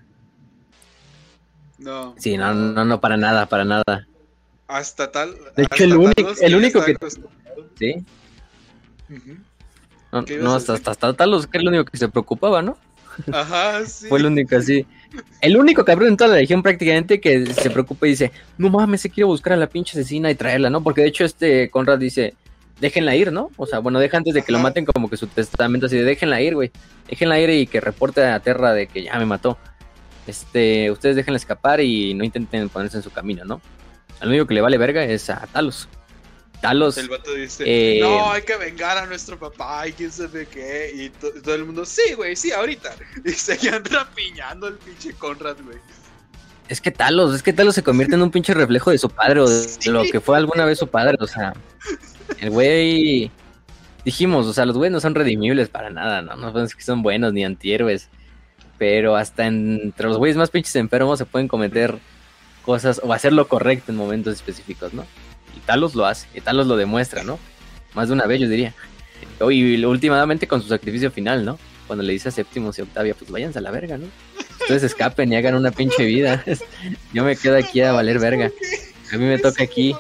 No. Sí, no, no, no, para nada, para nada. Hasta tal. De hecho, el hasta único- Talos el ya único está que- acostumbrado. Sí. Ujú. No, ¿Qué ibas no a hasta, decir? hasta, hasta Talos, que era el único que se preocupaba, ¿no? Ajá, sí. Fue el único así. El único cabrón en toda la legión prácticamente que se preocupa y dice, no mames, se quiero buscar a la pinche asesina y traerla, ¿no? Porque de hecho este Conrad dice, déjenla ir, ¿no? O sea, bueno, deja antes de que lo Ajá. maten como que su testamento así de déjenla ir, güey. Déjenla ir y que reporte a Terra de que ya me mató. Este, ustedes déjenla escapar y no intenten ponerse en su camino, ¿no? Al único que le vale verga es a Talos. Talos, El vato dice, Eh, no, hay que vengar a nuestro papá y quién sabe qué. Y to- todo el mundo, sí, güey, sí, ahorita. Y seguían rapiñando al pinche Conrad, güey. es que Talos, es que Talos se convierte en un pinche reflejo de su padre o de Sí. lo que fue alguna vez su padre, o sea, el güey, dijimos, o sea, los güeyes no son redimibles para nada, no, no es que son buenos ni antihéroes, pero hasta entre los güeyes más pinches enfermos se pueden cometer cosas o hacer lo correcto en momentos específicos, ¿no? Y Talos lo hace, y Talos lo demuestra, ¿no? Más de una vez yo diría. Y últimamente con su sacrificio final, ¿no? Cuando le dice a Séptimos y Octavia, pues váyanse a la verga, ¿no? Ustedes escapen y hagan una pinche vida. Yo me quedo aquí a valer verga. A mí me toca aquí.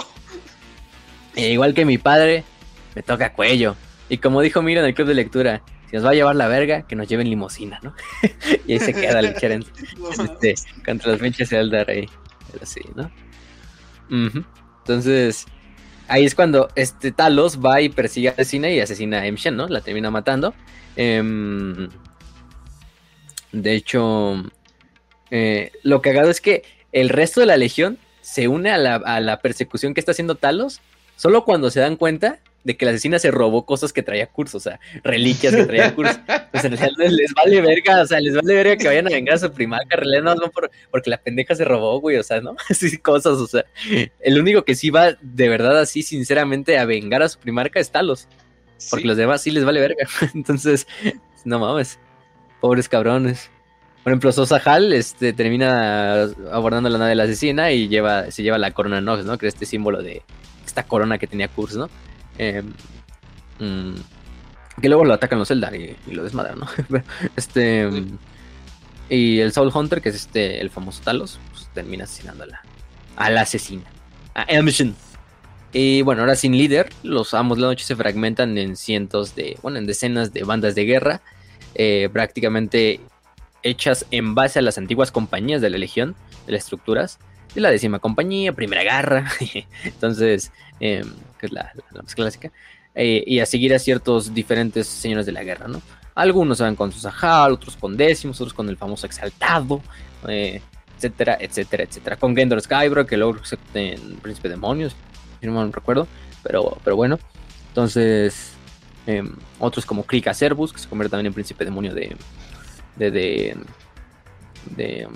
E igual que mi padre, me toca cuello. Y como dijo Mira en el club de lectura, si nos va a llevar la verga, que nos lleven limosina, ¿no? Y ahí se queda el Cheren este, contra los pinches Eldar ahí. Pero sí, ¿no? Ujú. Entonces, ahí es cuando este Talos va y persigue a asesina y asesina a Emshen, ¿no? La termina matando. Em, de hecho, eh, lo cagado es que el resto de la legión se une a la, a la persecución que está haciendo Talos solo cuando se dan cuenta de que la asesina se robó cosas que traía Kurz, o sea, reliquias que traía Kurz. Pues en realidad les, les vale verga, o sea, les vale verga que vayan a vengar a su primarca, en realidad no van por, porque la pendeja se robó, güey, o sea, ¿no? Así cosas, o sea, el único que sí va de verdad así, sinceramente, a vengar a su primarca es Talos, porque Sí. los demás sí les vale verga. Entonces, no mames, pobres cabrones. Por ejemplo, Sosa Hal este, termina abordando la nave de la asesina y lleva, se lleva la corona Nox, ¿no? Que es este símbolo de esta corona que tenía Kurz, ¿no? Eh, mm, que luego lo atacan los Eldar y, y lo desmadran, ¿no? este Sí. mm, y el Soul Hunter, que es este el famoso Talos, pues termina asesinando a la, a la asesina, a Emshen. Y bueno, ahora sin líder, los amos de la noche se fragmentan en cientos de, bueno, en decenas de bandas de guerra, eh, prácticamente hechas en base a las antiguas compañías de la Legión, de las estructuras, y la décima compañía, primera garra, entonces, eh, que es la, la, la más clásica, eh, y a seguir a ciertos diferentes señores de la guerra, ¿no? Algunos van con sus Sahal, otros con décimos, otros con el famoso exaltado, eh, etcétera, etcétera, etcétera. Con Gendor Skybro, que luego se en Príncipe Demonios, si no me recuerdo, pero, pero bueno. Entonces, eh, otros como Krika Cervus, que se convierte también en Príncipe Demonio de... de, de, de,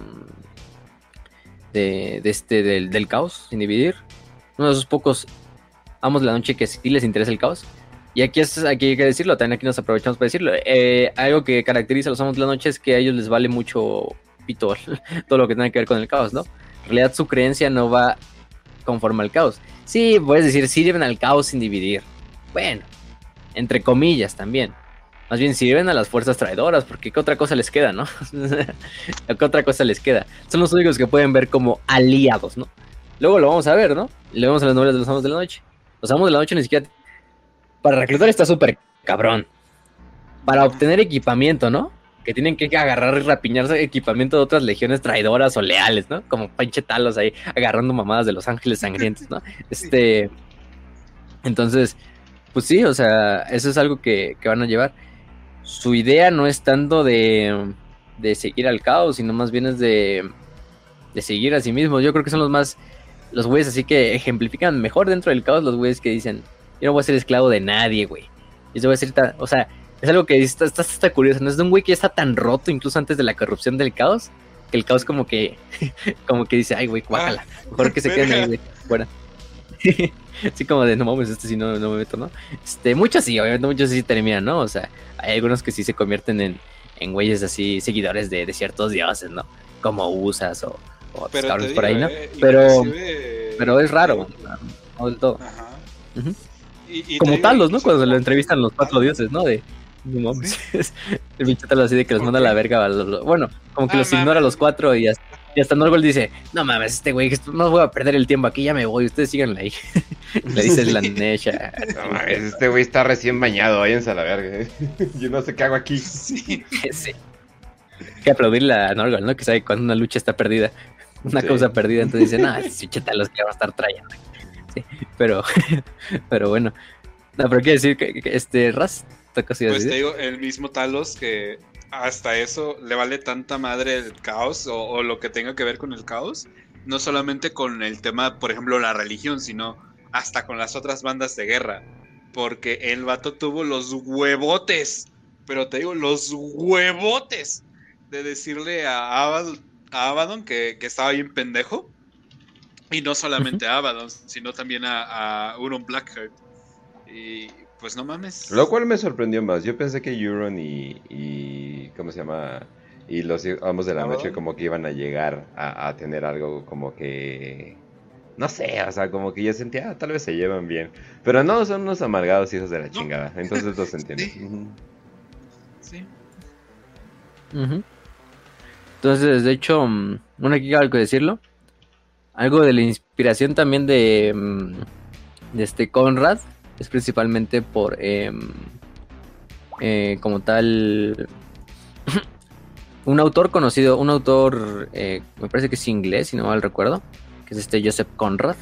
de, de este, del, del caos, sin dividir. Uno de esos pocos amos de la noche que sí les interesa el caos. Y aquí, es, aquí hay que decirlo, también aquí nos aprovechamos para decirlo. Eh, algo que caracteriza a los amos de la noche es que a ellos les vale mucho pito todo lo que tenga que ver con el caos, ¿no? En realidad su creencia no va conforme al caos. Sí, puedes decir, sirven al caos sin dividir. Bueno, entre comillas también. Más bien sirven a las fuerzas traidoras, porque ¿qué otra cosa les queda, no? ¿Qué otra cosa les queda? Son los únicos que pueden ver como aliados, ¿no? Luego lo vamos a ver, ¿no? Le vemos a las novelas de los amos de la noche. Los amos de la noche ni siquiera... Para reclutar está súper cabrón. Para obtener equipamiento, ¿no? Que tienen que agarrar y rapiñarse equipamiento de otras legiones traidoras o leales, ¿no? Como pinche Talos ahí agarrando mamadas de los ángeles sangrientos, ¿no? Este... Entonces, pues sí, o sea, eso es algo que, que van a llevar. Su idea no es tanto de, de seguir al caos, sino más bien es de, de seguir a sí mismos. Yo creo que son los más... Los güeyes así que ejemplifican mejor dentro del caos los güeyes que dicen... Yo no voy a ser esclavo de nadie, güey. Yo voy a ser tan... O sea, es algo que está, está, está curioso. No es de un güey que ya está tan roto incluso antes de la corrupción del caos. Que el caos como que... como que dice, ay, güey, guácala. Mejor que se queden ahí, güey. Fuera. Así como de, no mames, este sí no, no me meto, ¿no? Este, muchos sí, obviamente muchos sí terminan, ¿no? O sea, hay algunos que sí se convierten en, en güeyes así, seguidores de, de ciertos dioses, ¿no? Como Usas o, o otros cabrones por ahí, ¿no? Eh, pero, pero es raro, no, no del todo. Ajá. Uh-huh. Y, y como Talos, ¿no? Cuando lo entrevistan los cuatro dioses, ¿no? De, no mames, ¿sí? El pinche Talos así de que los manda a la verga. Bueno, como que ah, los ignora a los cuatro y hasta, y hasta Norgol dice, no mames, este güey, no voy a perder el tiempo aquí, ya me voy, ustedes síganle ahí. Le dice la Nesha. No mames, este güey está recién bañado, váyanse a la verga. Yo no sé qué hago aquí. Sí. Sí. Hay que aplaudirle a Norgol, ¿no? Que sabe cuando una lucha está perdida, una sí. causa perdida, entonces dice, no, ese pinche Talos que va a estar trayendo. Sí, pero, pero bueno. No, pero quiero decir que, que este Raz, pues te digo, el mismo Talos que hasta eso le vale tanta madre el caos o, o lo que tenga que ver con el caos, no solamente con el tema, por ejemplo, la religión, sino hasta con las otras bandas de guerra, porque el vato tuvo los huevotes, pero te digo, los huevotes de decirle a Abaddon, a Abaddon que, que estaba bien pendejo. Y no solamente uh-huh. a Abaddon, sino también a, a Euron Blackheart. Y pues no mames. Lo cual me sorprendió más. Yo pensé que Euron y, y ¿cómo se llama? Y los amos de la noche ¿Abaddon? Como que iban a llegar a, a tener algo como que... No sé, o sea, como que yo sentía, ah, tal vez se llevan bien. Pero no, son unos amargados hijos de la no. chingada. Entonces los entiendo. Sí. Uh-huh. Sí. Uh-huh. Entonces, de hecho, bueno, aquí hay que decirlo. Algo de la inspiración también de, de este Conrad es principalmente por eh, eh, como tal un autor conocido, un autor eh, me parece que es inglés, si no mal recuerdo, que es este Joseph Conrad.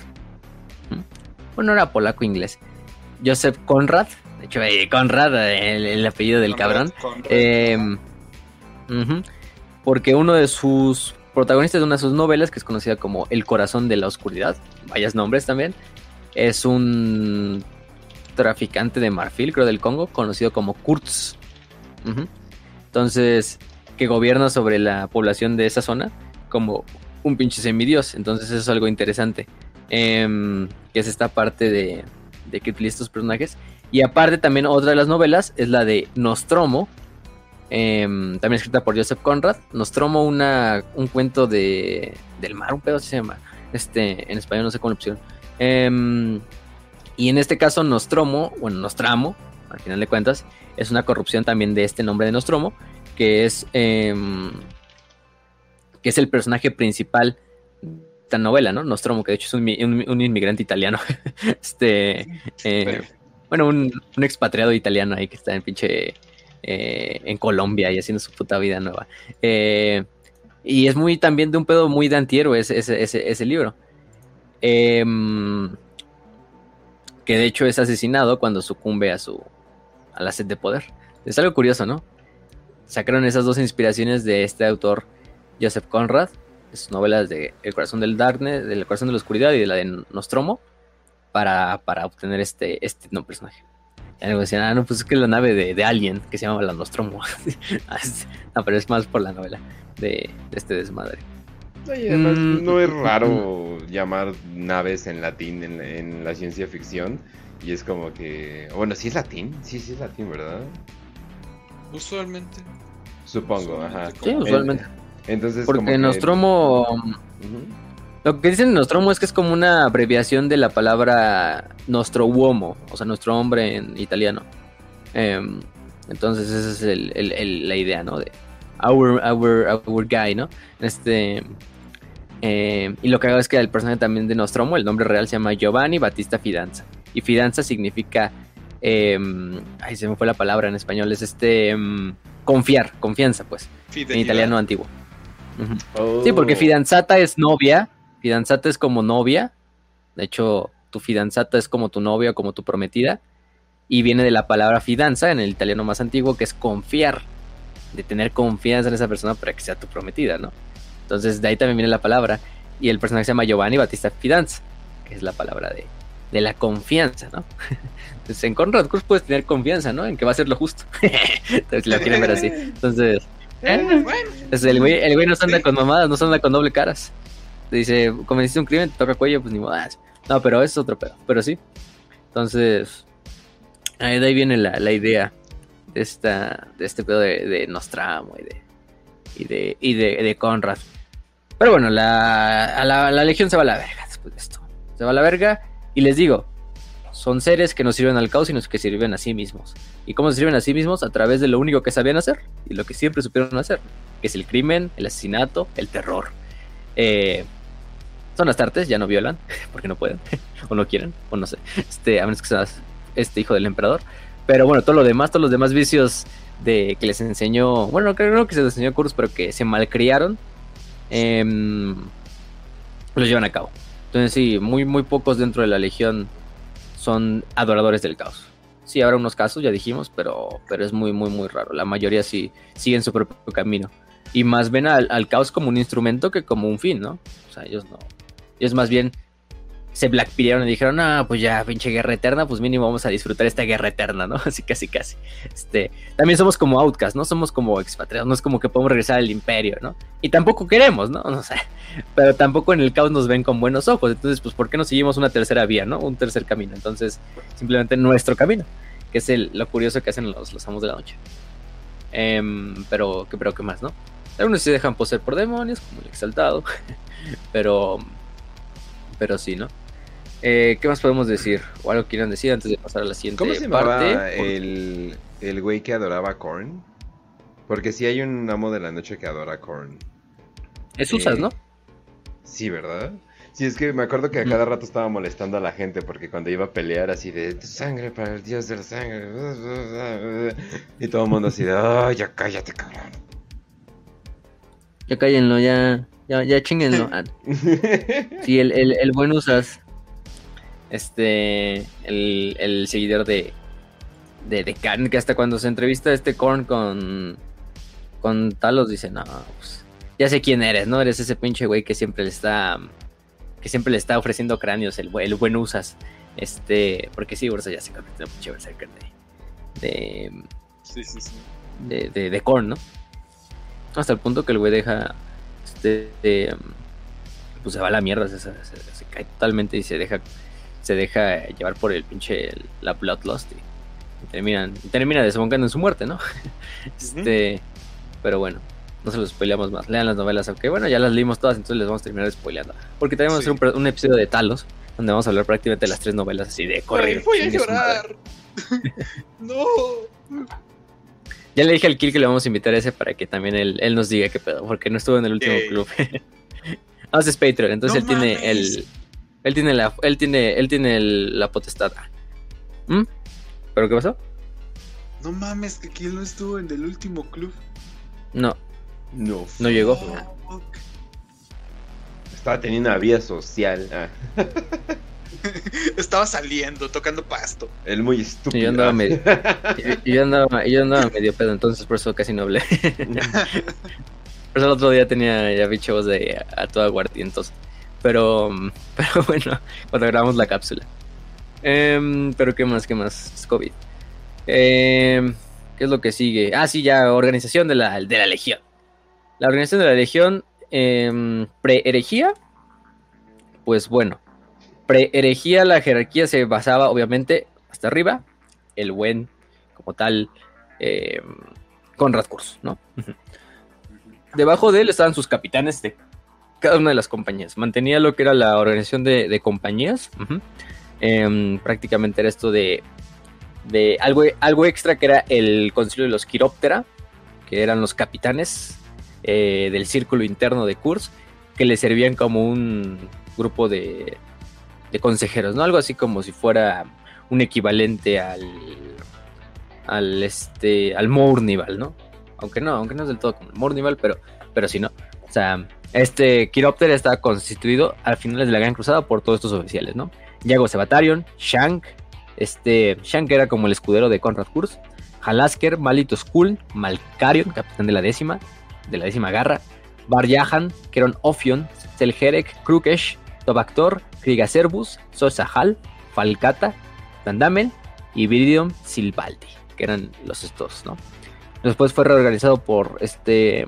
Bueno, era polaco inglés. Joseph Conrad, de hecho eh, Conrad, el, el apellido del Conrad, cabrón. Conrad. Eh, uh-huh, porque uno de sus protagonista de una de sus novelas, que es conocida como El corazón de la oscuridad, vayas nombres también, es un traficante de marfil, creo del Congo, conocido como Kurtz. Uh-huh. Entonces, que gobierna sobre la población de esa zona como un pinche semidios. Entonces eso es algo interesante, eh, que es esta parte de, de que utiliza estos personajes. Y aparte también otra de las novelas es la de Nostromo, Eh, también escrita por Joseph Conrad. Nostromo, una, un cuento de del mar, un pedo así se llama. Este, en español no sé cómo lo pusieron. Eh, y en este caso Nostromo, bueno, Nostramo, al final de cuentas, es una corrupción también de este nombre de Nostromo, que es eh, que es el personaje principal de esta novela, ¿no? Nostromo, que de hecho es un, un, un inmigrante italiano. este, eh, bueno, un, un expatriado italiano ahí que está en pinche... Eh, en Colombia y haciendo su puta vida nueva. Eh, Y es muy también de un pedo muy de antihéroe ese, ese, ese, ese libro. Eh, que de hecho es asesinado cuando sucumbe a su a la sed de poder. Es algo curioso, ¿no? Sacaron esas dos inspiraciones de este autor Joseph Conrad, de sus novelas de El corazón del Darkness, del corazón de la oscuridad y de la de Nostromo, para, para obtener este, este no, personaje. Y algo decían, ah, no, pues es que es la nave de, de Alien, que se llama la Nostromo. No, pero es más por la novela de, de este desmadre. Y además, mm, no es raro mm, llamar naves en latín en, en la ciencia ficción. Y es como que... Bueno, sí es latín. Sí, sí es latín, ¿verdad? Usualmente. Supongo, usualmente ajá. Sí, usualmente. Entonces, porque como que... Nostromo... Uh-huh. Lo que dicen Nostromo es que es como una abreviación de la palabra Nostro Uomo, o sea, nuestro hombre en italiano. Eh, entonces esa es el, el, el, la idea, ¿no? De our, our, our guy, ¿no? Este... Eh, y lo que hago es que el personaje también de Nostromo, el nombre real se llama Giovanni Battista Fidanza. Y Fidanza significa... Eh, ay, se me fue la palabra en español. Es este... Um, confiar, confianza, pues. Fidelidad. En italiano antiguo. Uh-huh. Oh. Sí, porque fidanzata es novia. Fidanzata es como novia. De hecho, tu fidanzata es como tu novia o como tu prometida. Y viene de la palabra fidanza en el italiano más antiguo, que es confiar. De tener confianza en esa persona para que sea tu prometida, ¿no? Entonces, de ahí también viene la palabra. Y el personaje se llama Giovanni Battista Fidanza, que es la palabra de, de la confianza, ¿no? Entonces, en Conrad Kurz puedes tener confianza, ¿no? En que va a ser lo justo. Entonces, si lo quieren ver así. Entonces, ¿eh? Entonces el güey, el güey no se anda con mamadas, no se anda con doble caras. Te dice, cometiste un crimen, te toca cuello, pues ni modas. No, pero eso es otro pedo. Pero sí. Entonces, ahí de ahí viene la, la idea de esta, de este pedo de, de Nostramo y de, y de, y de, de Conrad. Pero bueno, la, a la, la Legión se va a la verga después de esto. Se va a la verga y les digo, son seres que no sirven al caos, sino que sirven a sí mismos. ¿Y cómo se sirven a sí mismos? A través de lo único que sabían hacer y lo que siempre supieron hacer, que es el crimen, el asesinato, el terror. Eh, son astartes, ya no violan, porque no pueden, o no quieren, o no sé, este, a menos que seas este hijo del emperador. Pero bueno, todo lo demás, todos los demás vicios de que les enseñó, bueno, no creo que se les enseñó Kurz, pero que se malcriaron, eh, los llevan a cabo. Entonces sí, muy, muy pocos dentro de la Legión son adoradores del caos. Sí, habrá unos casos, ya dijimos, pero, pero es muy, muy, muy raro. La mayoría sí siguen su propio camino. Y más ven al, al caos como un instrumento que como un fin, ¿no? O sea, ellos no. Ellos más bien se blackpillaron y dijeron, ah, pues ya, pinche guerra eterna, pues mínimo vamos a disfrutar esta guerra eterna, ¿no? Así casi, casi. Este, también somos como outcasts, ¿no? Somos como expatriados, no es como que podemos regresar al imperio, ¿no? Y tampoco queremos, ¿no? No sé. Pero tampoco en el caos nos ven con buenos ojos. Entonces, pues, ¿por qué no seguimos una tercera vía, ¿no? Un tercer camino. Entonces, simplemente nuestro camino, que es el, lo curioso que hacen los, los amos de la noche. Eh, pero, ¿qué, pero, ¿qué más, no? Algunos se dejan poseer por demonios, como el exaltado. pero, pero sí, ¿no? Eh, ¿Qué más podemos decir? O algo quieran decir antes de pasar a la siguiente parte. ¿Cómo se llamaba parte? el, el güey que adoraba a Korn? Porque sí hay un amo de la noche que adora a Korn. Es Usas, eh, ¿no? Sí, ¿verdad? Sí, es que me acuerdo que a cada rato estaba molestando a la gente porque cuando iba a pelear así de sangre para el dios de la sangre y todo el mundo así de, oh, ya cállate, cabrón. Ya cállenlo, ya, ya, ya chinguenlo. Sí, el, el, el buen Usas. Este, el, el seguidor de, de, de Khan, que hasta cuando se entrevista este Korn con, con Talos dice, no, pues, ya sé quién eres, ¿no? Eres ese pinche güey que siempre le está, que siempre le está ofreciendo cráneos, el, el buen Usas. Este, porque sí, Ursa ya se convirtió en un pinche berserker de, de, sí, sí, sí. de, de, de Korn, ¿no? Hasta el punto que el güey deja, este, de, pues se va a la mierda, se, se, se, se cae totalmente y se deja... se deja llevar por el pinche la Bloodlust y, y terminan y termina desembocando en su muerte, ¿no? este, uh-huh. Pero bueno, no se los spoileamos más. Lean las novelas, aunque bueno, ya las leímos todas, entonces les vamos a terminar spoileando. Porque también vamos sí. a hacer un, un episodio de Talos, donde vamos a hablar prácticamente de las tres novelas así de correr. Voy a llorar. No. Ya le dije al Kill que le vamos a invitar a ese para que también él, él nos diga qué pedo, porque no estuvo en el último hey. club. Vamos a Patreon, entonces no él mames. tiene el Él tiene la, él tiene, él tiene el, la potestad. ¿Mm? ¿Pero qué pasó? No mames, que Kill no estuvo en el último club. No. No. No llegó. Estaba teniendo una vida social. Ah. Estaba saliendo, tocando pasto. Él muy estúpido. Y yo andaba medio, y yo andaba, yo andaba medio pedo, entonces por eso casi no hablé. Por eso el otro día tenía ya bichos de a, a todo aguardientos. Pero, pero bueno, cuando grabamos la cápsula. Eh, pero qué más, qué más, es COVID. Eh, ¿Qué es lo que sigue? Ah, sí, ya, organización de la, de la Legión. La organización de la Legión, eh, pre-herejía, pues bueno. Pre-herejía la jerarquía se basaba obviamente hasta arriba, el buen como tal eh, Conrad Kurz, ¿no? Debajo de él estaban sus capitanes de cada una de las compañías. Mantenía lo que era la organización de, de compañías. Uh-huh. eh, prácticamente era esto de, de algo, algo extra que era el concilio de los Quiróptera, que eran los capitanes eh, del círculo interno de Kurz, que le servían como un grupo de... de consejeros, ¿no? Algo así como si fuera un equivalente al al este al Mournival, ¿no? Aunque no, aunque no es del todo como el Mournival, pero pero sí, ¿no? O sea, este Quiróptera está constituido al finales de la Gran Cruzada por todos estos oficiales, ¿no? Yago Sebatarion, Shank, este Shank era como el escudero de Conrad Kurz, Halasker, Malitus Kul, Malkarion, capitán de la décima, de la décima garra, Bar Yahan, Keron Ophion, Selgerek, Krukesh, Tobactor, Krigacerbus, Sosahal, Falcata, Tandamel y Viridium Silvaldi, que eran los estos, ¿no? Después fue reorganizado por este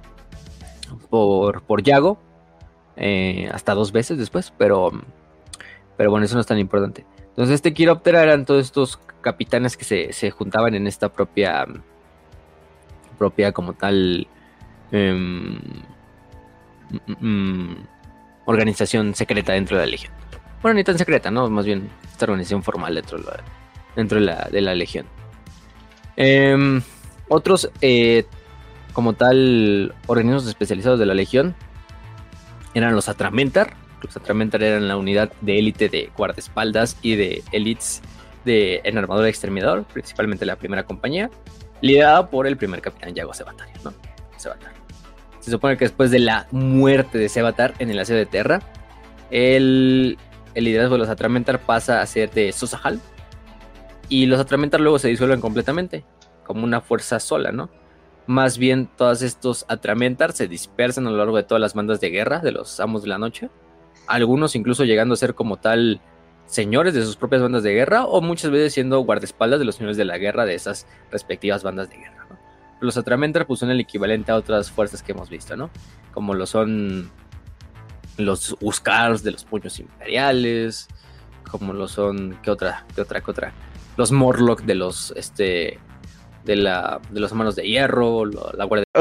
por, por Yago eh, hasta dos veces después, pero pero bueno, eso no es tan importante. Entonces este Quiróptera eran todos estos capitanes que se, se juntaban en esta propia propia como tal eh, mm, mm, organización secreta dentro de la Legión. Bueno, ni tan secreta, ¿no? Más bien esta organización formal dentro de la, dentro de la, de la Legión. Eh, otros, eh, como tal, organismos especializados de la Legión eran los Atramentar. Los Atramentar eran la unidad de élite de guardaespaldas y de élites de en armadura de exterminador, principalmente la primera compañía, liderada por el primer capitán Yago Sebatarion, ¿no? Sebatarion. Se supone que después de la muerte de Sevatar en el asedio de Terra, el, el liderazgo de los Atramentar pasa a ser de Sosahal. Y los Atramentar luego se disuelven completamente, como una fuerza sola, ¿no? Más bien, todos estos Atramentar se dispersan a lo largo de todas las bandas de guerra de los Amos de la Noche. Algunos incluso llegando a ser como tal señores de sus propias bandas de guerra, o muchas veces siendo guardaespaldas de los señores de la guerra de esas respectivas bandas de guerra, ¿no? Los Atramentar pues son el equivalente a otras fuerzas que hemos visto, ¿no? Como lo son los Huskars de los puños imperiales, como lo son, ¿qué otra? ¿Qué otra? ¿Qué otra? Los Morlock de los, este, de la, de los hermanos de hierro, lo, la guardia.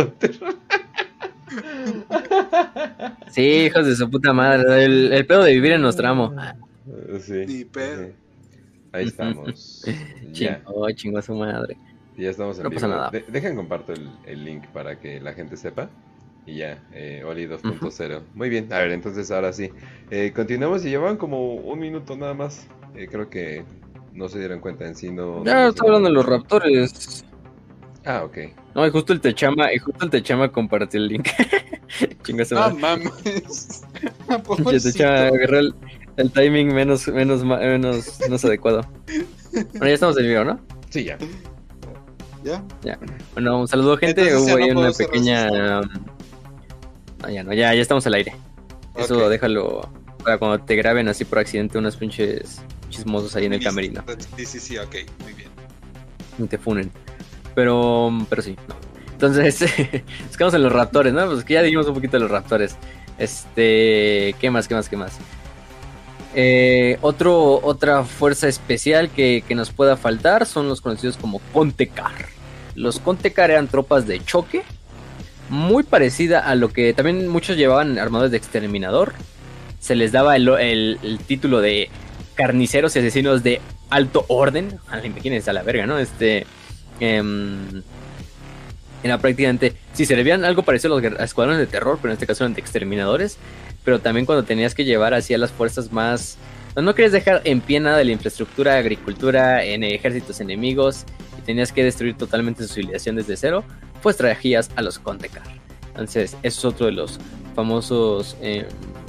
Sí, hijos de su puta madre, el, el pedo de vivir en Nostramo. Sí. Ni pedo. Sí. Ahí estamos. Chingó, chingó a su madre. Ya estamos en No vivo. pasa nada. De- dejen comparto el, el link para que la gente sepa. Y ya, eh, Oli dos punto cero. Uh-huh. Muy bien, a ver, entonces ahora sí. Eh, continuamos y llevan como un minuto nada más. Eh, creo que no se dieron cuenta en sí. No, Ya, no está hablando de los raptores. Ah, ok. No, y justo el Techama, y justo el Techama compartió el link. Chingas. No mames. El Techama agarró el, el timing menos, menos, menos, menos adecuado. Bueno, ya estamos en vivo, ¿no? Sí, ya. ¿Ya? Ya. Bueno, un saludo, gente. Entonces, Hubo ya ahí no una puedo ser pequeña. Um... No, ya no, ya, ya estamos al aire. Eso Ok. déjalo para cuando te graben así por accidente unos pinches chismosos ahí en el camerino. Sí, sí, sí, ok, muy bien. Y te funen. Pero, pero sí, no. Entonces, nos quedamos en los raptores, ¿no? Pues que ya dijimos un poquito de los raptores. Este, ¿qué más, qué más, qué más? Eh, otro, otra fuerza especial que, que nos pueda faltar son los conocidos como Contecar. Los Contecar eran tropas de choque, muy parecida a lo que también muchos llevaban armadores de exterminador. Se les daba el, el, el título de carniceros y asesinos de alto orden. Imagínense a la verga, ¿no? Este... Eh, era prácticamente, sí, se le veían algo parecido a los escuadrones de terror, pero en este caso eran de exterminadores. Pero también cuando tenías que llevar así a las fuerzas más... No, no querías dejar en pie nada de la infraestructura, agricultura, en ejércitos enemigos, y tenías que destruir totalmente su civilización desde cero, pues traías a los Contecar. Entonces, eso es otro de los famosos eh,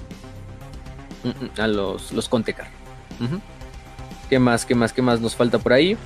a los, los Contekar. Uh-huh. ¿Qué más? ¿Qué más? ¿Qué más nos falta por ahí?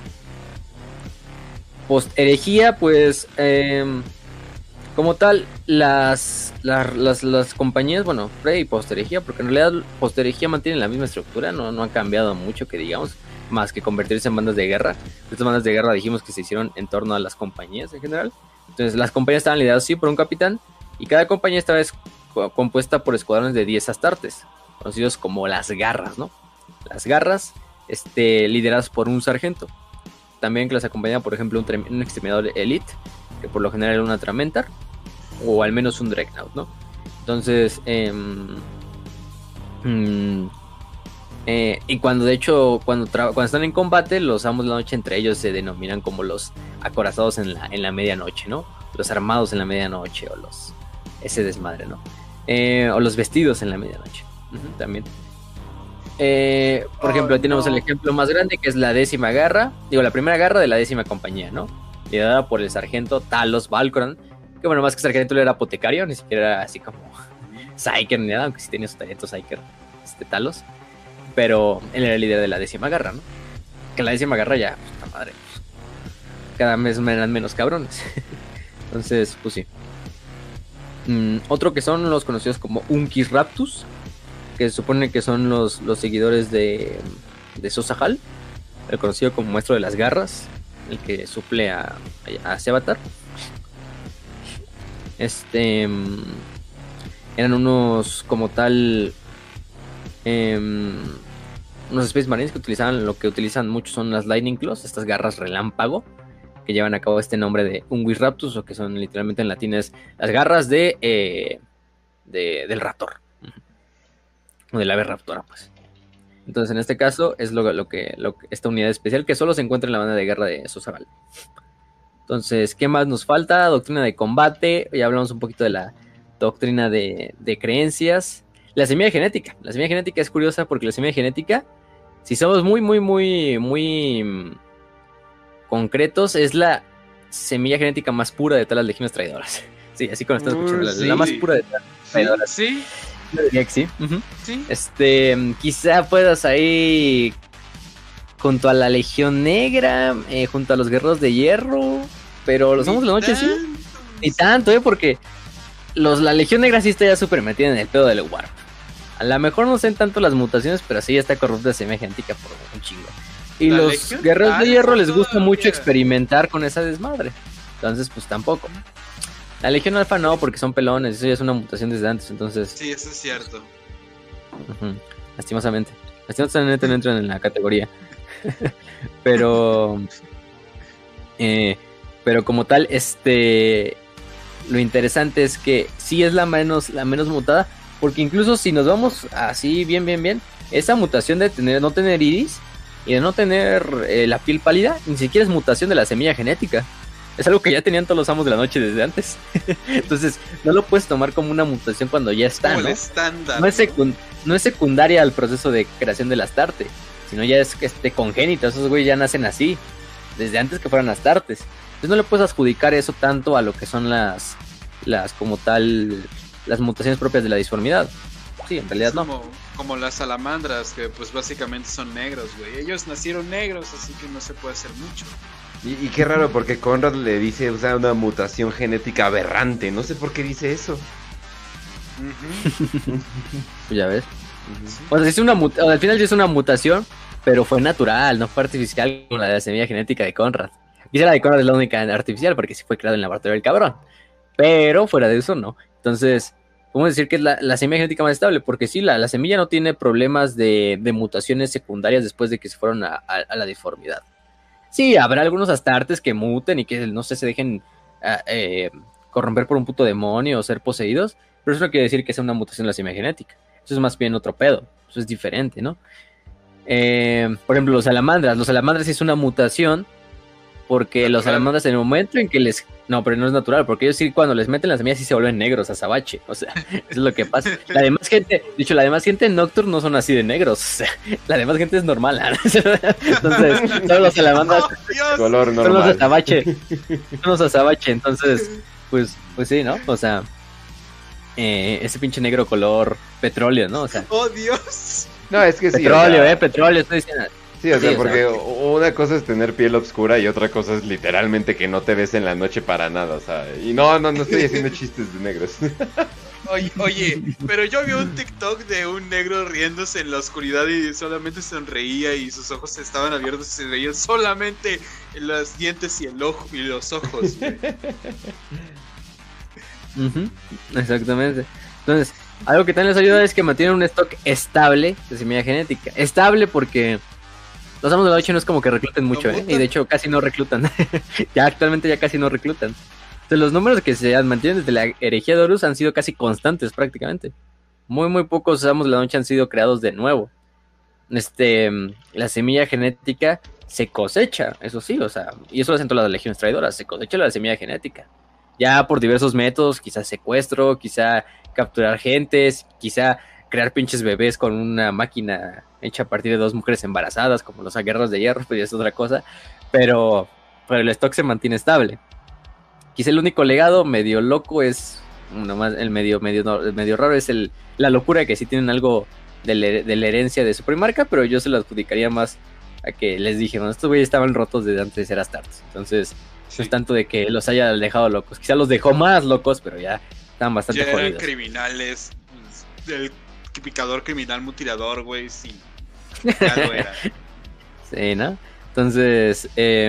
Post herejía, pues eh, como tal, las, las, las, las compañías, bueno, pre y post herejía, porque en realidad post herejía mantienen la misma estructura, no, no ha cambiado mucho, que digamos, más que convertirse en bandas de guerra. Estas bandas de guerra dijimos que se hicieron en torno a las compañías en general. Entonces las compañías estaban lideradas sí por un capitán, y cada compañía estaba es, compuesta por escuadrones de diez astartes, conocidos como las garras, ¿no? Las garras, este, lideradas por un sargento. También que las acompañaba, por ejemplo, un, trem- un exterminador elite, que por lo general era una Tramentar, o al menos un Dreadnought, ¿no? Entonces, eh, mm, eh, y cuando de hecho, cuando, tra- cuando están en combate, los amos de la noche entre ellos se denominan como los acorazados en la, en la medianoche, ¿no? Los armados en la medianoche, o los, ese desmadre, ¿no? Eh, o los vestidos en la medianoche, uh-huh, también. Eh, por oh, ejemplo, tenemos no. el ejemplo más grande, que es la décima garra, digo, la primera garra de la décima compañía, ¿no? Liderada por el sargento Talos Valcoran, que bueno, más que sargento él era apotecario, ni siquiera era así como Psyker ni nada, aunque sí tenía su talento Psyker, este Talos, pero él era el líder de la décima garra, ¿no? Que la décima garra ya, puta madre, pues, cada vez eran menos cabrones. Entonces, pues sí. Mm, otro que son los conocidos como Unkis Raptus, que se supone que son los, los seguidores de, de Sosahal, el conocido como maestro de las garras, el que suple a, a Sevatar. Este eran unos como tal eh, unos Space Marines que utilizaban, lo que utilizan muchos son las Lightning Claws, estas garras relámpago, que llevan a cabo este nombre de Unguis Raptus, o que son literalmente en latín es las garras de, eh, de del raptor, o del ave raptora, pues. Entonces en este caso es lo, lo, que, lo que esta unidad especial que solo se encuentra en la banda de guerra de Sosahal. Entonces, ¿qué más nos falta? Doctrina de combate, ya hablamos un poquito de la doctrina de, de creencias. La semilla genética, la semilla genética es curiosa porque la semilla genética, si somos muy, muy, muy, muy concretos, es la semilla genética más pura de todas las legiones traidoras. Sí, así como estás escuchando, la, sí. la más pura de todas las traidoras. Sí, Yo diría que sí. Uh-huh. sí. Este, quizá puedas ahí junto a la Legión Negra, eh, junto a los Guerreros de Hierro, pero los Amos de la Noche sí. Ni tanto, eh, porque los, la Legión Negra sí está ya súper metida en el pedo del Warp. A lo mejor no sé tanto las mutaciones, pero sí ya está corrupta de semilla genética por un chingo. Y la los Legión? Guerreros ah, de Hierro les gusta todavía. mucho experimentar con esa desmadre. Entonces, pues tampoco. La Legión Alfa no, porque son pelones, eso ya es una mutación desde antes, entonces... Sí, eso es cierto. Uh-huh. Lastimosamente. Lastimosamente no entran en la categoría. pero... Eh, pero como tal, este... Lo interesante es que sí es la menos, la menos mutada, porque incluso si nos vamos así bien, bien, bien, esa mutación de tener, no tener iris y de no tener eh, la piel pálida, ni siquiera es mutación de la semilla genética. Es algo que ya tenían todos los Amos de la Noche desde antes. Entonces, no lo puedes tomar como una mutación cuando ya está, como ¿no? El estándar, no, es secund- no es secundaria al proceso de creación del Astarte, sino ya es este, congénito. Esos güeyes ya nacen así, desde antes que fueran Astartes. Entonces no le puedes adjudicar eso tanto a lo que son las, las como tal, las mutaciones propias de la disformidad. Sí, en realidad como, no. Como las salamandras, que pues básicamente son negros, güey. Ellos nacieron negros, así que no se puede hacer mucho. Y, y qué raro, porque Conrad le dice, o sea, una mutación genética aberrante. No sé por qué dice eso. Uh-huh. Pues ya ves. Uh-huh. O sea, es una mut- o sea, al final sí es una mutación, pero fue natural, no fue artificial como la de la semilla genética de Conrad. Quizá la de Conrad es la única artificial, porque sí fue creado en el laboratorio del cabrón. Pero fuera de eso, no. Entonces, podemos decir que es la, la semilla genética más estable, porque sí, la, la semilla no tiene problemas de, de mutaciones secundarias después de que se fueron a, a, a la deformidad. Sí, habrá algunos astartes que muten y que no sé, se dejen uh, eh, corromper por un puto demonio o ser poseídos, pero eso no quiere decir que sea una mutación de la semilla genética. Eso es más bien otro pedo, eso es diferente, ¿no? Eh, por ejemplo, los salamandras. Los salamandras es una mutación porque natural. Los salamandras en el momento en que les... No, pero no es natural, porque ellos sí cuando les meten las semillas sí se vuelven negros, azabache. O sea, eso es lo que pasa. La demás gente, dicho, la demás gente en Nocturne no son así de negros. O sea, la demás gente es normal. Entonces, todos los salamandras oh, color normal. Son los azabache. Son los azabache, entonces, pues, pues sí, ¿no? O sea, eh, ese pinche negro color petróleo, ¿no? O sea, ¡oh, Dios! No, es que sí. Petróleo, o sea, eh, petróleo, estoy diciendo. Sí, o sea, Sí, o porque sea. una cosa es tener piel oscura y otra cosa es literalmente que no te ves en la noche para nada, o sea, y no, no, no estoy haciendo chistes de negros. Oye, oye, pero yo vi un TikTok de un negro riéndose en la oscuridad y solamente sonreía y sus ojos estaban abiertos y se veían solamente los dientes y el ojo y los ojos, güey. Uh-huh, exactamente. Entonces, algo que también les ayuda es que mantienen un stock estable de semilla genética. Estable porque los amos de la noche no es como que recluten mucho, ¿eh? Y de hecho casi no reclutan. Ya actualmente ya casi no reclutan. Entonces, los números que se mantienen desde la herejía de Horus han sido casi constantes prácticamente. Muy, muy pocos amos de la noche han sido creados de nuevo. Este, la semilla genética se cosecha, eso sí, o sea, y eso lo hacen todas las legiones traidoras, se cosecha la semilla genética. Ya por diversos métodos, quizá secuestro, quizá capturar gentes, quizá crear pinches bebés con una máquina hecha a partir de dos mujeres embarazadas, como los guerreros de hierro, pues ya es otra cosa, pero, pero el stock se mantiene estable. Quizá el único legado medio loco es, nomás el medio, medio, no, el medio raro es el, la locura de que sí tienen algo de, le, de la herencia de su primarca, pero yo se lo adjudicaría más a que les dije, bueno, estos güeyes estaban rotos desde antes de ser Astartes, entonces sí. No es tanto de que los haya dejado locos, quizá los dejó más locos, pero ya estaban bastante ya eran jodidos. Criminales, el picador criminal mutilador, güey, sí, ya lo era. Sí, ¿no? Entonces, eh,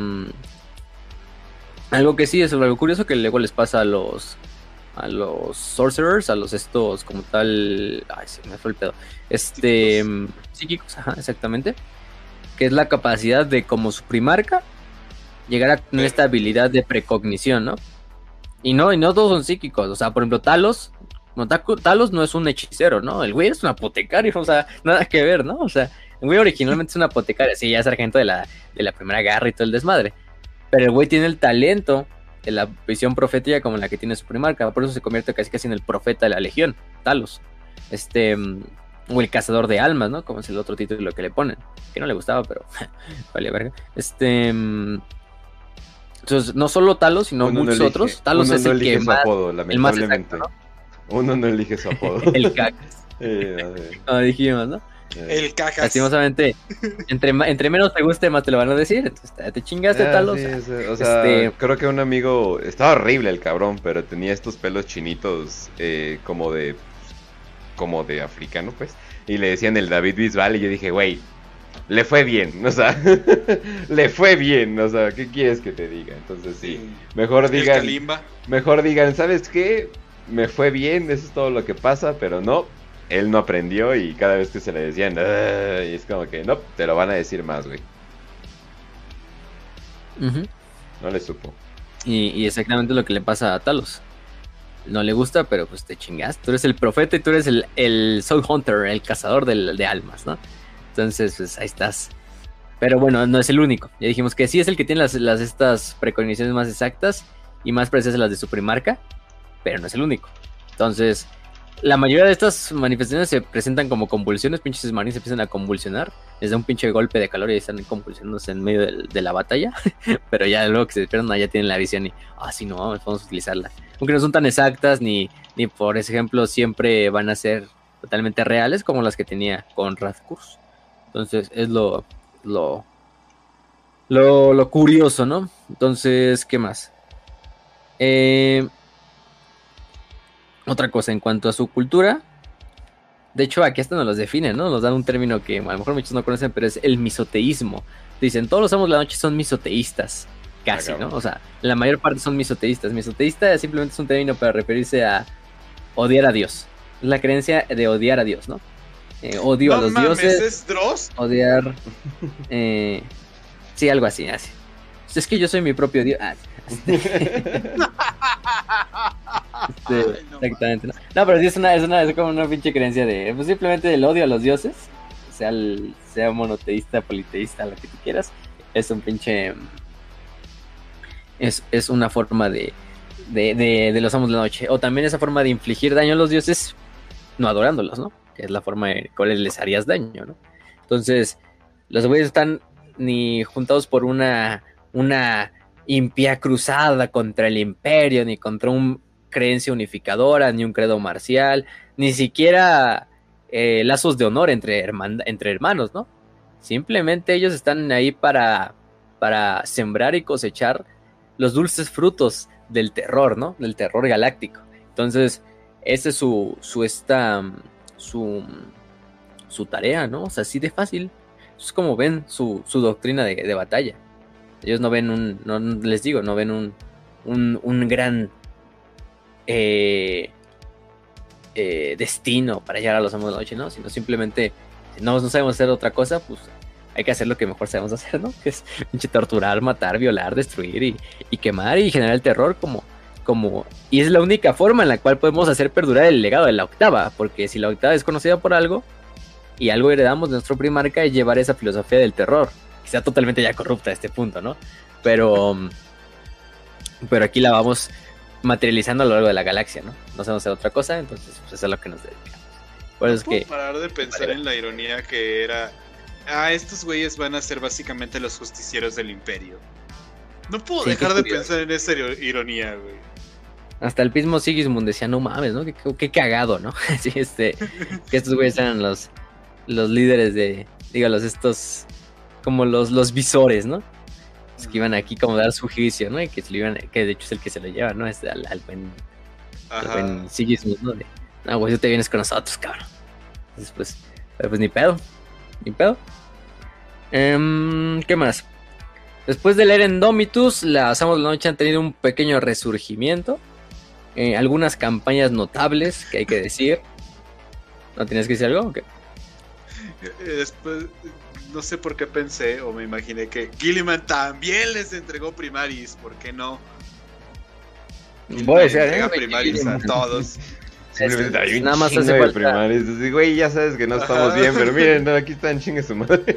algo que sí es algo curioso que luego les pasa a los a los sorcerers, a los estos como tal, ay, se me fue el pedo, este, psíquicos, psíquicos ajá, exactamente, que es la capacidad de, como su primarca, llegar a tener esta habilidad de precognición, ¿no? Y no, y no todos son psíquicos, o sea, por ejemplo, Talos, no, Talos no es un hechicero, ¿no? El güey es un apotecario, o sea, nada que ver, ¿no? O sea, el güey originalmente es un apotecario, sí, ya es sargento de la, de la primera guerra y todo el desmadre, pero el güey tiene el talento de la visión profética como la que tiene su primarca, por eso se convierte casi casi en el profeta de la legión, Talos, este, o el cazador de almas, ¿no? Como es el otro título que le ponen, que no le gustaba, pero vale verga, este, entonces no solo Talos, sino uno muchos no otros, Talos uno es no el que su más, apodo, el más lamentablemente. exacto, ¿no? Uno no elige su apodo. El cacas, eh, como dijimos, ¿no? El cajas. Lastimosamente, entre, entre menos te guste, más te lo van a decir. Entonces te, te chingaste, ah, Talos. Sí, sí, o sea, este... creo que un amigo, estaba horrible el cabrón, pero tenía estos pelos chinitos eh, como de como de africano, pues. Y le decían el David Bisbal y yo dije, güey, le fue bien, o sea, le fue bien, o sea, ¿qué quieres que te diga? Entonces sí, mejor digan, mejor digan, ¿sabes qué? Me fue bien, eso es todo lo que pasa, pero no. Él no aprendió y cada vez que se le decían, y es como que, no, te lo van a decir más, güey. Uh-huh. No le supo. Y, y exactamente lo que le pasa a Talos. No le gusta, pero pues te chingas. Tú eres el profeta y tú eres el, el Soul Hunter, el cazador de, de almas, ¿no? Entonces, pues ahí estás. Pero bueno, no es el único. Ya dijimos que sí es el que tiene las, las estas precogniciones más exactas y más precisas las de su primarca, pero no es el único. Entonces, la mayoría de estas manifestaciones se presentan como convulsiones, pinches marines se empiezan a convulsionar, les da un pinche golpe de calor y están convulsionándose en medio de, de la batalla, pero ya luego que se despiertan ya tienen la visión y, ah, sí, no, vamos a utilizarla. Aunque no son tan exactas, ni, ni por ejemplo siempre van a ser totalmente reales como las que tenía con Radcurs. Entonces es lo, lo, lo, lo curioso, ¿no? Entonces, ¿qué más? Eh... Otra cosa en cuanto a su cultura, de hecho aquí hasta nos los definen, ¿no? Nos dan un término que a lo mejor muchos no conocen, pero es el misoteísmo. Dicen, todos los amos de la noche son misoteístas, casi, ¿no? O sea, la mayor parte son misoteístas. Misoteísta simplemente es un término para referirse a odiar a Dios. Es la creencia de odiar a Dios, ¿no? Eh, odio no a los mames, dioses. ¿es Dross? Odiar... Eh, sí, algo así, así. Es que yo soy mi propio Dios. Ah, Este, Ay, no, exactamente, ¿no? No, pero sí es una, es una, es como una pinche creencia de, pues simplemente el odio a los dioses, sea, el, sea monoteísta, politeísta, lo que tú quieras, es un pinche, es, es una forma de, de, de, de los amos de la noche, o también esa forma de infligir daño a los dioses, no adorándolos, ¿no? Que es la forma de cuál les harías daño, ¿no? Entonces, los güeyes están ni juntados por una, una impía cruzada contra el imperio, ni contra un creencia unificadora, ni un credo marcial, ni siquiera eh, lazos de honor entre, hermand- entre hermanos, ¿no? Simplemente ellos están ahí para, para sembrar y cosechar los dulces frutos del terror, ¿no? Del terror galáctico. Entonces, esa es su, su, esta, su, su tarea, ¿no? O sea, así de fácil. Es como ven su, su doctrina de, de batalla. Ellos no ven un, no les digo, no ven un, un, un gran eh, eh, destino para llegar a los amos de la noche, ¿no? Sino simplemente, si no, no sabemos hacer otra cosa, pues hay que hacer lo que mejor sabemos hacer, ¿no? Que es pinche torturar, matar, violar, destruir y, y quemar y generar el terror como, como... Y es la única forma en la cual podemos hacer perdurar el legado de la octava, porque si la octava es conocida por algo y algo heredamos de nuestro primarca es llevar esa filosofía del terror, que sea totalmente ya corrupta a este punto, ¿no? Pero, pero aquí la vamos materializando a lo largo de la galaxia, ¿no? No sabemos hacer otra cosa, entonces pues, eso es a lo que nos dedicamos. Por eso no es puedo que... parar de pensar vale. en la ironía que era... Ah, estos güeyes van a ser básicamente los justicieros del imperio. No puedo sí, dejar de pensar en esa ironía, güey. Hasta el mismo Sigismund decía, no mames, ¿no? Qué, qué cagado, ¿no? Sí, este, que estos güeyes eran los, los líderes de, dígalos, estos, como los, los visores, ¿no? Es que iban aquí como a dar su juicio, ¿no? Y que se lo iban, que de hecho es el que se lo lleva, ¿no? Es al, al buen, al buen Sigismund, ¿no? De, no, güey, tú te vienes con nosotros, cabrón. Entonces, pues, pero pues ni pedo, ni pedo. Um, ¿Qué más? Después del Eren Domitus, las Amos de la Noche han tenido un pequeño resurgimiento. Eh, algunas campañas notables que hay que decir. ¿No tienes que decir algo o qué? Después, no sé por qué pensé o me imaginé que Guilliman también les entregó Primaris, ¿por qué no? Voy a decir, entrega Primaris a todos. Simplemente hay un nada más hace falta Primaris. Así, güey, ya sabes que no estamos Ajá. bien, pero miren, no, aquí están, chingue su madre.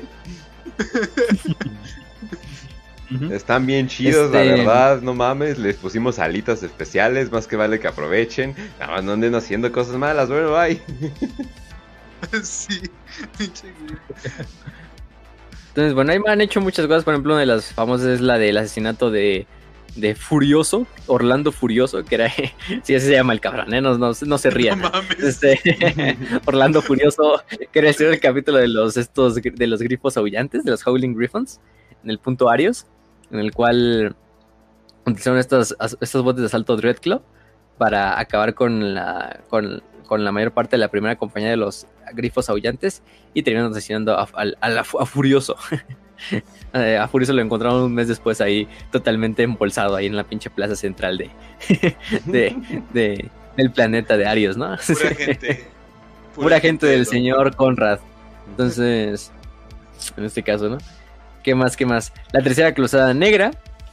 Están bien chidos, este... la verdad, no mames, les pusimos alitas especiales, más que vale que aprovechen. Nada más no anden haciendo cosas malas, bueno, bye. Sí, pinche. Entonces, bueno, ahí me han hecho muchas cosas, por ejemplo, una de las famosas es la del asesinato de, de Furioso, Orlando Furioso, que era, sí, así se llama el cabrón, ¿eh? no, no, no se rían. No mames. Este, Orlando Furioso, que era el capítulo de los, estos, de los grifos aullantes, de los Howling Griffons, en el punto Arios, en el cual utilizaron estos, estos botes de asalto Dreadclaw para acabar con la, con, con la mayor parte de la primera compañía de los grifos aullantes y terminaron asesinando a, a, a, a, a Furioso. A Furioso lo encontraron un mes después ahí totalmente embolsado ahí en la pinche plaza central de, de, de del planeta de Arios, ¿no? Pura gente. Pura, Pura gente del señor Conrad. Entonces, en este caso, ¿no? ¿Qué más? ¿Qué más? La tercera cruzada negra,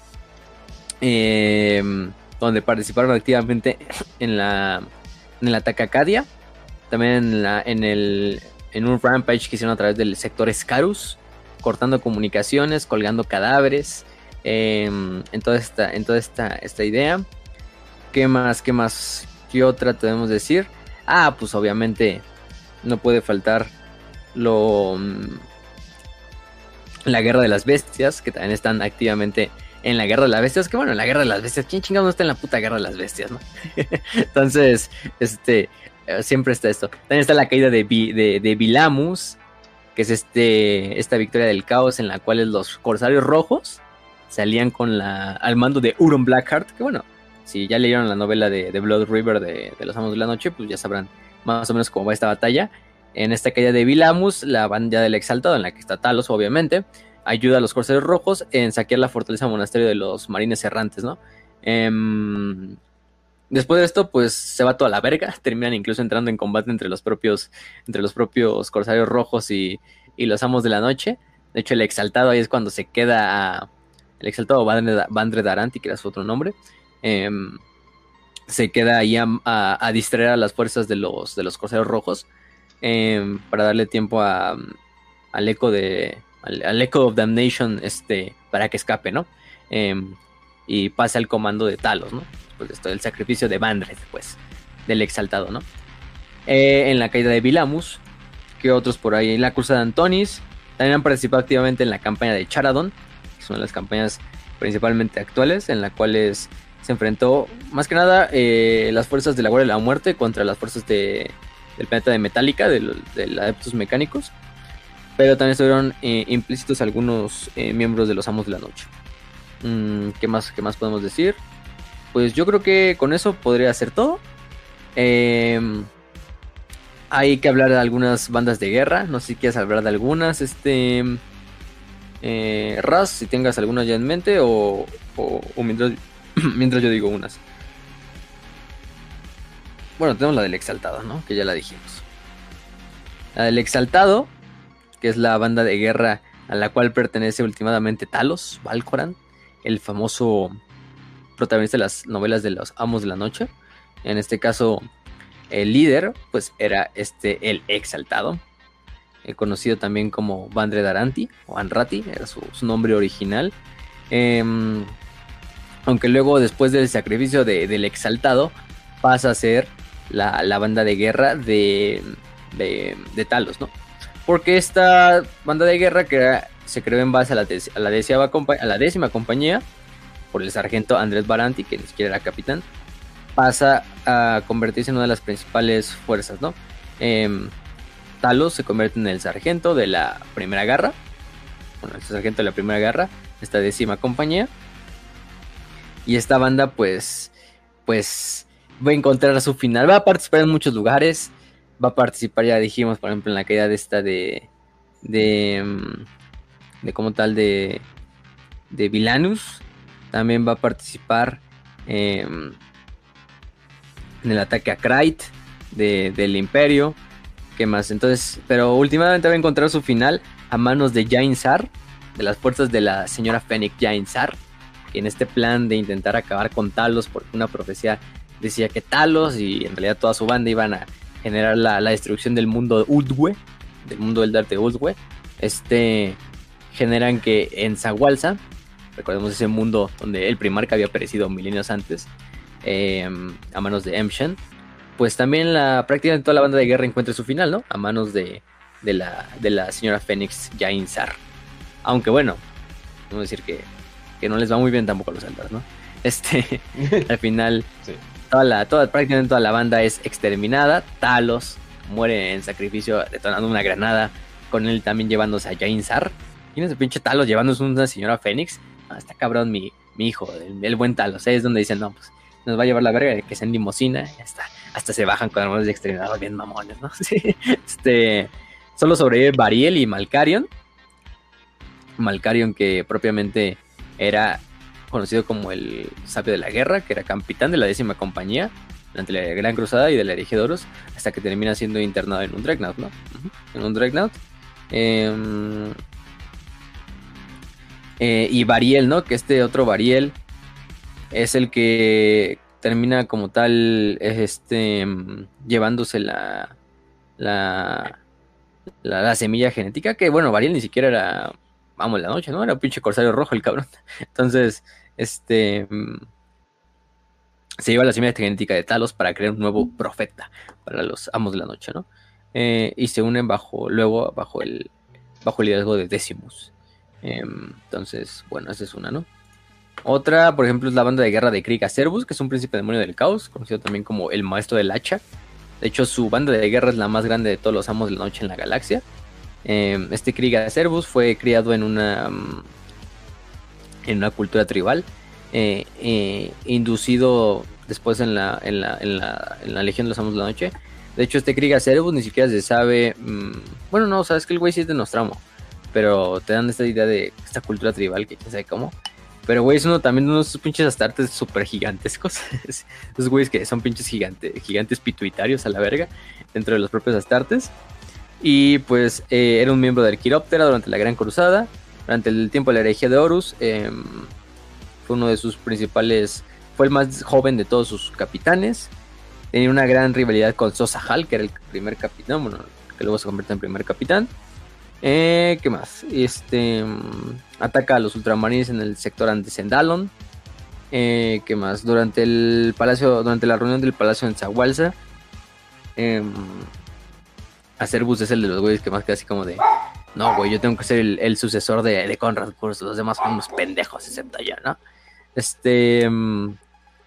eh, donde participaron activamente en la en el ataque a Cadia, también en, la, en, el, en un rampage que hicieron a través del sector Scarus, cortando comunicaciones, colgando cadáveres, eh, en toda esta, en toda esta, esta idea. ¿Qué más? ¿Qué más? ¿Qué otra podemos decir? Ah, pues obviamente no puede faltar lo... la Guerra de las Bestias, que también están activamente en la Guerra de las Bestias, que bueno, en la Guerra de las Bestias, ¿quién chingado no está en la puta Guerra de las Bestias, no? Entonces, este, siempre está esto. También está la caída de, de, de Vilamus, que es este, esta victoria del caos en la cual los corsarios rojos salían con la, al mando de Euron Blackheart, que bueno, si ya leyeron la novela de, de Blood River de, de los Amos de la Noche, pues ya sabrán más o menos cómo va esta batalla. En esta caída de Vilamus, la banda del Exaltado, en la que está Talos, obviamente, ayuda a los corsarios rojos en saquear la fortaleza monasterio de los marines errantes, ¿no? Eh, después de esto, pues se va toda la verga. Terminan incluso entrando en combate entre los propios, entre los propios corsarios rojos y, y los amos de la noche. De hecho, el Exaltado ahí es cuando se queda a, el Exaltado Bandred Aranti, que era su otro nombre, eh, se queda ahí a, a, a distraer a las fuerzas de los, de los corsarios rojos. Eh, para darle tiempo a, al eco de al, al Echo of Damnation, este, para que escape, ¿no? Eh, y pasa al comando de Talos, ¿no? Pues esto, el sacrificio de Bandred, pues, del Exaltado, ¿no? Eh, en la caída de Vilamus, que otros por ahí, en la cruzada de Antonis, también han participado activamente en la campaña de Charadon, que son las campañas principalmente actuales, en las cuales se enfrentó más que nada eh, las fuerzas de la Guardia de la Muerte contra las fuerzas de, del planeta de Metallica, de los de adeptos mecánicos, pero también estuvieron eh, implícitos algunos eh, miembros de los Amos de la Noche. Mm, ¿qué más, qué más podemos decir? Pues yo creo que con eso podría ser todo. Eh, hay que hablar de algunas bandas de guerra, no sé si quieres hablar de algunas, este... Eh, Raz, si tengas alguna ya en mente o, o, o mientras, mientras yo digo unas. Bueno, tenemos la del Exaltado, ¿no? Que ya la dijimos. La del Exaltado, que es la banda de guerra a la cual pertenece últimamente Talos Valcoran, el famoso protagonista de las novelas de los Amos de la Noche. En este caso, el líder, pues era este, el Exaltado. Eh, conocido también como Vandre Daranti o Anrati, era su, su nombre original. Eh, aunque luego, después del sacrificio de, del Exaltado, pasa a ser la, la banda de guerra de, de, de Talos, ¿no? Porque esta banda de guerra que era, se creó en base a la, a, la décima a la décima compañía por el sargento Andrés Baranti, que ni siquiera era capitán, pasa a convertirse en una de las principales fuerzas, ¿no? Eh, Talos se convierte en el sargento de la primera garra. Bueno, el sargento de la primera garra, esta décima compañía. Y esta banda, pues, pues, va a encontrar su final. Va a participar en muchos lugares. Va a participar, ya dijimos, por ejemplo, en la caída de esta de, de, de como tal de, de Vilanus. También va a participar eh, en el ataque a Krayt de, del Imperio. ¿Qué más? Entonces, pero últimamente va a encontrar su final a manos de Jain Zar, de las fuerzas de la señora Fennec Jain Zar, que en este plan de intentar acabar con Talos, porque una profecía decía que Talos y en realidad toda su banda iban a generar la, la destrucción del mundo Uldwe, del mundo Eldar de Uldwe, este, generan que en Zagualza, recordemos ese mundo donde el Primarca había perecido milenios antes, eh, a manos de Emshen, pues también la prácticamente toda la banda de guerra encuentra su final, ¿no? A manos de, de, la, de la señora Fénix Jain Zar. Aunque bueno, vamos a decir que, que no les va muy bien tampoco a los Eldar, ¿no? Este, al final, sí. toda la, toda, prácticamente toda la banda es exterminada. Talos muere en sacrificio detonando una granada, con él también llevándose a Jain Zar. ¿Quién es el pinche Talos llevándose una señora Fénix? Ah, está cabrón mi, mi hijo, el, el buen Talos, ¿eh? Es donde dicen, no, pues nos va a llevar la verga, que sea en limosina, ya está. Hasta se bajan con armas de exterminador bien mamones, ¿no? Sí. Este, solo sobrevive Bariel y Malcarion. Malcarion, que propiamente era conocido como el sabio de la guerra, que era capitán de la décima compañía durante la Gran Cruzada y de la herejía de Horus, hasta que termina siendo internado en un Dreadnought, ¿no? Uh-huh. En un Dreadnought. Eh, eh, y Bariel, ¿no? Que este otro Bariel es el que termina como tal este llevándose la la, la la semilla genética, que bueno, Bariel ni siquiera era Amo de la Noche, ¿no? Era un pinche corsario rojo el cabrón. Entonces, este se lleva la semilla genética de Talos para crear un nuevo profeta para los Amos de la Noche, ¿no? Eh, y se unen bajo luego bajo el bajo el liderazgo de Decimus. Eh, entonces, bueno, esa es una, ¿no? Otra, por ejemplo, es la banda de guerra de Krieg Acervus, que es un príncipe demonio del caos, conocido también como el maestro del hacha. De hecho, su banda de guerra es la más grande de todos los Amos de la Noche en la galaxia. Eh, este Krieg Acervus fue criado en una um, en una cultura tribal, eh, eh, inducido después en la, en, la, en, la, en la Legión de los Amos de la Noche. De hecho, este Krieg Acervus ni siquiera se sabe... Mmm, bueno, no, sabes que el güey sí es de Nostramo, pero te dan esta idea de esta cultura tribal que quién sabe cómo. Pero, güey, es uno también de unos pinches astartes súper gigantescos. Esos güeyes que son pinches gigantes, gigantes pituitarios a la verga dentro de los propios astartes. Y pues eh, era un miembro del Quiróptera durante la Gran Cruzada. Durante el tiempo de la herejía de Horus. Eh, fue uno de sus principales... Fue el más joven de todos sus capitanes. Tenía una gran rivalidad con Sosahal, que era el primer capitán. Bueno, que luego se convierte en primer capitán. Eh, ¿Qué más? Este ataca a los ultramarines en el sector Antesendalon. Eh, ¿Qué más? Durante el palacio, durante la reunión del palacio en Zagualza, eh, Acervus es el de los güeyes que más que así como de no, güey, yo tengo que ser el, el sucesor de, de Conrad Kurz. Los demás son unos pendejos, excepto yo, ¿no? Este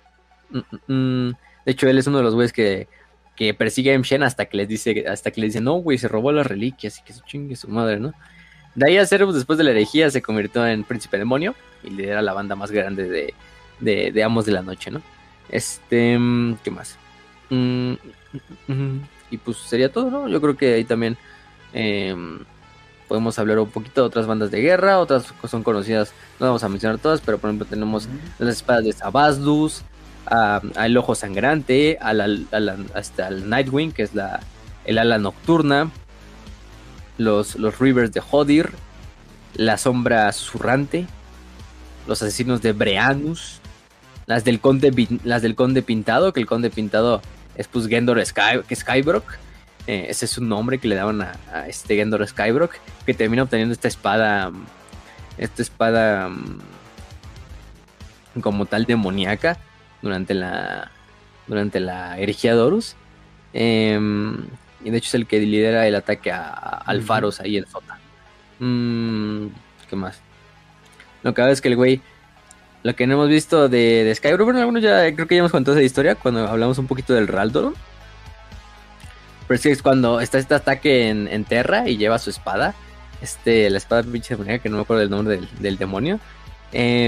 mm, mm. De hecho, él es uno de los güeyes que, que persigue a M. Shen hasta que les dice, hasta que le dice, no, güey, se robó las reliquias y que se chingue su madre, ¿no? De ahí a Cerberus, después de la herejía, se convirtió en príncipe demonio y lidera la banda más grande de, de, de Amos de la Noche, ¿no? Este, ¿qué más? Mm, mm, mm, y pues sería todo, ¿no? Yo creo que ahí también eh, podemos hablar un poquito de otras bandas de guerra, otras son conocidas, no vamos a mencionar todas, pero por ejemplo tenemos uh-huh. las espadas de Sabazdus, a, a el Ojo Sangrante, a la, a la, hasta el Nightwing, que es la, el ala nocturna, los, los Rivers de Hodir, la Sombra Susurrante, los Asesinos de Breanus, las del Conde, las del Conde Pintado, que el Conde Pintado es pues Gendor Sky, Skybrock, eh, ese es su nombre que le daban a, a este Gendor Skybrock, que termina obteniendo esta espada, esta espada um, como tal demoníaca durante la durante la herejía de Horus, eh, y de hecho es el que lidera el ataque a, a Alfaros ahí en Sota. Mm, ¿qué más? Lo que hago es que el güey, lo que no hemos visto de, de Skybrook, bueno, algunos ya creo que ya hemos contado esa historia cuando hablamos un poquito del Raldoron. Pero sí es cuando está este ataque en, en Terra y lleva su espada, este, la espada pinche demoníaca, que no me acuerdo del nombre del, del demonio. Eh,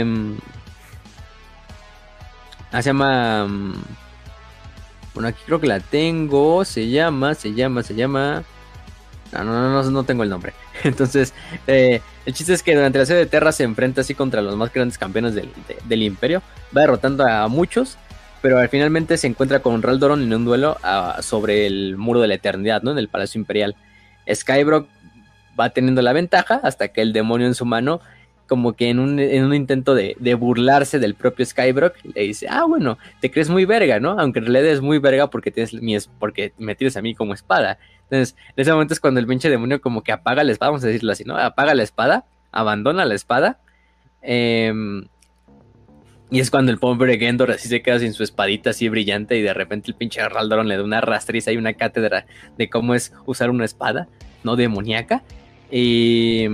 ah, se llama... Um, bueno, aquí creo que la tengo. Se llama, se llama, se llama... No, no, no, no, no tengo el nombre. Entonces, eh, el chiste es que durante la asedio de Terra se enfrenta así contra los más grandes campeones del, de, del Imperio. Va derrotando a muchos, pero al finalmente se encuentra con Raldoron en un duelo uh, sobre el Muro de la Eternidad, ¿no? En el Palacio Imperial. Skybrock va teniendo la ventaja hasta que el demonio en su mano, como que en un, en un intento de, de burlarse del propio Skybrock, le dice, ah, bueno, te crees muy verga, ¿no? Aunque en realidad es muy verga porque, tienes mi es, porque me tienes a mí como espada. Entonces, en ese momento es cuando el pinche demonio como que apaga la espada, vamos a decirlo así, ¿no? Apaga la espada, abandona la espada, eh, y es cuando el pobre Gendor así se queda sin su espadita así brillante y de repente el pinche Raldoron le da una rastriza y una cátedra de cómo es usar una espada, no demoníaca, y,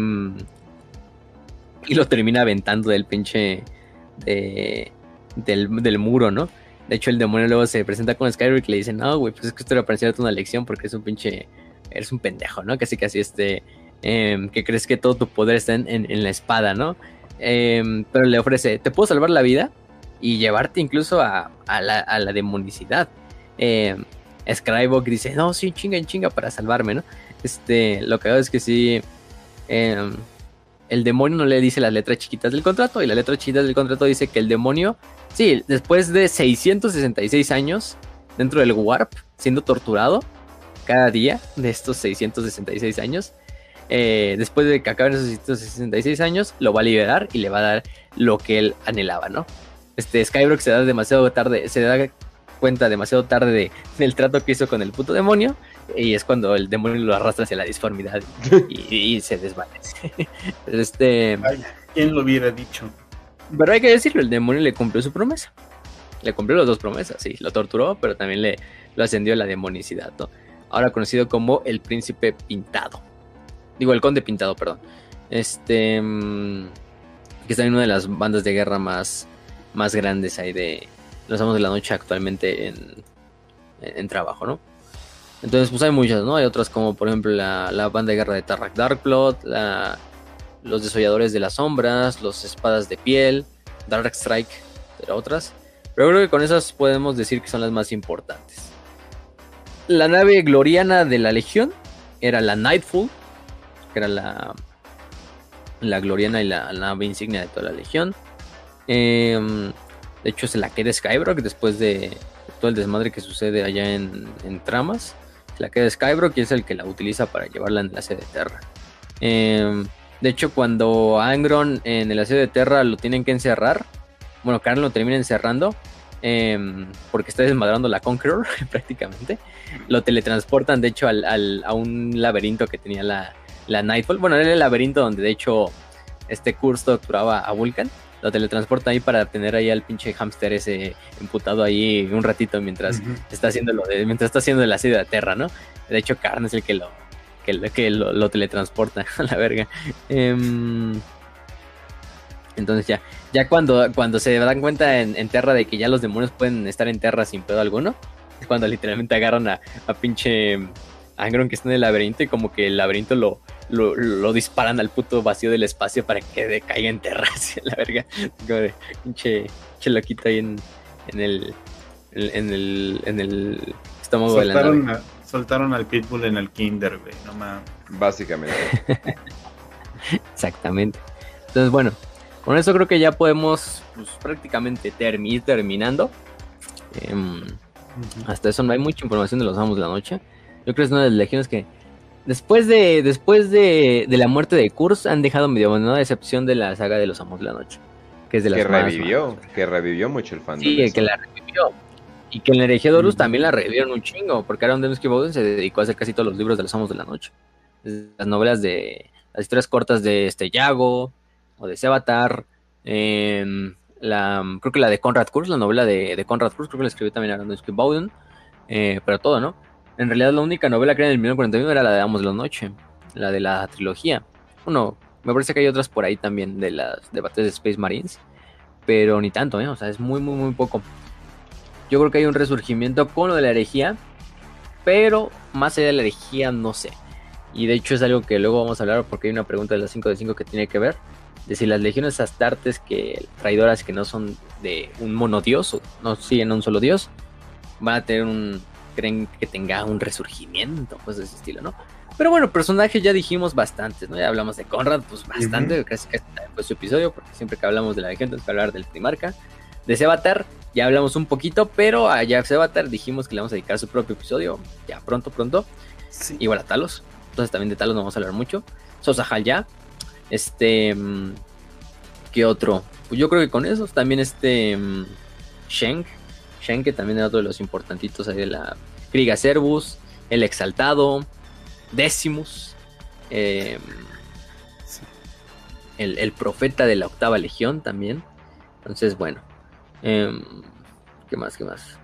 y lo termina aventando del pinche de, del, del muro, ¿no? De hecho, el demonio luego se presenta con Skybrook y le dice, no, güey, pues es que esto le pareció una lección porque es un pinche, eres un pendejo, ¿no? Casi casi este, eh, que crees que todo tu poder está en, en, en la espada, ¿no? Eh, pero le ofrece, te puedo salvar la vida y llevarte incluso a, a, la, a la demonicidad. Eh, Skybrook dice, no, sí, chinga en chinga para salvarme, ¿no? Este, lo que hago es que sí, eh, el demonio no le dice las letras chiquitas del contrato y las letras chiquitas del contrato dice que el demonio... Sí, después de seiscientos sesenta y seis años dentro del Warp, siendo torturado cada día de estos seiscientos sesenta y seis años, eh, después de que acaben esos seiscientos sesenta y seis años, lo va a liberar y le va a dar lo que él anhelaba, ¿no? Este Skybrook se da demasiado tarde, se da cuenta demasiado tarde de, del trato que hizo con el puto demonio, y es cuando el demonio lo arrastra hacia la disformidad y, y se desvanece. este, Ay, ¿quién lo hubiera dicho? Pero hay que decirlo, el demonio le cumplió su promesa. Le cumplió las dos promesas, sí. Lo torturó, pero también le lo ascendió a la demonicidad, ¿no? Ahora conocido como el Príncipe Pintado. Digo, el Conde Pintado, perdón. Este... Que está en una de las bandas de guerra más, más grandes ahí de los Amos de la Noche actualmente en, en, en trabajo, ¿no? Entonces, pues hay muchas, ¿no? Hay otras como, por ejemplo, la, la banda de guerra de Tarrak Darkblood, la... los Desolladores de las Sombras, los Espadas de Piel, Dark Strike, entre otras. Pero creo que con esas podemos decir que son las más importantes. La nave gloriana de la Legión era la Nightfall, que era la, la gloriana y la, la nave insignia de toda la Legión. Eh, de hecho se la queda Skybrook después de todo el desmadre que sucede allá en, en Tramas. Se la queda Skybrook y es el que la utiliza para llevarla en la sede de Terra. Eh... De hecho, cuando a Angron en el asedio de Terra lo tienen que encerrar, bueno, Karn lo termina encerrando, eh, porque está desmadrando la Conqueror, prácticamente. Lo teletransportan, de hecho, al, al, a un laberinto que tenía la, la Nightfall. Bueno, era el laberinto donde, de hecho, este Kurz torturaba a Vulcan. Lo teletransporta ahí para tener ahí al pinche hámster ese emputado ahí un ratito mientras uh-huh. está haciendo lo de, mientras está haciendo el asedio de Terra, ¿no? De hecho, Karn es el que lo... que, que lo, lo teletransporta a la verga. Um, Entonces ya, ya cuando, cuando se dan cuenta en, en Terra de que ya los demonios pueden estar en Terra sin pedo alguno, es cuando literalmente agarran a, a pinche Angron que está en el laberinto y como que el laberinto lo, lo, lo disparan al puto vacío del espacio para que de, caiga en Terra, así, la verga. Como de pinche, pinche loquito ahí en, en el en el en el estómago soltaron de la nave. A, soltaron al Pitbull en el Kinder, güey, no mames. Básicamente. Exactamente. Entonces, bueno, con eso creo que ya podemos pues, prácticamente term- ir terminando. Eh, uh-huh. Hasta eso no hay mucha información de los Amos de la Noche. Yo creo que es una de las legiones que después de después de, de la muerte de Kurz han dejado medio abandonada, a excepción de la saga de los Amos de la Noche, que es de las que más revivió, más, que revivió mucho el fandom. Sí, que la revivió. Y que en la herejía de Horus uh-huh. también la revivieron un chingo, porque Aaron Dembski Bowden se dedicó a hacer casi todos los libros de los Amos de la Noche. Las novelas de las historias cortas de este Yago o de Sevatar, eh, la, creo que la de Conrad Kurz, la novela de, de Conrad Kurz, creo que la escribió también Aaron Dembski Bowden, eh, pero todo, ¿no? En realidad la única novela que era en el mil novecientos cuarenta y uno era la de Amos de la Noche, la de la trilogía. Bueno, me parece que hay otras por ahí también de las debates de Space Marines, pero ni tanto, ¿eh? O sea, es muy, muy, muy poco. Yo creo que hay un resurgimiento con lo de la herejía, pero más allá de la herejía no sé. Y de hecho es algo que luego vamos a hablar porque hay una pregunta de las cinco de cinco que tiene que ver de si las legiones astartes, que traidoras que no son de un monodios o no siguen a un solo dios, van a tener un, creen que tenga un resurgimiento, pues de ese estilo, ¿no? Pero bueno, personajes ya dijimos bastantes, ¿no? Ya hablamos de Conrad, pues bastante, uh-huh. casi casi fue su episodio, porque siempre que hablamos de la legión tenemos que hablar del Primarca. De Sevatar ya hablamos un poquito, pero a Jack Sevatar dijimos que le vamos a dedicar su propio episodio, ya pronto, pronto. Sí. Igual a Talos. Entonces también de Talos no vamos a hablar mucho. Sosahal ya. Este... ¿Qué otro? Pues yo creo que con esos también este... Shenk. Shenk, que también era otro de los importantitos ahí de la... Kriga Servus. El Exaltado. Decimus. Eh, sí. el, el Profeta de la Octava Legión también. Entonces, bueno. Eh, ¿Qué más? ¿Qué más?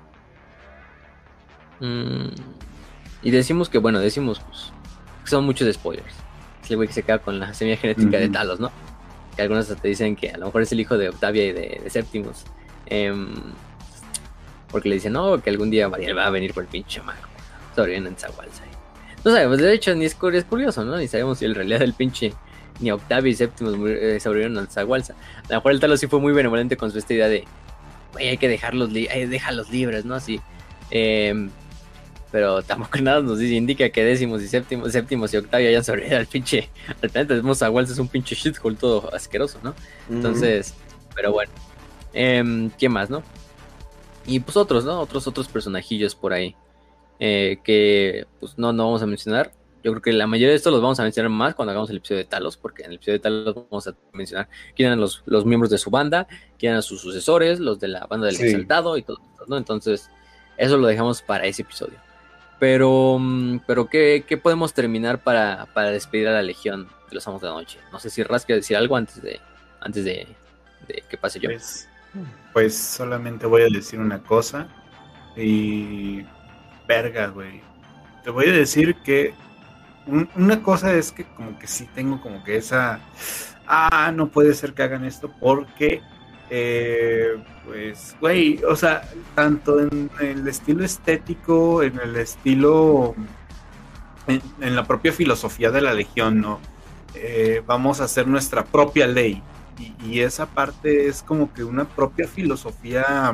Mm, y decimos que, bueno, decimos pues... son muchos spoilers. Es el güey que se queda con la semilla genética uh-huh. de Talos, ¿no? Que algunos te dicen que a lo mejor es el hijo de Octavia y de, de Septimus. Eh, porque le dicen, no, que algún día Mariel va a venir por el pinche mago. Sobreviviendo en Zagualza. No sabemos, de hecho, ni es, es curioso, ¿no? Ni sabemos si en realidad el pinche ni Octavia y Septimus eh, sobrevivieron al Zagualza. A lo mejor el Talos sí fue muy benevolente con su esta idea de, güey, hay que dejarlos, li- hay, déjalos libres, ¿no? Así. Eh, Pero tampoco nada nos dice, indica que décimos y séptimos, séptimos y Octavia hayan sobrevivido al pinche, al planeta. Vemos a Waltz es un pinche shithole todo asqueroso, ¿no? Uh-huh. Entonces, pero bueno. Eh, ¿Qué más, no? Y pues otros, ¿no? Otros, otros personajillos por ahí. Eh, que pues no, no vamos a mencionar. Yo creo que la mayoría de estos los vamos a mencionar más cuando hagamos el episodio de Talos, porque en el episodio de Talos vamos a mencionar quién eran los, los miembros de su banda, quién eran sus sucesores, los de la banda del sí. Exaltado y todo, ¿no? Entonces, eso lo dejamos para ese episodio. Pero, pero ¿qué, qué podemos terminar para, para despedir a la Legión de los Amos de la Noche? No sé si Raz quiere decir algo antes de antes de, de que pase yo. Pues, pues solamente voy a decir una cosa y... Verga, güey. Te voy a decir que un, una cosa es que como que sí tengo como que esa... Ah, no puede ser que hagan esto porque... Eh, pues, güey, o sea, tanto en el estilo estético, en el estilo, en, en la propia filosofía de la Legión, ¿no? Eh, vamos a hacer nuestra propia ley. Y, y esa parte es como que una propia filosofía,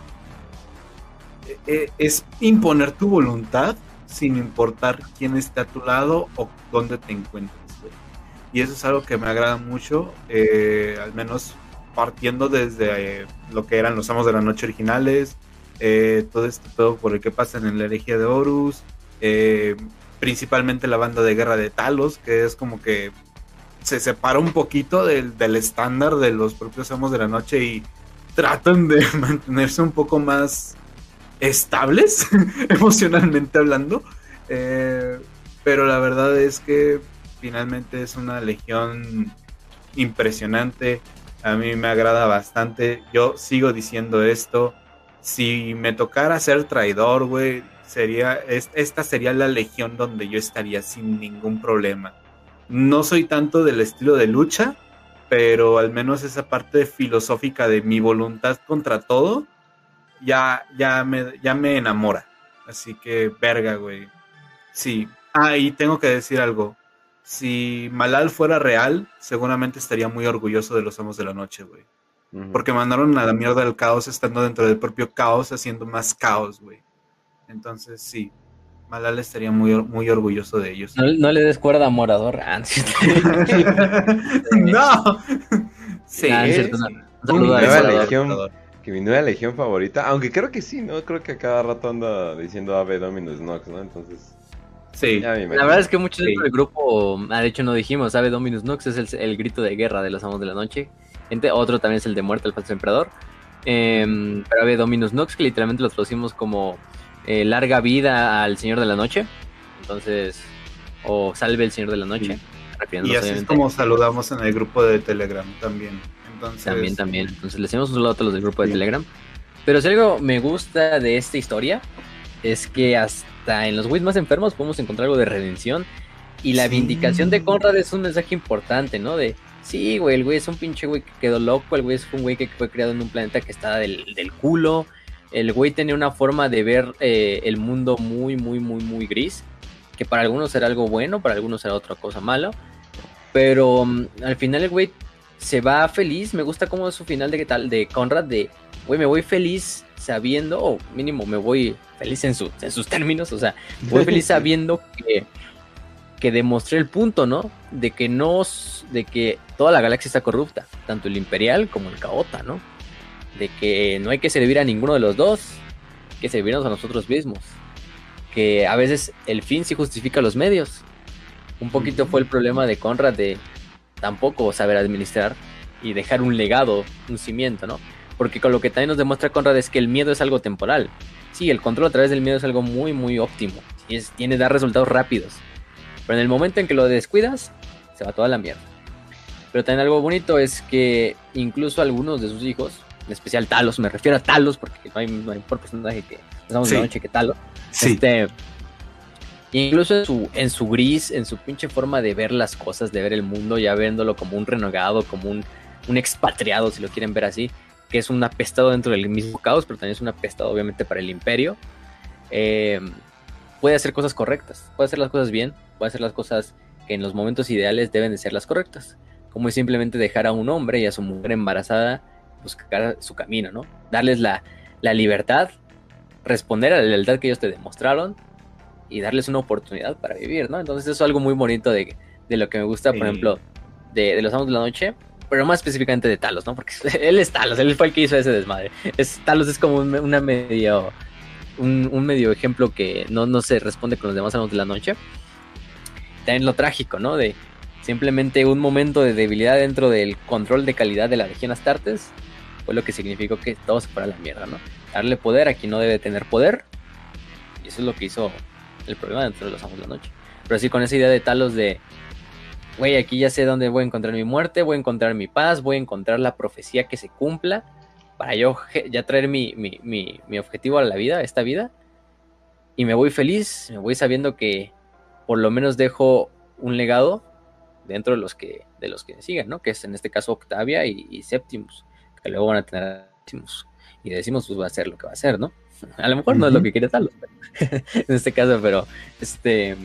eh, es imponer tu voluntad sin importar quién está a tu lado o dónde te encuentres, güey. Y eso es algo que me agrada mucho, eh, al menos... partiendo desde eh, lo que eran los Amos de la Noche originales, eh, todo esto, todo por el que pasa en la herejía de Horus, eh, principalmente la banda de guerra de Talos, que es como que se separa un poquito del, del estándar de los propios Amos de la Noche y tratan de mantenerse un poco más estables, emocionalmente hablando, eh, pero la verdad es que finalmente es una legión impresionante. A mí me agrada bastante. Yo sigo diciendo esto. Si me tocara ser traidor, güey, sería, es, esta sería la legión donde yo estaría sin ningún problema. No soy tanto del estilo de lucha, pero al menos esa parte filosófica de mi voluntad contra todo, ya, ya, me, ya me enamora. Así que, verga, güey. Sí. Ah, y tengo que decir algo. Si Malal fuera real, seguramente estaría muy orgulloso de los Amos de la Noche, güey. Uh-huh. Porque mandaron a la mierda del caos estando dentro del propio caos, haciendo más caos, güey. Entonces, sí. Malal estaría muy, muy orgulloso de ellos. No, no le des cuerda a Morador. ¡No! Sí, nah, es cierto, no. Un mi nueva legión, que mi nueva legión favorita, aunque creo que sí, ¿no? Creo que a cada rato anda diciendo Ave Dominus Nox, ¿no? Entonces... Sí, la verdad es que muchos sí. del grupo, ah, de hecho no dijimos, Ave Dominus Nox es el, el grito de guerra de los Amos de la Noche. Gente, otro también es el de muerte, el falso emperador. Eh, pero Ave Dominus Nox, que literalmente lo traducimos como eh, larga vida al Señor de la Noche. Entonces, o salve el Señor de la Noche. Sí. Y así es como saludamos en el grupo de Telegram también. Entonces, también, también. Entonces le hacemos un saludo a todos los del grupo de sí. Telegram. Pero si algo me gusta de esta historia es que hasta en los güeyes más enfermos podemos encontrar algo de redención. Y la sí. vindicación de Conrad es un mensaje importante, ¿no? De, sí, güey, el güey es un pinche güey que quedó loco. El güey es un güey que fue criado en un planeta que estaba del, del culo. El güey tenía una forma de ver eh, el mundo muy, muy, muy, muy gris. Que para algunos era algo bueno, para algunos era otra cosa malo. Pero um, al final el güey se va feliz. Me gusta cómo es su final de, tal, de Conrad. De, güey, me voy feliz sabiendo, o mínimo me voy feliz en, su, en sus términos. O sea, voy feliz sabiendo que, que demostré el punto, ¿no? De que, no, de que toda la galaxia está corrupta. Tanto el Imperial como el Caota, ¿no? De que no hay que servir a ninguno de los dos. Que servirnos a nosotros mismos. Que a veces el fin sí justifica los medios. Un poquito fue el problema de Conrad de tampoco saber administrar y dejar un legado, un cimiento, ¿no? Porque con lo que también nos demuestra Conrad es que el miedo es algo temporal. Sí, el control a través del miedo es algo muy, muy óptimo. Y es, tiene dar resultados rápidos. Pero en el momento en que lo descuidas, se va toda la mierda. Pero también algo bonito es que incluso algunos de sus hijos, en especial Talos, me refiero a Talos porque no hay, no hay por personaje que pasamos sí. la noche que Talos. Sí. Este, incluso en su, en su gris, en su pinche forma de ver las cosas, de ver el mundo, ya viéndolo como un renegado, como un, un expatriado, si lo quieren ver así, que es un apestado dentro del mismo caos, pero también es un apestado obviamente para el imperio. Eh, puede hacer cosas correctas, puede hacer las cosas bien, puede hacer las cosas que en los momentos ideales deben de ser las correctas, como es simplemente dejar a un hombre y a su mujer embarazada buscar su camino, ¿no? Darles la, la libertad, responder a la lealtad que ellos te demostraron y darles una oportunidad para vivir, ¿no? Entonces eso es algo muy bonito de, de lo que me gusta, sí. por ejemplo, de, de los Amos de la Noche, pero más específicamente de Talos, ¿no? Porque él es Talos, él fue el que hizo ese desmadre. Es, Talos es como un, una medio, un, un medio ejemplo que no, no se responde con los demás Amos de la Noche. También lo trágico, ¿no? De simplemente un momento de debilidad dentro del control de calidad de la Legión Astartes fue lo que significó que todo se fuera a la mierda, ¿no? Darle poder a quien no debe tener poder. Y eso es lo que hizo el problema dentro de los Amos de la Noche. Pero sí, con esa idea de Talos de, güey, aquí ya sé dónde voy a encontrar mi muerte, voy a encontrar mi paz, voy a encontrar la profecía que se cumpla para yo ya traer mi, mi, mi, mi objetivo a la vida, a esta vida. Y me voy feliz, me voy sabiendo que por lo menos dejo un legado dentro de los que de los que me sigan, ¿no? Que es en este caso Octavia y, y Septimus, que luego van a tener a Decimus. Y Decimus pues va a ser lo que va a hacer, ¿no? A lo mejor uh-huh. no es lo que quiere Talos, pero, en este caso, pero este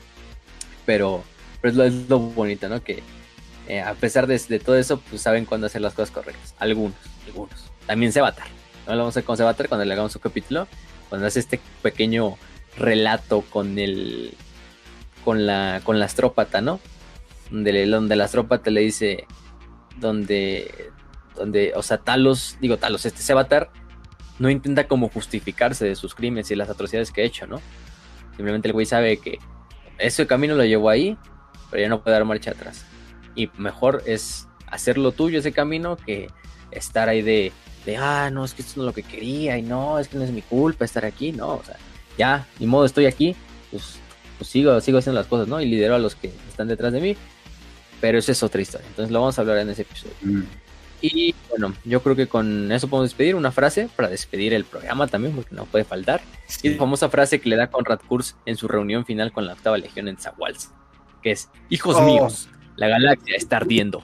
pero, pero es, lo, es lo bonito, ¿no? Que eh, a pesar de, de todo eso, pues saben cuándo hacer las cosas correctas. Algunos, algunos. También Sevatar. No lo vamos a hacer con Sevatar cuando le hagamos su capítulo, cuando hace este pequeño relato con el con la con la astrópata, ¿no? Donde, donde la astrópata le dice donde donde, o sea, Talos, digo Talos, este Sevatar no intenta como justificarse de sus crímenes y las atrocidades que ha hecho, ¿no? Simplemente el güey sabe que ese camino lo llevó ahí, pero ya no puede dar marcha atrás. Y mejor es hacer lo tuyo ese camino que estar ahí de, de ah, no, es que esto no es lo que quería, y no, es que no es mi culpa estar aquí, no, o sea, ya, ni modo, estoy aquí, pues, pues sigo, sigo haciendo las cosas, ¿no? Y lidero a los que están detrás de mí, pero esa es otra historia, entonces lo vamos a hablar en ese episodio. Mm. Y bueno, yo creo que con eso podemos despedir una frase para despedir el programa también, porque no puede faltar. Sí. Y la famosa frase que le da Konrad Curze en su reunión final con la octava legión en Zahualz, que es: hijos oh. míos, la galaxia está ardiendo.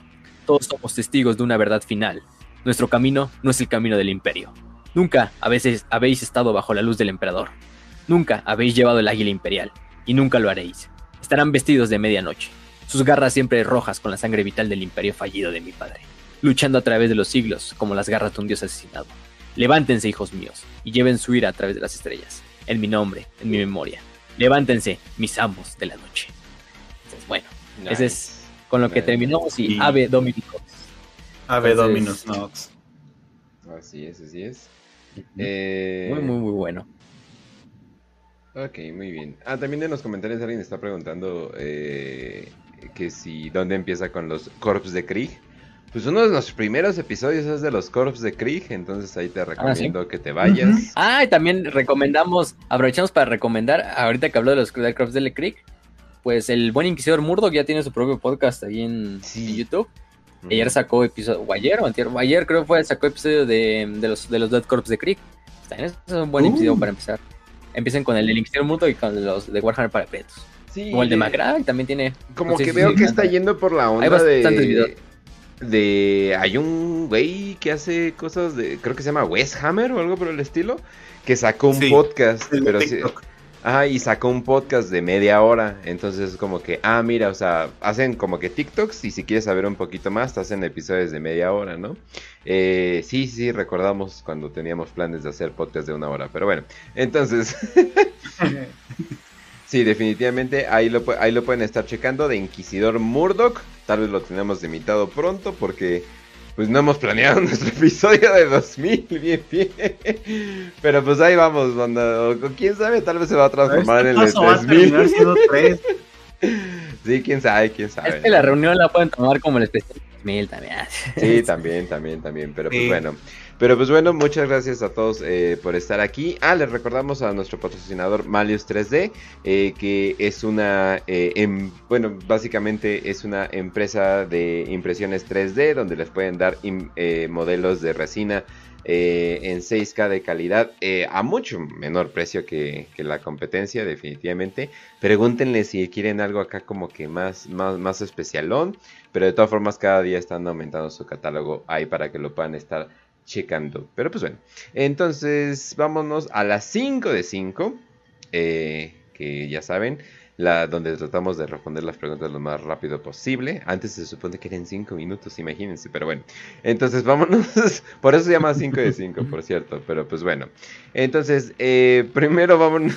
todos somos testigos de una verdad final. Nuestro camino no es el camino del imperio. Nunca habéis, habéis estado bajo la luz del emperador. Nunca habéis llevado el águila imperial. Y nunca lo haréis. Estarán vestidos de medianoche. Sus garras siempre rojas con la sangre vital del imperio fallido de mi padre. Luchando a través de los siglos como las garras de un dios asesinado. Levántense, hijos míos, y lleven su ira a través de las estrellas. En mi nombre, en mi memoria. Levántense, mis amos de la noche. Entonces, bueno, nice. Ese es con lo que nice. Terminamos y, y... Ave Dominus Nox. Ave Entonces... Dominus Nox. Así es, así es. Uh-huh. eh... Muy, muy, muy bueno. Ok, muy bien. Ah, también en los comentarios alguien está preguntando eh, que si dónde empieza con los Corps de Krieg. Pues uno de los primeros episodios es de los Corps de Krieg, entonces ahí te recomiendo ah, ¿sí? que te vayas. Uh-huh. Ah, y también recomendamos, aprovechamos para recomendar, ahorita que habló de los Corps de Krieg, pues el buen Inquisidor Murdoch ya tiene su propio podcast ahí en, sí. en YouTube. Uh-huh. Ayer sacó episodio, o ayer, o antier, o ayer creo que fue, sacó episodio de, de los de los Dead Corps de Krieg. También es un buen uh. episodio para empezar. Empiecen con el del Inquisidor Murdoch y con los de Warhammer para Pretos. Sí, o el de Macra, también tiene... Como no sé que si veo sí, que está yendo por la onda hay de... Videos. De... Hay un güey que hace cosas de... Creo que se llama Wes Hammer o algo por el estilo. Que sacó un sí, podcast. Pero sí, ajá, y sacó un podcast de media hora. Entonces como que... Ah, mira, o sea... Hacen como que TikToks. Y si quieres saber un poquito más, te hacen episodios de media hora, ¿no? Eh, sí, sí, recordamos cuando teníamos planes de hacer podcast de una hora. Pero bueno, entonces... Sí, definitivamente ahí lo, ahí lo pueden estar checando, de Inquisidor Murdoch. Tal vez lo tenemos limitado pronto porque pues no hemos planeado nuestro episodio de dos mil, bien, bien. Pero pues ahí vamos, banda. O quién sabe, tal vez se va a transformar en el de tres mil. Sí, quién sabe, quién sabe. Es que la reunión la pueden tomar como el especial de dos mil también. Sí, también, también, también. Pero pues sí. bueno. Pero pues bueno, muchas gracias a todos eh, por estar aquí. Ah, les recordamos a nuestro patrocinador Malius tres D, eh, que es una, eh, em, bueno, básicamente es una empresa de impresiones tres D, donde les pueden dar im, eh, modelos de resina eh, en seis K de calidad, eh, a mucho menor precio que, que la competencia, definitivamente. Pregúntenle si quieren algo acá como que más, más, más especialón, pero de todas formas cada día están aumentando su catálogo ahí para que lo puedan estar checando. Pero pues bueno, entonces vámonos a las cinco de cinco, eh, que ya saben, la, donde tratamos de responder las preguntas lo más rápido posible. Antes se supone que eran cinco minutos, imagínense, pero bueno. Entonces vámonos, por eso se llama cinco de cinco, por cierto, pero pues bueno. Entonces, eh, primero vámonos,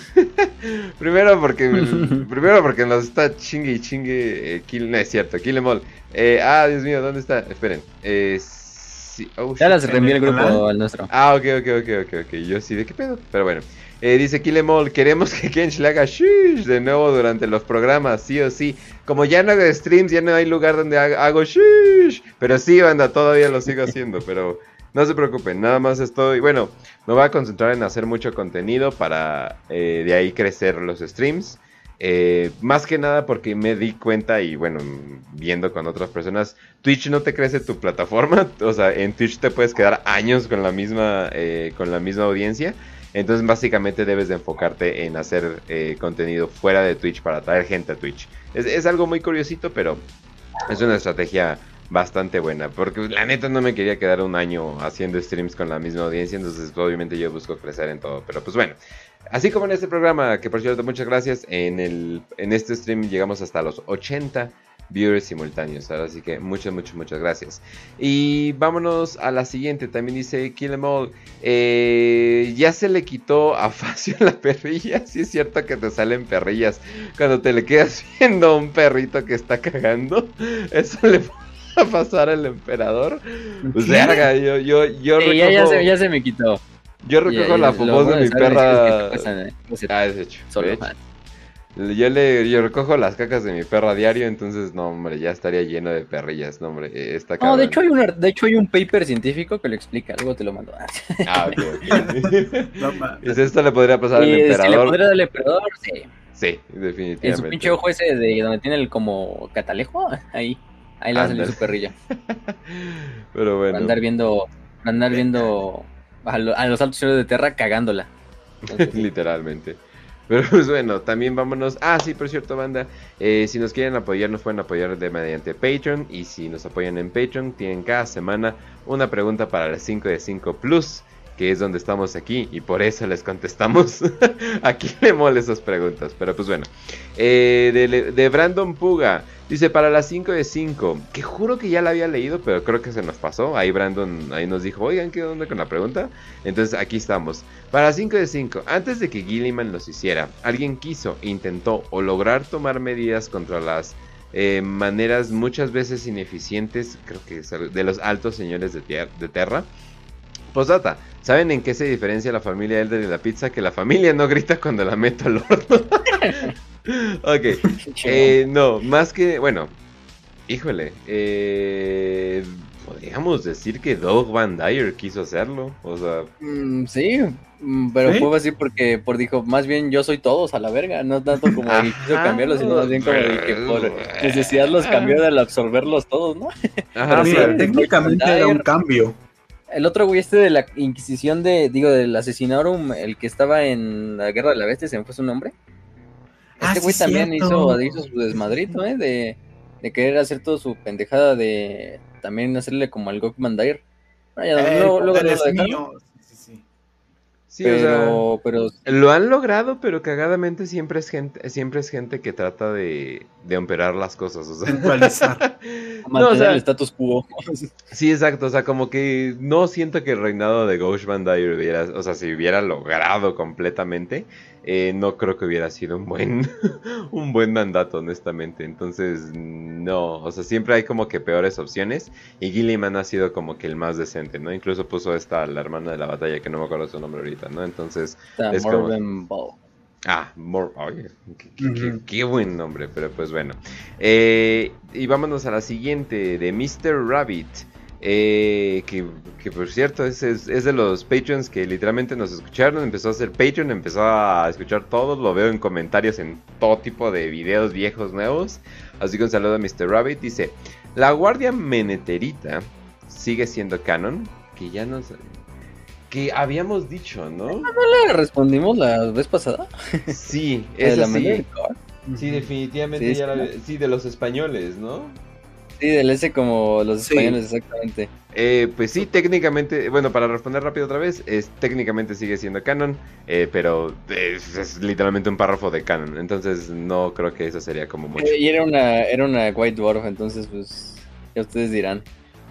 primero porque primero porque nos está chingue y chingue, eh, Kill, no es cierto, Kill Em All. Eh, ah, Dios mío, ¿dónde está? Esperen, eh, Sí. Oh, ya las reenvié el grupo al nuestro. Ah, ok, ok, ok, ok, ok. Yo sí, ¿de qué pedo? Pero bueno. Eh, dice Kill Em All, queremos que Kench le haga shush de nuevo durante los programas, sí o sí. Como ya no hago streams, ya no hay lugar donde hago shush. Pero sí, banda, todavía lo sigo haciendo, pero no se preocupen, nada más estoy... Bueno, me voy a concentrar en hacer mucho contenido para eh, de ahí crecer los streams. Eh, más que nada porque me di cuenta y bueno, viendo con otras personas, Twitch no te crece tu plataforma, o sea, en Twitch te puedes quedar años con la misma, eh, con la misma audiencia, entonces básicamente debes de enfocarte en hacer eh, contenido fuera de Twitch para atraer gente a Twitch. Es, es algo muy curiosito, pero es una estrategia bastante buena, porque la neta no me quería quedar un año haciendo streams con la misma audiencia, entonces obviamente yo busco crecer en todo, pero pues bueno. Así como en este programa, que por cierto, muchas gracias, en, el, en este stream llegamos hasta los ochenta viewers simultáneos, ahora sí que muchas, muchas, muchas gracias. Y vámonos a la siguiente, también dice Kill Em All, eh, ya se le quitó a Facio la perrilla, sí es cierto que te salen perrillas cuando te le quedas viendo a un perrito que está cagando, eso le va a pasar al emperador, pues verga, yo, yo, yo sí, recojo... ya, ya, se, ya se me quitó. Yo recojo la popó de mi perra. Es que es que ah, es hecho. Solo hecho. Yo le yo recojo las cacas de mi perra a diario, entonces no, hombre, ya estaría lleno de perrillas, no, hombre, está No, de hecho hay un de hecho hay un paper científico que lo explica, luego te lo mando. Ah, ok, ok. No, ¿es esto le podría pasar al emperador? Si le podría dar al emperador, sí. Sí, definitivamente. En su pinche ojo ese de donde tiene el como catalejo, ahí, ahí le hacen su perrilla. Pero bueno. Para andar viendo, para andar viendo a, lo, a los altos señores de Terra cagándola. Literalmente. Pero pues bueno, también vámonos. Ah, sí, por cierto, banda. Eh, si nos quieren apoyar, nos pueden apoyar de mediante Patreon. Y si nos apoyan en Patreon, tienen cada semana una pregunta para las cinco de cinco Plus, que es donde estamos aquí. Y por eso les contestamos. Aquí le mole esas preguntas. Pero pues bueno. Eh, de, de Brandon Puga. Dice, para las cinco de cinco, que juro que ya la había leído, pero creo que se nos pasó. Ahí Brandon ahí nos dijo, oigan, ¿qué onda con la pregunta? Entonces aquí estamos. Para cinco de cinco, antes de que Gilliman los hiciera, alguien quiso, intentó o lograr tomar medidas contra las eh, maneras muchas veces ineficientes, creo que de los altos señores de, tier de Terra. Postdata, ¿saben en qué se diferencia la familia Elder de la pizza? Que la familia no grita cuando la meto al horno. Ok, eh, no, más que, bueno, híjole, eh, podríamos decir que Doug Van Dyer quiso hacerlo, o sea... Mm, sí, pero ¿sí? Fue así porque por dijo, más bien yo soy todos a la verga, no tanto como que quiso cambiarlos, sino más bien como que por necesidad los cambió al absorberlos todos, ¿no? Ajá, mira, sí, técnicamente era un cambio. El otro güey este de la Inquisición de, digo, del Asesinarum, el que estaba en la Guerra de la Bestia, ¿se me fue su nombre? Este güey ah, sí, también hizo, hizo su desmadrito, ¿eh? De, de querer hacer todo su pendejada de también hacerle como al Doug Van Dyer. Bueno, ya, eh, luego, luego lo dejaron. Sí, sí. Sí, pero, o sea, pero lo han logrado, pero cagadamente siempre es gente, siempre es gente que trata de, de empeorar las cosas, o sea, centralizar, mantener no, o sea, el status quo. Sí, exacto, o sea, como que no siento que el reinado de Doug Van Dyer hubiera, o sea, si hubiera logrado completamente, eh, no creo que hubiera sido un buen, un buen mandato, honestamente. Entonces, no, o sea, siempre hay como que peores opciones y Gilliman ha sido como que el más decente, ¿no? Incluso puso esta, la hermana de la batalla, que no me acuerdo su nombre ahorita, ¿no? Entonces, Está es Morven como... Ball. Ah, Mor oye, qué, qué, uh-huh. qué, qué buen nombre, pero pues bueno. Eh, y vámonos a la siguiente, de mister Rabbit. Eh, que, que por cierto es, es, es de los Patreons que literalmente nos escucharon, empezó a ser Patreon, empezó a escuchar todos, lo veo en comentarios en todo tipo de videos viejos, nuevos. Así que un saludo a mister Rabbit. Dice, la Guardia Meneterita sigue siendo canon, que ya nos... que habíamos dicho, ¿no? ¿No le respondimos la vez pasada? Sí, eso sí. Sí, Uh-huh. definitivamente sí, ya sí. la... Sí, de los españoles, ¿no? Sí, del S como los sí. españoles, exactamente. Eh, pues sí, técnicamente, bueno, para responder rápido otra vez, es, técnicamente sigue siendo canon, eh, pero es, es literalmente un párrafo de canon, entonces no creo que eso sería como mucho. Eh, y era una, era una White Dwarf, entonces pues ya ustedes dirán.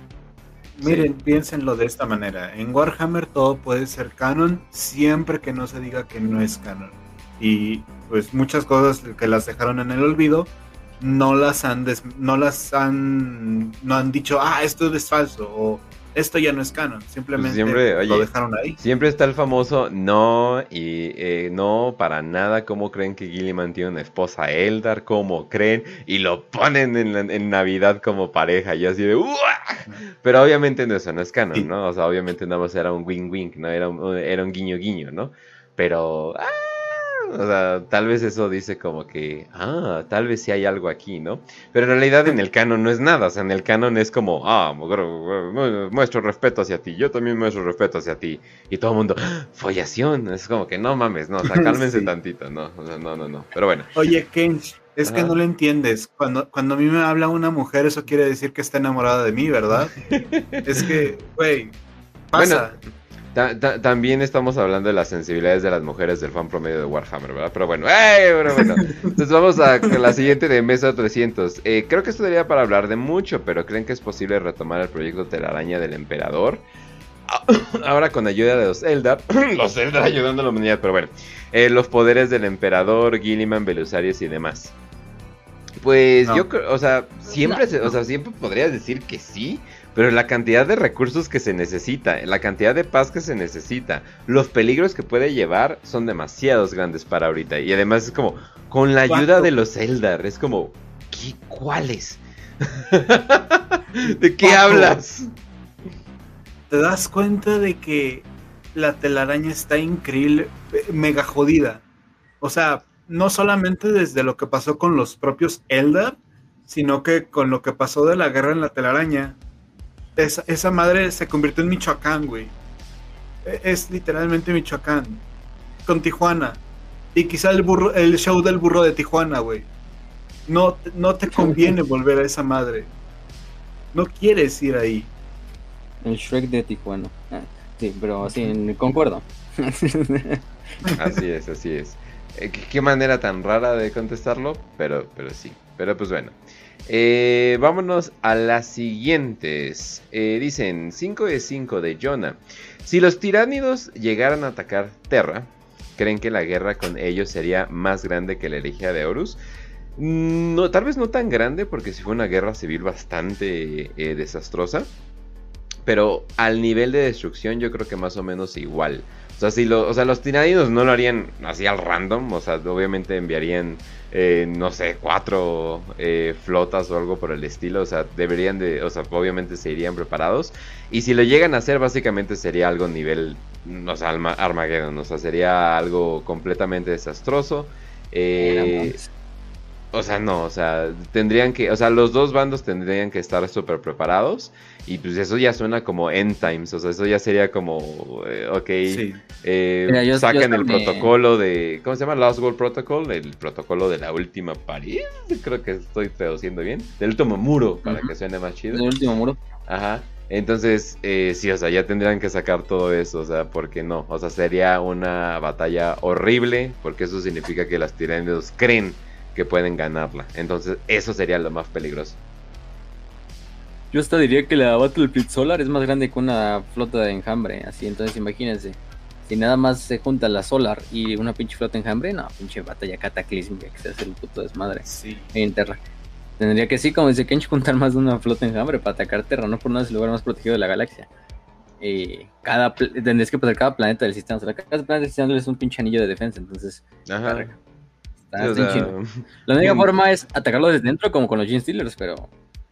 Miren, sí. Piénsenlo de esta manera, en Warhammer todo puede ser canon siempre que no se diga que no es canon. Y pues muchas cosas que las dejaron en el olvido no las han des no las han no han dicho, ah, esto es falso o esto ya no es canon, simplemente pues siempre, oye, lo dejaron ahí. Siempre está el famoso no y eh, no para nada. ¿Cómo creen que Gilliman tiene una esposa Eldar? ¿Cómo creen? Y lo ponen en, la, en Navidad como pareja y así de ¡uah! Pero obviamente no, eso no es canon, sí. ¿no? O sea, obviamente nada más era un wing wing, no era un, era un guiño guiño, ¿no? Pero ¡ah! O sea, tal vez eso dice como que, ah, tal vez sí hay algo aquí, ¿no? Pero en realidad en el canon no es nada, o sea, en el canon es como, ah, muestro respeto hacia ti, yo también muestro respeto hacia ti. Y todo el mundo, ¡ah! Follación, es como que no mames, no, o sea, cálmense sí. tantito, no, o sea, no, no, no, pero bueno. Oye, Kench, es Ajá. que no lo entiendes, cuando, cuando a mí me habla una mujer, eso quiere decir que está enamorada de mí, ¿verdad? Es que, güey, pasa. Bueno, Ta ta también estamos hablando de las sensibilidades de las mujeres del fan promedio de Warhammer, ¿verdad? Pero bueno, ¡eh! bueno, bueno. Entonces vamos a la siguiente de Mesa trescientos. Eh, creo que esto daría para hablar de mucho, pero ¿creen que es posible retomar el proyecto Telaraña del Emperador? Ahora con ayuda de los Eldar, los Eldar ayudando a la humanidad, pero bueno. Eh, los poderes del Emperador, Gilliman, Belisarius y demás. Pues no. yo creo, o sea, siempre, no, se, o sea, siempre podrías decir que sí. Pero la cantidad de recursos que se necesita, la cantidad de paz que se necesita, los peligros que puede llevar son demasiados grandes para ahorita. Y además es como, con la ayuda ¿Cuánto? de los Eldar, es como, ¿qué, ¿cuáles? ¿De qué ¿Cuánto? hablas? ¿Te das cuenta de que la telaraña está increíble, mega jodida? O sea, no solamente desde lo que pasó con los propios Eldar, sino que con lo que pasó de la guerra en la telaraña. Esa, esa madre se convirtió en Michoacán, güey. Es literalmente Michoacán. Con Tijuana. Y quizá el burro, el show del burro de Tijuana, güey. No, no te conviene volver a esa madre. No quieres ir ahí. El Shrek de Tijuana. Ah, sí, pero sí, concuerdo. Así es, así es. Eh, ¿Qué, qué manera tan rara de contestarlo? Pero, pero sí. Pero pues bueno. Eh, vámonos a las siguientes. Eh, dicen cinco de cinco de Jonah. Si los tiránidos llegaran a atacar Terra, ¿creen que la guerra con ellos sería más grande que la herejía de Horus? No, tal vez no tan grande, porque si fue una guerra civil bastante eh, desastrosa. Pero al nivel de destrucción yo creo que más o menos igual. O sea, si lo, o sea, los tiránidos no lo harían así al random. O sea, obviamente enviarían, eh, no sé, cuatro eh, flotas o algo por el estilo. O sea, deberían de, o sea, obviamente se irían preparados. Y si lo llegan a hacer, básicamente sería algo nivel, o sea, Armageddon. O sea, sería algo completamente desastroso. Eh... O sea, no, o sea, tendrían que, o sea, los dos bandos tendrían que estar súper preparados. Y pues eso ya suena como end times, o sea, eso ya sería como, eh, ok, sí. eh, Mira, yo, sacan yo el me... protocolo de, ¿cómo se llama? Lost World Protocol, el protocolo de la última París, creo que estoy traduciendo bien, del último muro, para uh-huh. que suene más chido. El último muro. Ajá, entonces, eh, sí, o sea, ya tendrían que sacar todo eso, o sea, porque no, o sea, sería una batalla horrible, porque eso significa que las tiránidos creen que pueden ganarla. Entonces eso sería lo más peligroso. Yo hasta diría que la Battlefield Solar es más grande que una flota de enjambre. Así, entonces imagínense, si nada más se junta la Solar y una pinche flota de enjambre, no, pinche batalla cataclísmica que se hace el puto desmadre. Sí. En Terra. Tendría que sí, como dice Kench, juntar más de una flota de enjambre para atacar Terra. No por nada es el lugar más protegido de la galaxia. Eh, cada pl- tendrías que pasar cada planeta del sistema. O sea, cada planeta del sistema es un pinche anillo de defensa. Entonces, ajá. Carga. Está, o sea, la única forma es atacarlo desde dentro, como con los Gene Stealers, pero.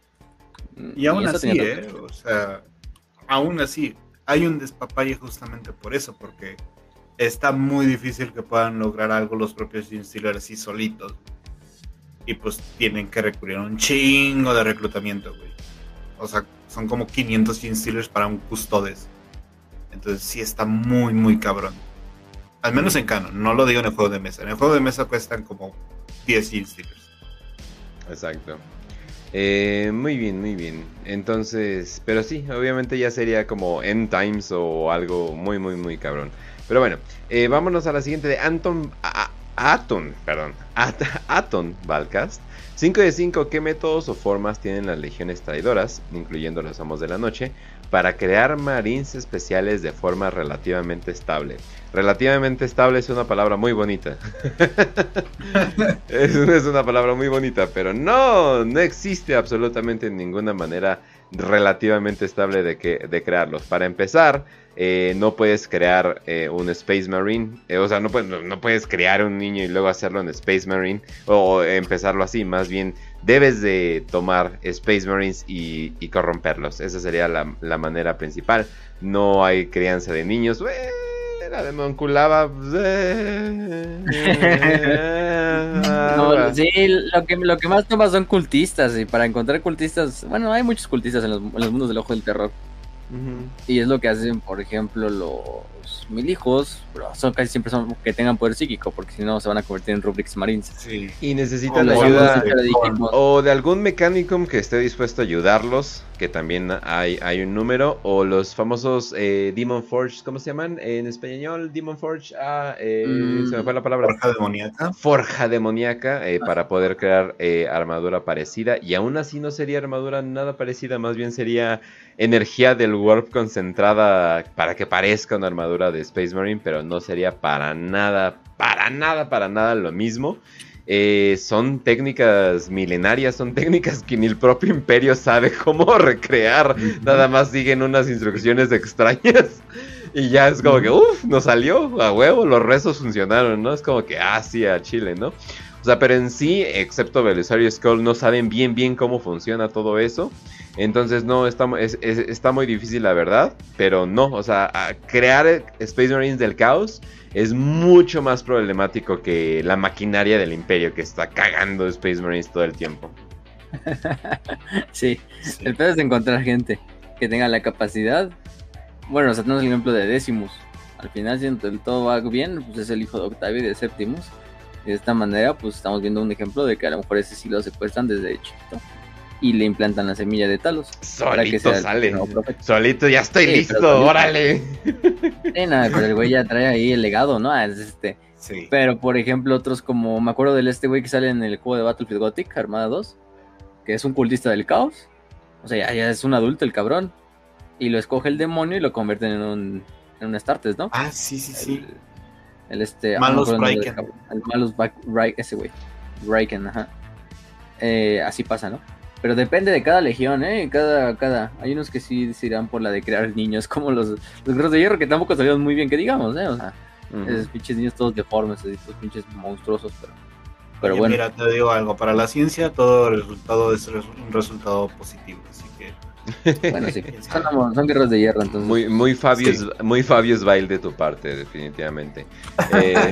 Y aún y así, ¿eh? O sea, aún así, hay un despapalle justamente por eso, porque está muy difícil que puedan lograr algo los propios Gene Stealers así solitos. Y pues tienen que recurrir a un chingo de reclutamiento, güey. O sea, son como quinientos Gene Stealers para un Custodes. Entonces sí está muy, muy cabrón. Al menos en canon, no lo digo en el juego de mesa. En el juego de mesa cuestan como diez Gene Stealers. Exacto. Eh, muy bien, muy bien. Entonces, pero sí, obviamente ya sería como End Times o algo muy, muy, muy cabrón. Pero bueno, eh, vámonos a la siguiente de Anton... A, a, Aton, perdón. At, Aton Valcast. cinco de cinco, ¿qué métodos o formas tienen las legiones traidoras, incluyendo los amos de la noche, para crear marines especiales de forma relativamente estable? Relativamente estable es una palabra muy bonita. es, es una palabra muy bonita, pero no, no existe absolutamente ninguna manera relativamente estable de, que, de crearlos. Para empezar, eh, no puedes crear eh, un Space Marine, eh, o sea, no, no, no puedes crear un niño y luego hacerlo en Space Marine, o, o empezarlo así, más bien debes de tomar Space Marines y, y corromperlos. Esa sería la, la manera principal. No hay crianza de niños. La de Monculaba. No, sí, lo que, lo que más tomas son cultistas. Y para encontrar cultistas, bueno, hay muchos cultistas en los, en los mundos del ojo del terror. Uh-huh. Y es lo que hacen, por ejemplo, los mil hijos, pero son casi siempre son que tengan poder psíquico, porque si no se van a convertir en Rubrix Marines. Sí. Y necesitan o ayuda de, o de algún Mechanicum que esté dispuesto a ayudarlos, que también hay, hay un número, o los famosos eh, Demon Forge, ¿cómo se llaman? En español, Demon Forge, ah, eh, mm, se me fue la palabra. Forja demoníaca. Forja demoníaca, eh, ah. para poder crear eh, armadura parecida, y aún así no sería armadura nada parecida, más bien sería energía del Warp concentrada para que parezca una armadura de Space Marine, pero no sería para nada, para nada, para nada lo mismo. Eh, son técnicas milenarias, son técnicas que ni el propio Imperio sabe cómo recrear, nada más siguen unas instrucciones extrañas y ya es como que, uff, nos salió, a huevo, los rezos funcionaron, ¿no? Es como que, ah, sí, a Chile, ¿no? O sea, pero en sí, excepto Belisario y Skull, no saben bien bien cómo funciona todo eso. Entonces no, está, es, es, está muy difícil la verdad, pero no, o sea, crear Space Marines del caos es mucho más problemático que la maquinaria del Imperio que está cagando Space Marines todo el tiempo. Sí, sí. El peor es encontrar gente que tenga la capacidad. Bueno, o sea, tenemos el ejemplo de Decimus, al final, si todo va bien, pues es el hijo de Octavio y de Septimus. Y de esta manera, pues estamos viendo un ejemplo de que a lo mejor ese sí lo secuestran desde chiquito y le implantan la semilla de Talos. Solito sale. Solito, ya estoy sí, listo, solito, órale. Sí, nada, pero el güey ya trae ahí el legado, ¿no? Es este. Sí. Pero, por ejemplo, otros como, me acuerdo del este güey que sale en el juego de Battlefield Gothic, Armada dos, que es un cultista del caos. O sea, ya, ya es un adulto el cabrón. Y lo escoge el demonio y lo convierten en un, en un Astartes, ¿no? Ah, sí, sí, sí. El, el este... Malus ah, no Raiken. El Malus Raiken, ese güey. Raiken, ajá. Eh, así pasa, ¿no? Pero depende de cada legión, ¿eh? Cada, cada... Hay unos que sí se irán por la de crear niños, como los, los Guerreros de Hierro, que tampoco salieron muy bien, que digamos, ¿eh? O sea, uh-huh. Esos pinches niños todos deformes, esos pinches monstruosos, pero... Pero Oye, bueno. Mira, te digo algo, para la ciencia todo el resultado es un resultado positivo, así que... Bueno, sí, son, son Guerreros de Hierro, entonces... Muy, muy Fabius, sí. Muy Fabius Bail de tu parte, definitivamente. Eh...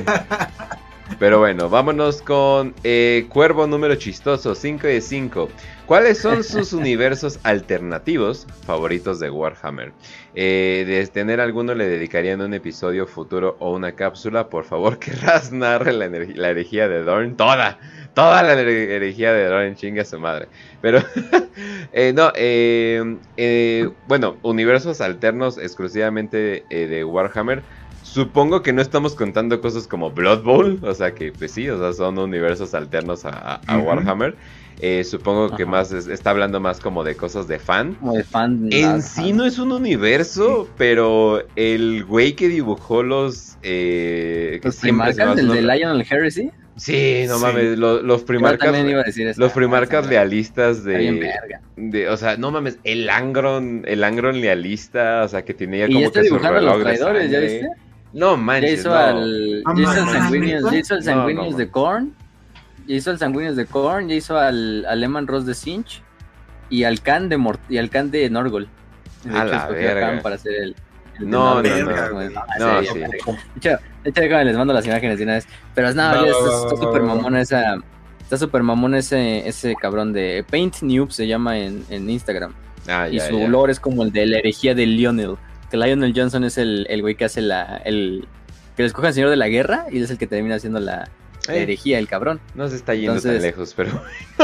Pero bueno, vámonos con eh, Cuervo número chistoso, cinco de cinco. ¿Cuáles son sus universos alternativos favoritos de Warhammer? Eh, de tener alguno le dedicarían un episodio futuro o una cápsula. Por favor, que Raz narre la, ener- la herejía de Dorn. Toda, toda la herejía de Dorn, chinga su madre. Pero, eh, no, eh, eh, bueno, universos alternos exclusivamente eh, de Warhammer. Supongo que no estamos contando cosas como Blood Bowl, o sea que pues sí, o sea, son universos alternos a, a uh-huh. Warhammer. Eh, supongo Ajá. que más es, está hablando más como de cosas de fan. Como de fan. En sí fan. No es un universo, sí. Pero el güey que dibujó los... Eh, ¿Los primarcas? ¿El de Lionel Heresy? Sí, no sí. mames, los, los primarcas, los primarcas ah, lealistas de, de, o sea, no mames, el Angron, el Angron lealista, o sea, que tenía como que su reloj de sangre. ¿Ya viste? No manches, ya hizo no. Al, ya hizo al Sanguinius, ya hizo al Sanguinius no, no, de Khorne, ya hizo al Sanguinius de Khorne, ya hizo al, al Leman Ross de Sinch y al Khan de Mort y al Khan de Norgol. De a hecho, la verga. Para hacer el, el no, no, no, no, no, no, sí. De hecho, de hecho, les mando las imágenes de una vez. Pero no, no, ya está súper mamona esa, está súper mamona ese, ese cabrón de Paint Noob se llama en, en Instagram. Ah, y ya, su ya. lore es como el de la herejía de Lionel. Que Lionel Johnson es el, el güey que hace la, el, que le escoge al señor de la guerra y es el que termina haciendo la, la herejía, el cabrón. No se está yendo Entonces... tan lejos, pero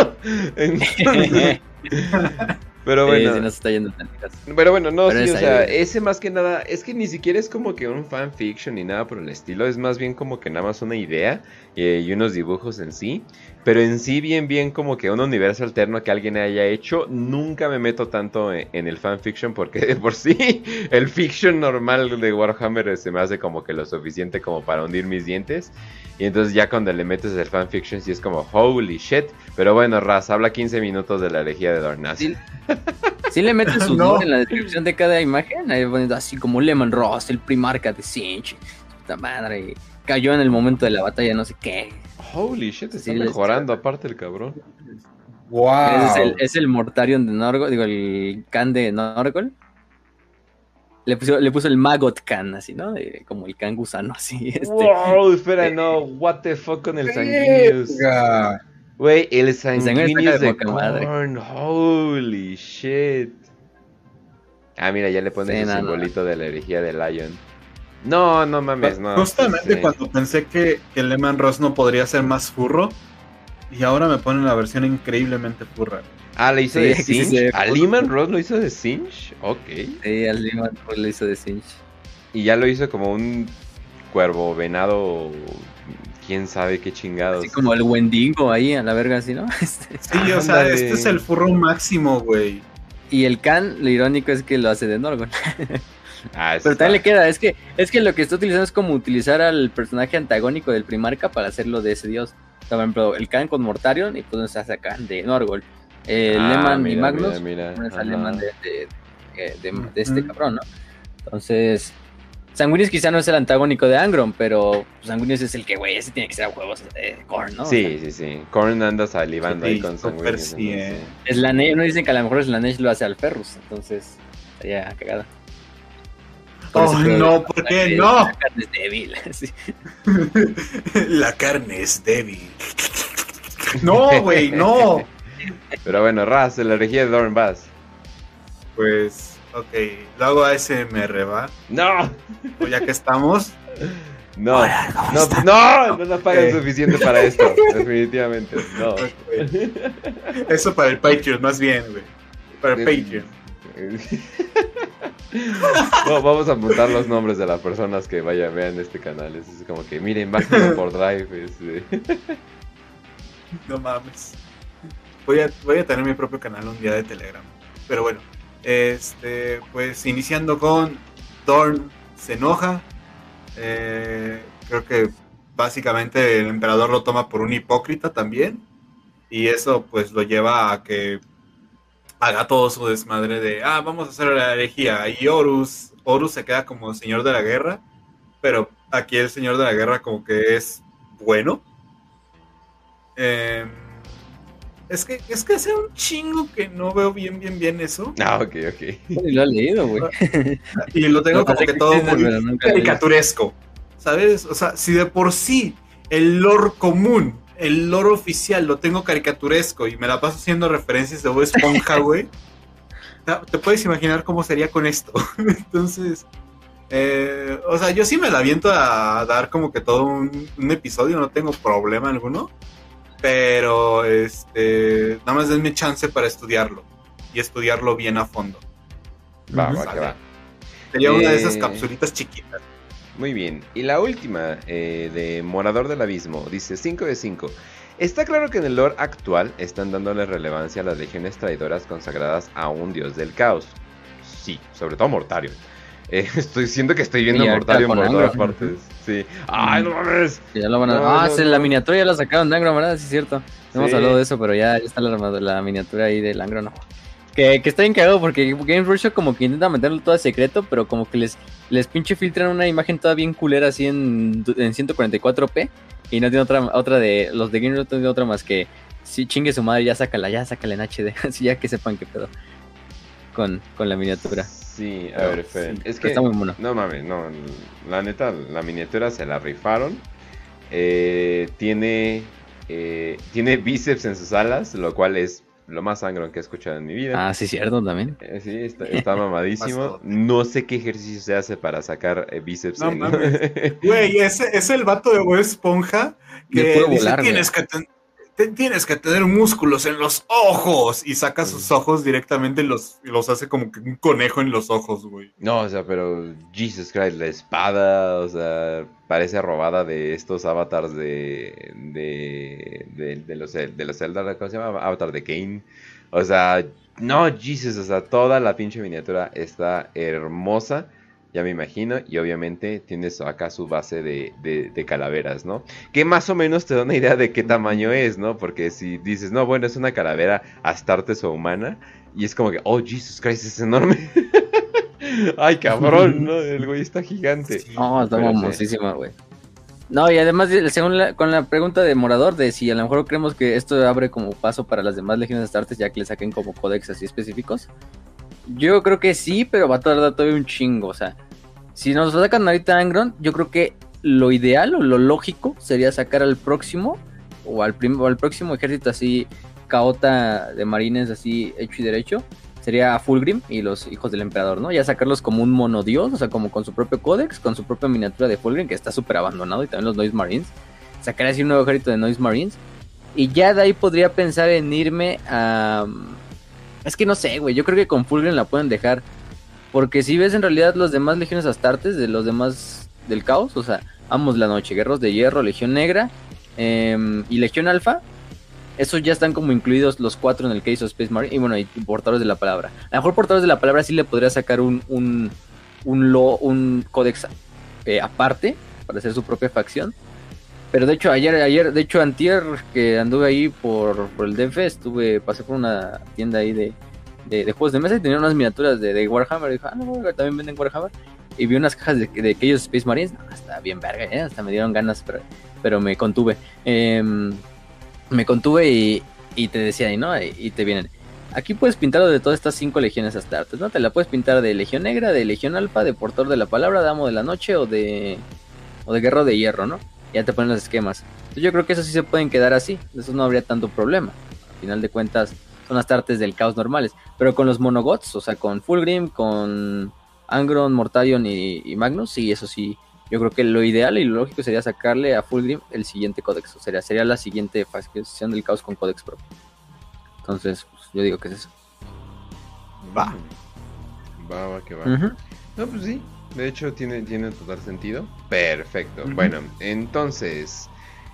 Pero bueno, sí, sí, no se está yendo tan lejos. Pero bueno, no, pero sí, o sea, ahí, ese más que nada, es que ni siquiera es como que un fanfiction ni nada por el estilo, es más bien como que nada más una idea eh, y unos dibujos en sí, pero en sí bien bien como que un universo alterno que alguien haya hecho. Nunca me meto tanto en, en el fanfiction porque de por sí el fiction normal de Warhammer se me hace como que lo suficiente como para hundir mis dientes. Y entonces ya cuando le metes el fanfiction sí es como holy shit. Pero bueno, Raz, habla quince minutos de la herejía de Dornas. Sí, sí le metes su no. en la descripción de cada imagen, ahí poniendo así como Leman Ross, el primarca de Sinch, puta madre, cayó en el momento de la batalla, no sé qué. Holy shit, está sí, mejorando les... aparte el cabrón. Wow. Es el, es el Mortarion de Norgol, digo, el Khan de Norgol. Le puso, le puso el Maggot Khan, así, ¿no? De, como el Khan gusano, así. Este. Wow, espera, no, what the fuck con el Sanguinius. Güey, el Sanguinius de Khorne, holy shit. Ah, mira, ya le pones sí, el no, simbolito no. de la herejía de Lion. No, no mames, no. Justamente sí. cuando pensé que, que Leman Ross no podría ser más furro, y ahora me ponen la versión increíblemente furra. Ah, ¿le hizo sí, de Sinch? Sí, ¿A Leman Ross lo hizo de Sinch? Ok. Sí, a Leman Ross lo hizo de Sinch. Y ya lo hizo como un cuervo venado, quién sabe qué chingados. Así como el Wendigo ahí, a la verga, así, ¿no? Este... Sí, o sea, este es el furro máximo, güey. Y el Khan, lo irónico es que lo hace de Norgol. Ah, pero también le queda, es que, es que lo que está utilizando es como utilizar al personaje antagónico del Primarca para hacerlo de ese dios. Por ejemplo, el Khan con Mortarion y pues se hace Khan de Norgol. Eh, ah, Leman mira, y Magnus, mira, mira. Es Leman de, de, de, de, de este mm. cabrón, ¿no? Entonces, Sanguinius quizá no es el antagónico de Angron, pero Sanguinius es el que, güey, ese tiene que ser a huevos de Khorne, ¿no? Sí, o sea, sí, sí. Khorne anda salivando sí, ahí con Sanguinius. Sí, eh. Slanesh, no dicen que a lo mejor Slanesh lo hace al Ferrus, entonces estaría cagada. Oh, no, ¿por qué no? La carne es débil. Sí. La carne es débil. No, güey, no. Pero bueno, Raz, la herejía de Dorn vas. Pues Ok, lo hago A S M R, ¿va? ¡No! Pues ya que estamos. No, Hola, ¿cómo no, están? no, no nos pagan Ok. suficiente para esto, definitivamente, no. Ok. Eso para el Patreon, más bien, güey. Para el Patreon. No, vamos a apuntar los nombres de las personas que vayan, vean este canal. Es como que miren, bájenlo por Drive. Este. No mames. Voy a, voy a tener mi propio canal un día de Telegram. Pero bueno, este, pues iniciando con Dorn se enoja. Eh, creo que básicamente el emperador lo toma por un hipócrita también. Y eso pues lo lleva a que haga todo su desmadre de, ah, vamos a hacer la herejía. Y Horus, Horus se queda como señor de la guerra, pero aquí el señor de la guerra como que es bueno. Eh, es que es que hace un chingo que no veo bien, bien, bien eso. Ah, ok, ok. Lo he leído, güey. Y lo tengo No, como sé que que todo existe, muy pero nunca lo he caricaturesco, ¿sabes? O sea, si de por sí el lore común, el lore oficial lo tengo caricaturesco y me la paso haciendo referencias de Bob Esponja, güey, te puedes imaginar cómo sería con esto. Entonces, eh, o sea, yo sí me la aviento a dar como que todo un, un episodio, no tengo problema alguno, pero este, nada más denme chance para estudiarlo y estudiarlo bien a fondo. Va, Ujú. va, que va. Sería una de esas Eh, capsulitas chiquitas. Muy bien. Y la última, eh, de Morador del Abismo, dice cinco de cinco. Está claro que en el lore actual están dándole relevancia a las legiones traidoras consagradas a un dios del caos. Sí, sobre todo Mortarion. Eh, estoy siento que estoy viendo Y ahorita Mortarion con por Angron. todas partes. Sí. ¡Ay, no mames! Que ya lo van a... No, ah, no, sí, no. la miniatura ya la sacaron de Angron, ¿verdad? Sí, es cierto. No hemos Sí. hablado de eso, pero ya, ya está la, armadura- la miniatura ahí del Angron, ¿no? Que, que está bien cagado porque Game Workshop como que intenta mantenerlo todo a secreto, pero como que les, les pinche filtran una imagen toda bien culera así en, en ciento cuarenta y cuatro p y no tiene otra otra de... Los de Game Workshop no tiene otra más que... Sí, chingue su madre, ya sácala, ya sácala en H D, así ya que sepan qué pedo con, con la miniatura. Sí, a Pero, ver, esperen. sí, es pero que... está muy mono. No mames, no. La neta, la miniatura se la rifaron. Eh, tiene... eh, tiene bíceps en sus alas, lo cual es lo más sangrón que he escuchado en mi vida. Ah, sí, cierto, también. Eh, sí, está, está mamadísimo. Bastote. No sé qué ejercicio se hace para sacar eh, bíceps. No en- mames. Güey, ese es el vato de Bob Esponja De que puro dice, volar, güey. tienes que, ten- te- tienes que tener músculos en los ojos. Y saca sus ojos directamente y los, y los hace como que un conejo en los ojos, güey. No, o sea, pero Jesus Christ, la espada, o sea, parece robada de estos avatars de de, de, de los de los Zelda, ¿cómo se llama? Avatar de Kane. O sea, no, Jesus, o sea, toda la pinche miniatura está hermosa, ya me imagino, y obviamente tienes acá su base de, de, de calaveras, ¿no? Que más o menos te da una idea de qué tamaño es, ¿no? Porque si dices, no, bueno, es una calavera astartes o humana, y es como que, oh, Jesus Christ, es enorme. Ay, cabrón, ¿no? El güey está gigante. Sí. No, está Pero sí. famosísima, güey. No, y además, según la, con la pregunta de Morador, de si a lo mejor creemos que esto abre como paso para las demás legiones astartes, ya que le saquen como códex así específicos. Yo creo que sí, pero va a tardar todavía un chingo. O sea, si nos sacan ahorita Angron, yo creo que lo ideal o lo lógico sería sacar al próximo, o al, prim- o al próximo ejército así, caota de marines así hecho y derecho. Sería a Fulgrim y los hijos del emperador, ¿no? Ya sacarlos como un monodios, o sea, como con su propio códex, con su propia miniatura de Fulgrim, que está súper abandonado, y también los Noise Marines. Sacar así un nuevo ejército de Noise Marines. Y ya de ahí podría pensar en irme a... Es que no sé, güey, yo creo que con Fulgrim la pueden dejar. Porque si ves en realidad los demás legiones astartes, de los demás del caos, o sea, Amos la Noche, Guerreros de Hierro, Legión Negra eh, y Legión Alfa, esos ya están como incluidos los cuatro en el Case of Space Marine. Y bueno, y Portadores de la Palabra. A lo mejor Portadores de la Palabra sí le podría sacar un un, un, lo, un códex eh, aparte para hacer su propia facción. Pero de hecho, ayer, ayer, de hecho, antier que anduve ahí por, por el D F, estuve, pasé por una tienda ahí de, de, de juegos de mesa y tenía unas miniaturas de, de Warhammer. Y dije, ah, no, también venden Warhammer. Y vi unas cajas de, de aquellos Space Marines. No, está bien verga, ¿eh? Hasta me dieron ganas, pero, pero me contuve. Eh, me contuve y, y te decía ahí, ¿no? Y, y te vienen. Aquí puedes pintarlo de todas estas cinco legiones astartes, ¿no? Te la puedes pintar de Legión Negra, de Legión Alfa, de Portador de la Palabra, de Amo de la Noche o de, o de Guerrero de Hierro, ¿no? Ya te ponen los esquemas. Entonces yo creo que eso sí se pueden quedar así. Eso no habría tanto problema. Al final de cuentas, son las artes del caos normales. Pero con los monogots, o sea, con Fulgrim, con Angron, Mortarion y, y Magnus, sí, eso sí, yo creo que lo ideal y lo lógico sería sacarle a Fulgrim el siguiente códex, o sea, sería la siguiente facción del caos con códex propio. Entonces, pues, yo digo que es eso. Va. Va, va, que va. Uh-huh. No, pues sí, de hecho tiene, tiene total sentido. Perfecto. Uh-huh. Bueno, entonces,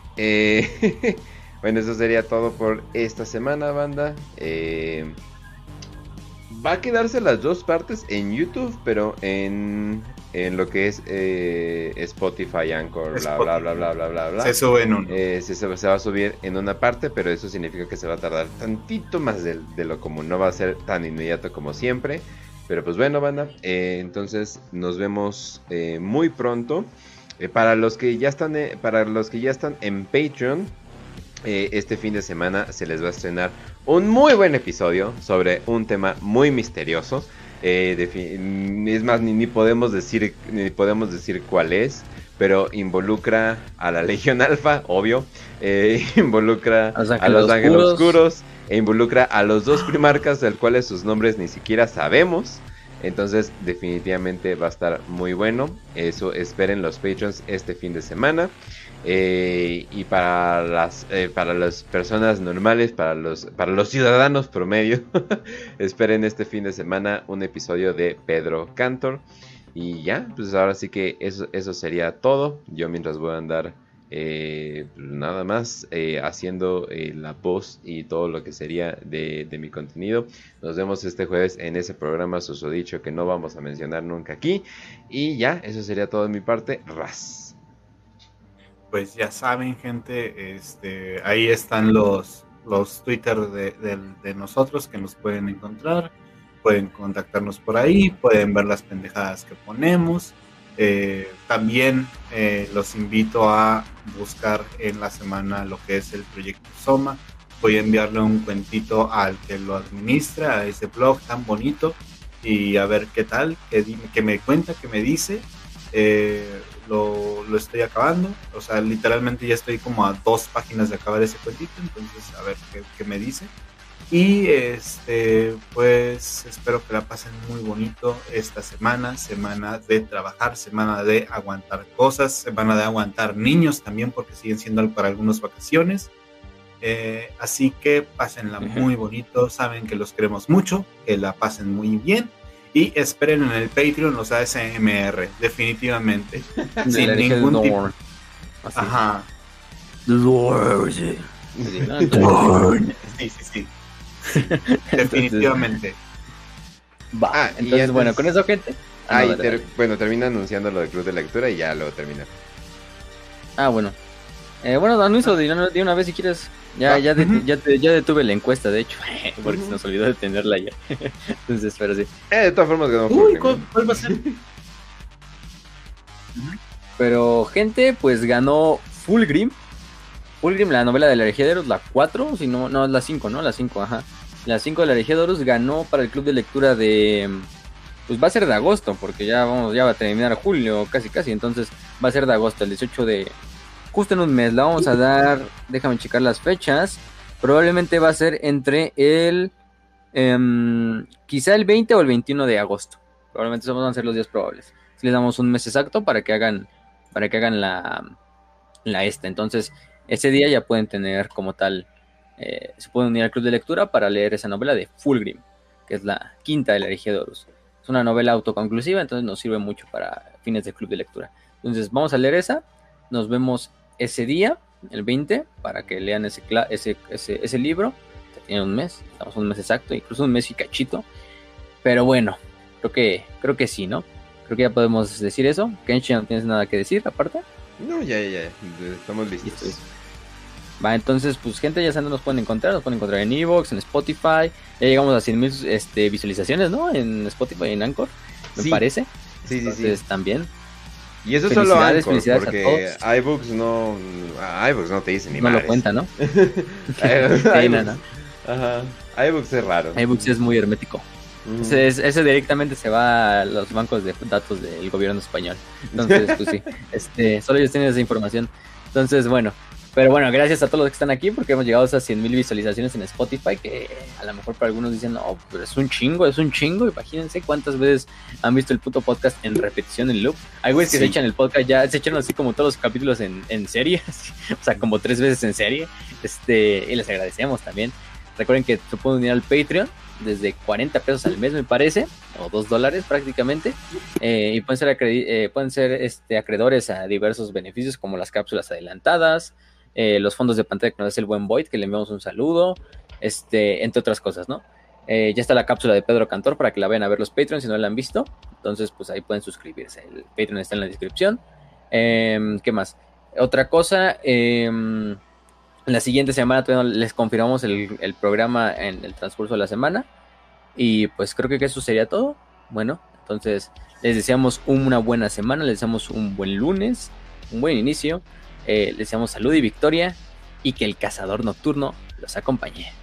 eh, bueno, eso sería todo por esta semana, banda. Eh... Va a quedarse las dos partes en YouTube, pero en, en lo que es eh, Spotify, Anchor, bla, Spotify. bla, bla, bla, bla, bla, bla. Se sube en uno. Eh, se, se va a subir en una parte, pero eso significa que se va a tardar tantito más de, de lo común. No va a ser tan inmediato como siempre. Pero pues bueno, banda, eh, entonces nos vemos eh, muy pronto. Eh, para los que ya están, eh, para los que ya están en Patreon, eh, este fin de semana se les va a estrenar un muy buen episodio sobre un tema muy misterioso. Eh, defi- es más, ni, ni podemos decir, ni podemos decir cuál es, pero involucra a la Legión Alfa, obvio. Eh, involucra a, a los Ángeles Oscuros. Oscuros. E involucra a los dos primarcas, del cuales sus nombres ni siquiera sabemos. Entonces, definitivamente va a estar muy bueno. Eso esperen los Patreons este fin de semana. Eh, y para las eh, para las personas normales, para los para los ciudadanos promedio, esperen este fin de semana un episodio de Pedro Cantor. Y ya, pues ahora sí que eso, eso sería todo. Yo mientras voy a andar eh, nada más eh, haciendo eh, la voz y todo lo que sería de, de mi contenido. Nos vemos este jueves en ese programa susodicho que no vamos a mencionar nunca aquí. Y ya, eso sería todo de mi parte. Ras. Pues ya saben, gente, este, ahí están los, los Twitter de, de, de nosotros que nos pueden encontrar. Pueden contactarnos por ahí, pueden ver las pendejadas que ponemos. Eh, también eh, los invito a buscar en la semana lo que es el proyecto Soma. Voy a enviarle un cuentito al que lo administra, a ese blog tan bonito, y a ver qué tal, que, que me cuenta, que me dice. Eh, lo, lo estoy acabando, o sea, literalmente ya estoy como a dos páginas de acabar ese cuentito, entonces a ver qué, qué me dice. Y este, pues espero que la pasen muy bonito esta semana, semana de trabajar, semana de aguantar cosas, semana de aguantar niños también, porque siguen siendo para algunos vacaciones. Eh, así que pásenla muy bonito, saben que los queremos mucho, que la pasen muy bien. Y esperen en el Patreon los A S M R, definitivamente. Sin ningún tipo. Ajá. Sí, sí, sí. Definitivamente. Va, ah, entonces, antes... bueno, con eso, gente. Ah, no, ter... bueno, termina anunciando lo del club de lectura y ya lo termina. Ah, bueno. Eh, bueno, anuncio de una, de una vez si quieres. Ya, ah, ya, de, uh-huh. ya, te, ya detuve la encuesta, de hecho, porque uh-huh. se nos olvidó de tenerla ya. Entonces, pero sí. Eh, de todas formas, quedó Uy, ¿cuál, ¿cuál va a ser? Pero, gente, pues ganó Fulgrim. Fulgrim, la novela de la herejía de Horus, la cuatro, si no, no, la cinco, ¿no? La cinco, ajá. La cinco de la herejía de Horus ganó para el club de lectura de... Pues va a ser de agosto, porque ya vamos, ya va a terminar julio, casi, casi. Entonces, va a ser de agosto, el dieciocho de... Justo en un mes, la vamos a dar, déjame checar las fechas, probablemente va a ser entre el, eh, quizá el veinte o el veintiuno de agosto, probablemente esos van a ser los días probables, si les damos un mes exacto para que hagan, para que hagan la, la esta, entonces ese día ya pueden tener como tal, eh, se pueden unir al club de lectura para leer esa novela de Fulgrim, que es la quinta de la herejía de Horus, es una novela autoconclusiva, entonces nos sirve mucho para fines de club de lectura, entonces vamos a leer esa, nos vemos ese día, el veinte, para que lean ese, ese, ese, ese libro. Ya tiene un mes, estamos un mes exacto, incluso un mes y cachito. Pero bueno, creo que creo que sí, ¿no? Creo que ya podemos decir eso. Kenshi, ¿no tienes nada que decir aparte? No, ya, ya, ya. Estamos listos. Listo. Va, entonces, pues gente, ya saben dónde nos pueden encontrar. Nos pueden encontrar en Evox, en Spotify. Ya llegamos a cien mil este, visualizaciones, ¿no? En Spotify y en Anchor, me sí. parece. Sí, entonces, sí, sí. también. Y eso solo Anchor, porque iBooks no, iBooks no te dice ni más. No madres. lo cuenta, ¿no? iBooks, ¿no? Ajá. iBooks es raro. iBooks es muy hermético. Mm. Ese, ese directamente se va a los bancos de datos del gobierno español. Entonces, pues sí, este, solo ellos tienen esa información. Entonces, bueno, Pero bueno, gracias a todos los que están aquí porque hemos llegado a esas cien mil visualizaciones en Spotify, que a lo mejor para algunos dicen, no, pero es un chingo, es un chingo. Imagínense cuántas veces han visto el puto podcast en repetición, en loop. Hay güeyes que sí. se echan el podcast ya, se echan así como todos los capítulos en, en serie, así, o sea, como tres veces en serie. Este, y les agradecemos también. Recuerden que se pueden unir al Patreon desde cuarenta pesos al mes, me parece, o dos dólares prácticamente, eh, y pueden ser, acredi- eh, pueden ser este, acreedores a diversos beneficios como las cápsulas adelantadas, eh, los fondos de pantalla que nos hace el buen Void, que le enviamos un saludo, este, entre otras cosas, ¿no? Eh, ya está la cápsula de Pedro Cantor para que la vayan a ver los Patreons si no la han visto, entonces pues ahí pueden suscribirse, el Patreon está en la descripción. Eh, ¿qué más? Otra cosa, eh... la siguiente semana todavía les confirmamos el, el programa en el transcurso de la semana. Y pues creo que eso sería todo. Bueno, entonces les deseamos una buena semana, les deseamos un buen lunes, un buen inicio. Eh, les deseamos salud y victoria y que el cazador nocturno los acompañe.